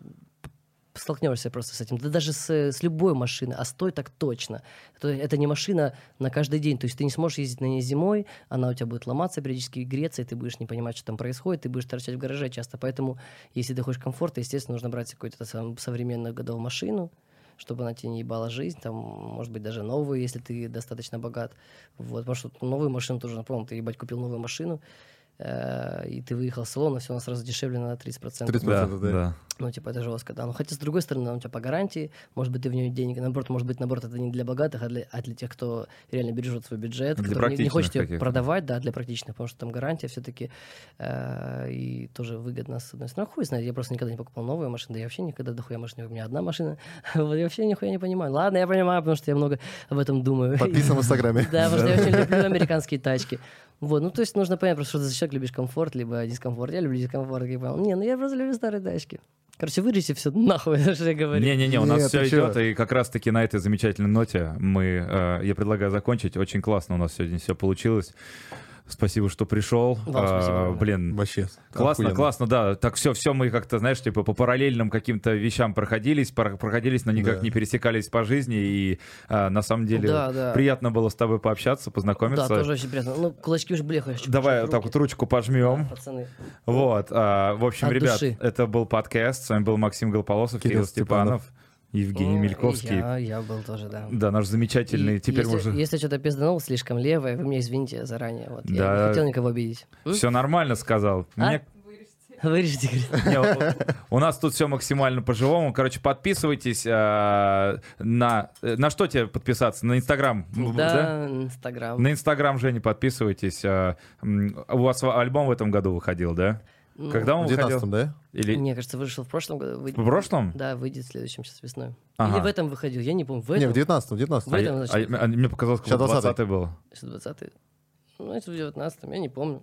столкнешься просто с этим. Да даже с, с любой машиной, а стой так точно. Это, это не машина на каждый день. То есть ты не сможешь ездить на ней зимой, она у тебя будет ломаться, периодически греться, и ты будешь не понимать, что там происходит, ты будешь торчать в гараже часто. Поэтому, если ты хочешь комфорта, естественно, нужно брать какую-то сам- современную годовую машину, чтобы она тебе не ебала жизнь, там, может быть, даже новую, если ты достаточно богат. Вот, потому что новую машину тоже, напомню, ты, ебать, купил новую машину, э, и ты выехал в салон, и все у нас сразу дешевле на тридцать процентов. тридцать Да, процентов, да. да. Ну, типа, это жестко, да. Но хотя, с другой стороны, он у тебя по гарантии, может быть, ты в нее денег, наоборот, может быть, наоборот, это не для богатых, а для, а для тех, кто реально бережет свой бюджет, Для который не, не хочет ее практичных каких-то. продавать, да, для практичных, потому что там гарантия все-таки э, и тоже выгодно, с одной стороны. Хуй знает, я просто никогда не покупал новую машину, да я вообще никогда дохуя машины, у меня одна машина, вот, я вообще нихуя не понимаю. Ладно, я понимаю, потому что я много об этом думаю. Подписан в Инстаграме. Да, потому что я очень люблю американские тачки. Вот, ну, то есть нужно понять просто, что ты за человек любишь комфорт, либо дискомфорт. Я люблю дискомфорт. Я понял. Не, ну я просто люблю старые тачки. Короче, вырежьте все нахуй, что я говорю. Не-не-не, у нас Нет, все ты идет, чё? и как раз-таки на этой замечательной ноте мы, э, я предлагаю закончить. Очень классно у нас сегодня все получилось. Спасибо, что пришел. Вам спасибо, А, да. блин, Вообще. классно, охуенно. классно, да. Так все, все мы как-то, знаешь, типа по параллельным каким-то вещам проходились, пор- проходились, но никак Да. не пересекались по жизни. И а, на самом деле Да, да. приятно было с тобой пообщаться, познакомиться. Да, тоже очень приятно. Ну, кулачки уже блехают. Давай так вот ручку пожмем. Пацаны. Вот, а, в общем, От ребят, души. это был подкаст. С вами был Максим Голополосов, Кирилл, Кирилл Степанов, Степанов. Евгений Ну, Мельковский. Я, я был тоже, да. Да, наш замечательный. И Теперь если, мы уже... если что-то пизданул слишком левое, вы меня извините заранее. Вот. Я Да. не хотел никого обидеть. М? Все нормально сказал. А? Мне- Вырежьте. Вырежите, говорит. не, у- у нас тут все максимально по-живому. Короче, подписывайтесь а, на... На что тебе подписаться? На Инстаграм? Да, Инстаграм. На Инстаграм, Женя, подписывайтесь. А, м, у вас альбом в этом году выходил, да? Ну, Когда он В девятнадцатом, выходил? да? Или... Мне кажется, вышел в прошлом году. выйдет- В прошлом? Да, выйдет в следующем сейчас весной. Ага. Или в этом выходил, я не помню. В Не, этом? в девятнадцатом, в девятнадцатом. В этом, А, значит, а- а мне показалось, Сейчас что двадцатый. двадцатый был. Что двадцатый? Ну, это в девятнадцатом, я не помню.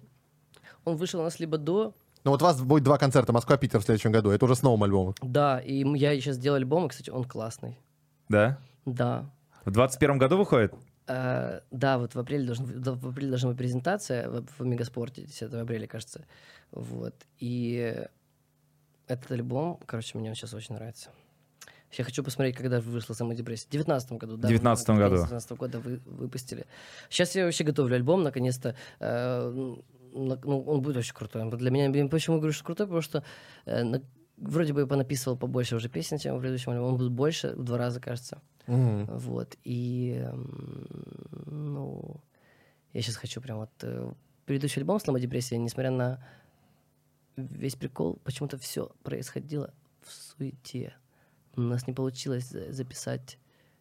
Он вышел у нас либо до... Ну вот у вас будет два концерта Москва-Питер в следующем году. Это уже с новым альбомом. Да, и м- я сейчас делал альбом, и, кстати, он классный. Да? Да. В двадцать первом году выходит? Э, да, вот в апреле, должен, в в апреле должна быть презентация в, в Мегаспорте, десятого апреля, кажется. Вот. И этот альбом, короче, мне он сейчас очень нравится. Я хочу посмотреть, когда же вышла «Сама депрессия». В девятнадцатом году, да. В девятнадцатом году. В девятнадцатом году вы, выпустили. Сейчас я вообще готовлю альбом, наконец-то. Э, на- ну, он будет очень крутой. Для меня, я почему говорю, что крутой, потому что э, на- вроде бы я понаписывал побольше уже песен, чем в предыдущем альбоме. Он будет больше, в два раза, кажется. Мгм. Вот, и, эм, ну, я сейчас хочу прям вот... э, Предыдущий альбом «Слома депрессия», несмотря на весь прикол, почему-то все происходило в суете. У нас не получилось за- записать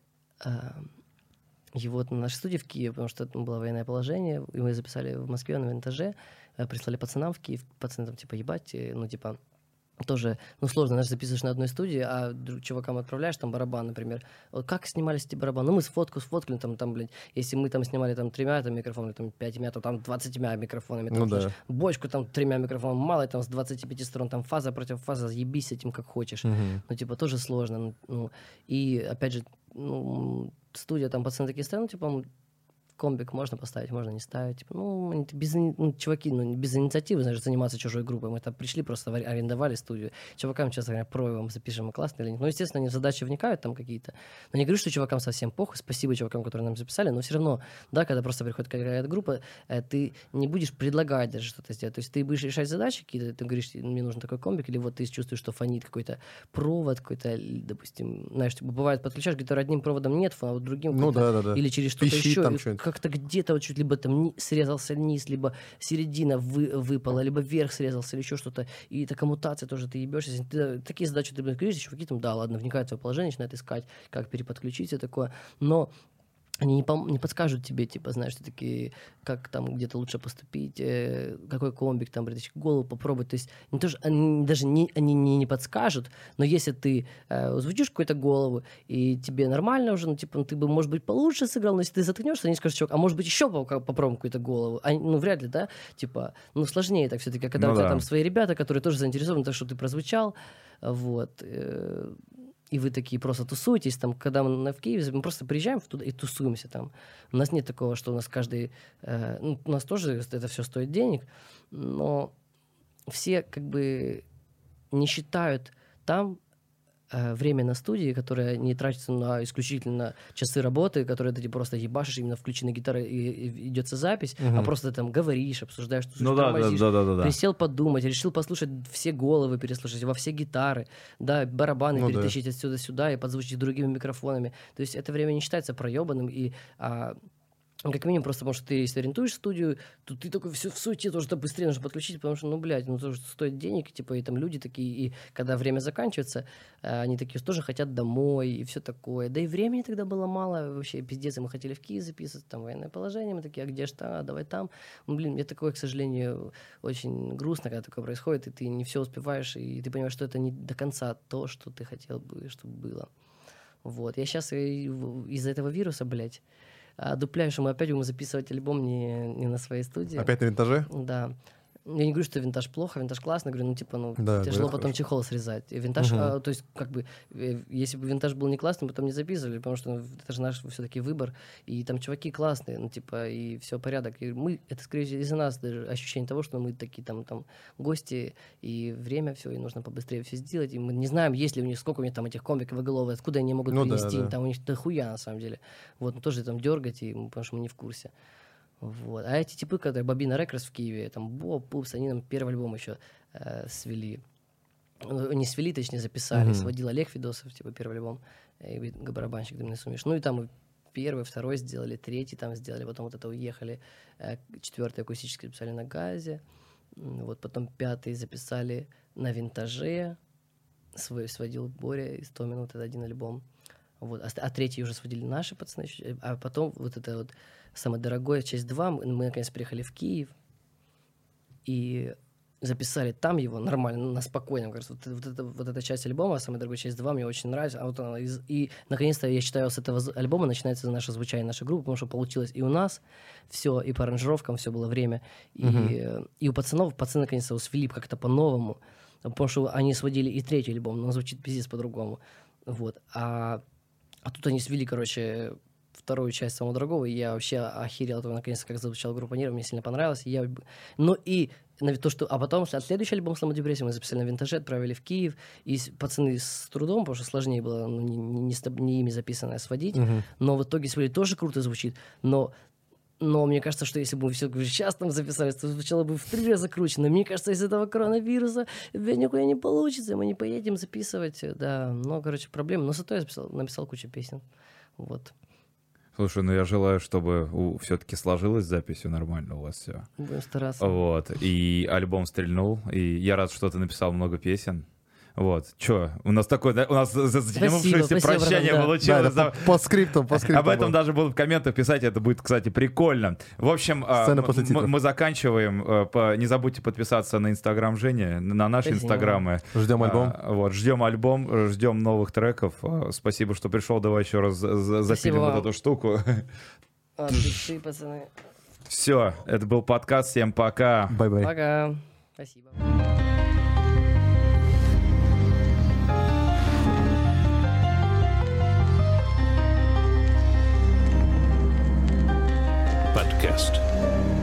эм, его вот на нашей студии в Киеве, потому что там было военное положение, и мы записали в Москве на винтаже, э, прислали пацанам в Киев, пацаны там типа ебать, э, ну типа тоже, ну, сложно, знаешь, записываешь на одной студии, а друг- чувакам отправляешь там барабан, например. Вот как снимались эти барабаны? Ну, мы сфотку сфоткали, там, там, блядь, если мы там снимали там тремя там, микрофонами, там, пятьмя, то там двадцатьмя микрофонами. Там, Ну да. знаешь, бочку там тремя микрофонами мало, и там с двадцати пяти сторон там фаза против фазы, ебись этим как хочешь. Мгм. Ну, типа, тоже сложно. Ну, и, опять же, ну, студия, там, пацаны такие стоят, ну, типа, м, комбик можно поставить, можно не ставить. Типа, ну, они без, ини- ну, чуваки, ну, без инициативы, знаешь, заниматься чужой группой. Мы там пришли, просто vari- арендовали студию. Чувакам, честно говоря, пробуем, запишем, мы классно или нет. Ну, естественно, они в задачи вникают там какие-то. Но не говорю, что чувакам совсем похуй. Спасибо чувакам, которые нам записали, но все равно, да, когда просто приходит какая-то группа, э, ты не будешь предлагать даже что-то сделать. То есть ты будешь решать задачи какие-то, ты говоришь, мне нужен такой комбик, или вот ты чувствуешь, что фонит какой-то провод, какой-то, л- допустим, знаешь, типа, бывает, подключаешь, где-то одним проводом нет, а вот другим Ну какой-то- да, да, да. или через что-то Пищит еще, там и что-нибудь. как-то где-то вот чуть либо там ни- срезался низ, либо середина вы, выпала, либо верх срезался, или еще что-то, и такая мутация тоже, ты ебешься. Если ты такие задачи ты говоришь, чуваки там, да, ладно, вникают в твое положение, начинают искать, как переподключить и такое, но они не, пом- не подскажут тебе, типа, знаешь, ты такие, как там где-то лучше поступить, э, какой комбик там притащить, голову попробовать. То есть не то, что они даже не, они не, не подскажут, но если ты э, звучишь какую-то голову, и тебе нормально уже, ну, типа, ну, ты бы, может быть, получше сыграл, но если ты заткнешься, они скажут, чувак, а может быть, еще по- попробуем какую-то голову. А, ну, вряд ли, да? Типа, ну, сложнее так все-таки, когда Ну у тебя да. там свои ребята, которые тоже заинтересованы, так что ты прозвучал, вот, э, и вы такие просто тусуетесь, там, когда мы на- в Киеве, мы просто приезжаем туда и тусуемся там. У нас нет такого, что у нас каждый... э, ну, у нас тоже это все стоит денег, но все как бы не считают там э, время на студии, которое не тратится на исключительно часы работы, которые ты просто ебашишь, именно включена гитара и, и идется запись, а Мгм. просто ты там говоришь, обсуждаешь, тусуешь, Ну да, да, тормозишь. да, да, да, да. Присел подумать, решил послушать все головы, переслушать во все гитары, да, барабаны Ну да. перетащить отсюда сюда и подзвучить другими микрофонами. То есть это время не считается проебанным, и а, как минимум просто потому, что ты, если арендуешь студию, то ты такой все в суете тоже то быстрее нужно подключить, потому что, ну, блядь, ну, тоже стоит денег, типа, и там люди такие, и когда время заканчивается, а, они такие тоже хотят домой, и все такое. Да и времени тогда было мало, вообще, пиздец, и мы хотели в Киев записывать, там, военное положение, мы такие, а где ж там, а, давай там. Ну, блин, мне такое, к сожалению, очень грустно, когда такое происходит, и ты не все успеваешь, и ты понимаешь, что это не до конца то, что ты хотел бы, чтобы было. Вот. Я сейчас из-за этого вируса, блядь, а, дупляю, что мы опять будем записывать альбом не, не на своей студии. Опять на винтаже? Да. Я не говорю, что винтаж плохо, винтаж классно, говорю, ну, типа, ну, Да, тяжело говорят, потом хорошо. чехол срезать. И винтаж, Мгм. а, то есть, как бы, э, если бы винтаж был не классным, потом не записывали, потому что ну, это же наш все-таки выбор, и там чуваки классные, ну, типа, и все порядок. И мы, это, скорее всего, из-за нас даже ощущение того, что мы такие там, там гости, и время все, и нужно побыстрее все сделать, и мы не знаем, есть ли у них, сколько у них там этих комбиков головы, откуда они могут Ну да, принести, да. там у них дохуя, на самом деле. Вот, ну, тоже там дергать, и, мы- потому что мы не в курсе. Вот. А эти типы, когда Бобина Рекордс в Киеве, там Боб, Пупс, они нам первый альбом еще э, свели. Ну, не свели, точнее, записали. Мгм. Сводил Олег Федосов, типа, первый альбом. И барабанщик, ты мне сумишь. Ну и там и первый, второй сделали, третий там сделали. Потом вот это уехали. Э, четвертый акустический записали на газе. М, Вот потом пятый записали на винтаже. Свой сводил Боря из сто минут, это один альбом. Вот. А, ст- а третий уже сводили наши пацаны. чуть- А потом вот это вот самое дорогое, часть два, мы, мы наконец приехали в Киев и записали там его нормально, на спокойном. Кажется, вот, вот, это, вот эта часть альбома, самая дорогая часть два, мне очень нравится. А вот она из- и наконец-то, я считаю, с этого з- альбома начинается наше звучание нашей группы, потому что получилось и у нас все, и по аранжировкам все было время. И, Мгм. э, и у пацанов, пацаны наконец-то свели как-то по-новому. Потому что они сводили и третий альбом, но он звучит пиздец по-другому. Вот. А, а тут они свели, короче, вторую часть самого дорогого, и я вообще охерел от того, наконец-то, как звучала группа Нерв, мне сильно понравилось. И я... б- Ну и на то, что... А потом, а следующий альбом «Слома депрессии» мы записали на винтаже, отправили в Киев, и с- пацаны с трудом, потому что сложнее было, ну, не, не, не с тоб- не ими записанное сводить, Мгм. но в итоге свели тоже круто звучит, но но мне кажется, что если бы мы все сейчас там записались, то звучало бы в три раза круче. Но мне кажется, из этого коронавируса нихуя не получится, мы не поедем записывать. Да, ну, короче, проблем. Но зато я записал, написал кучу песен. Вот. Слушай, ну я желаю, чтобы все-таки сложилось с записью нормально у вас все. Будем стараться. Вот. И альбом стрельнул. И я рад, что ты написал много песен. Вот. Че, у нас такое, да, у нас за- затянувшееся спасибо, прощание братан, да. получилось. Да, да. это по, по скриптам, по скриптам. Об этом было. даже будут в комментах писать, это будет, кстати, прикольно. В общем, а, Сцена м- после м- титров. мы заканчиваем. А, по- Не забудьте подписаться на Инстаграм Жени, на наши Спасибо. Инстаграмы. Ждем альбом. А, Вот, ждем альбом, ждем новых треков. А, Спасибо, что пришел. Давай еще раз за- за- запилим вот вам. эту штуку. От души, пацаны. Все, это был подкаст. Всем пока. Бай-бай. Пока. Спасибо. West.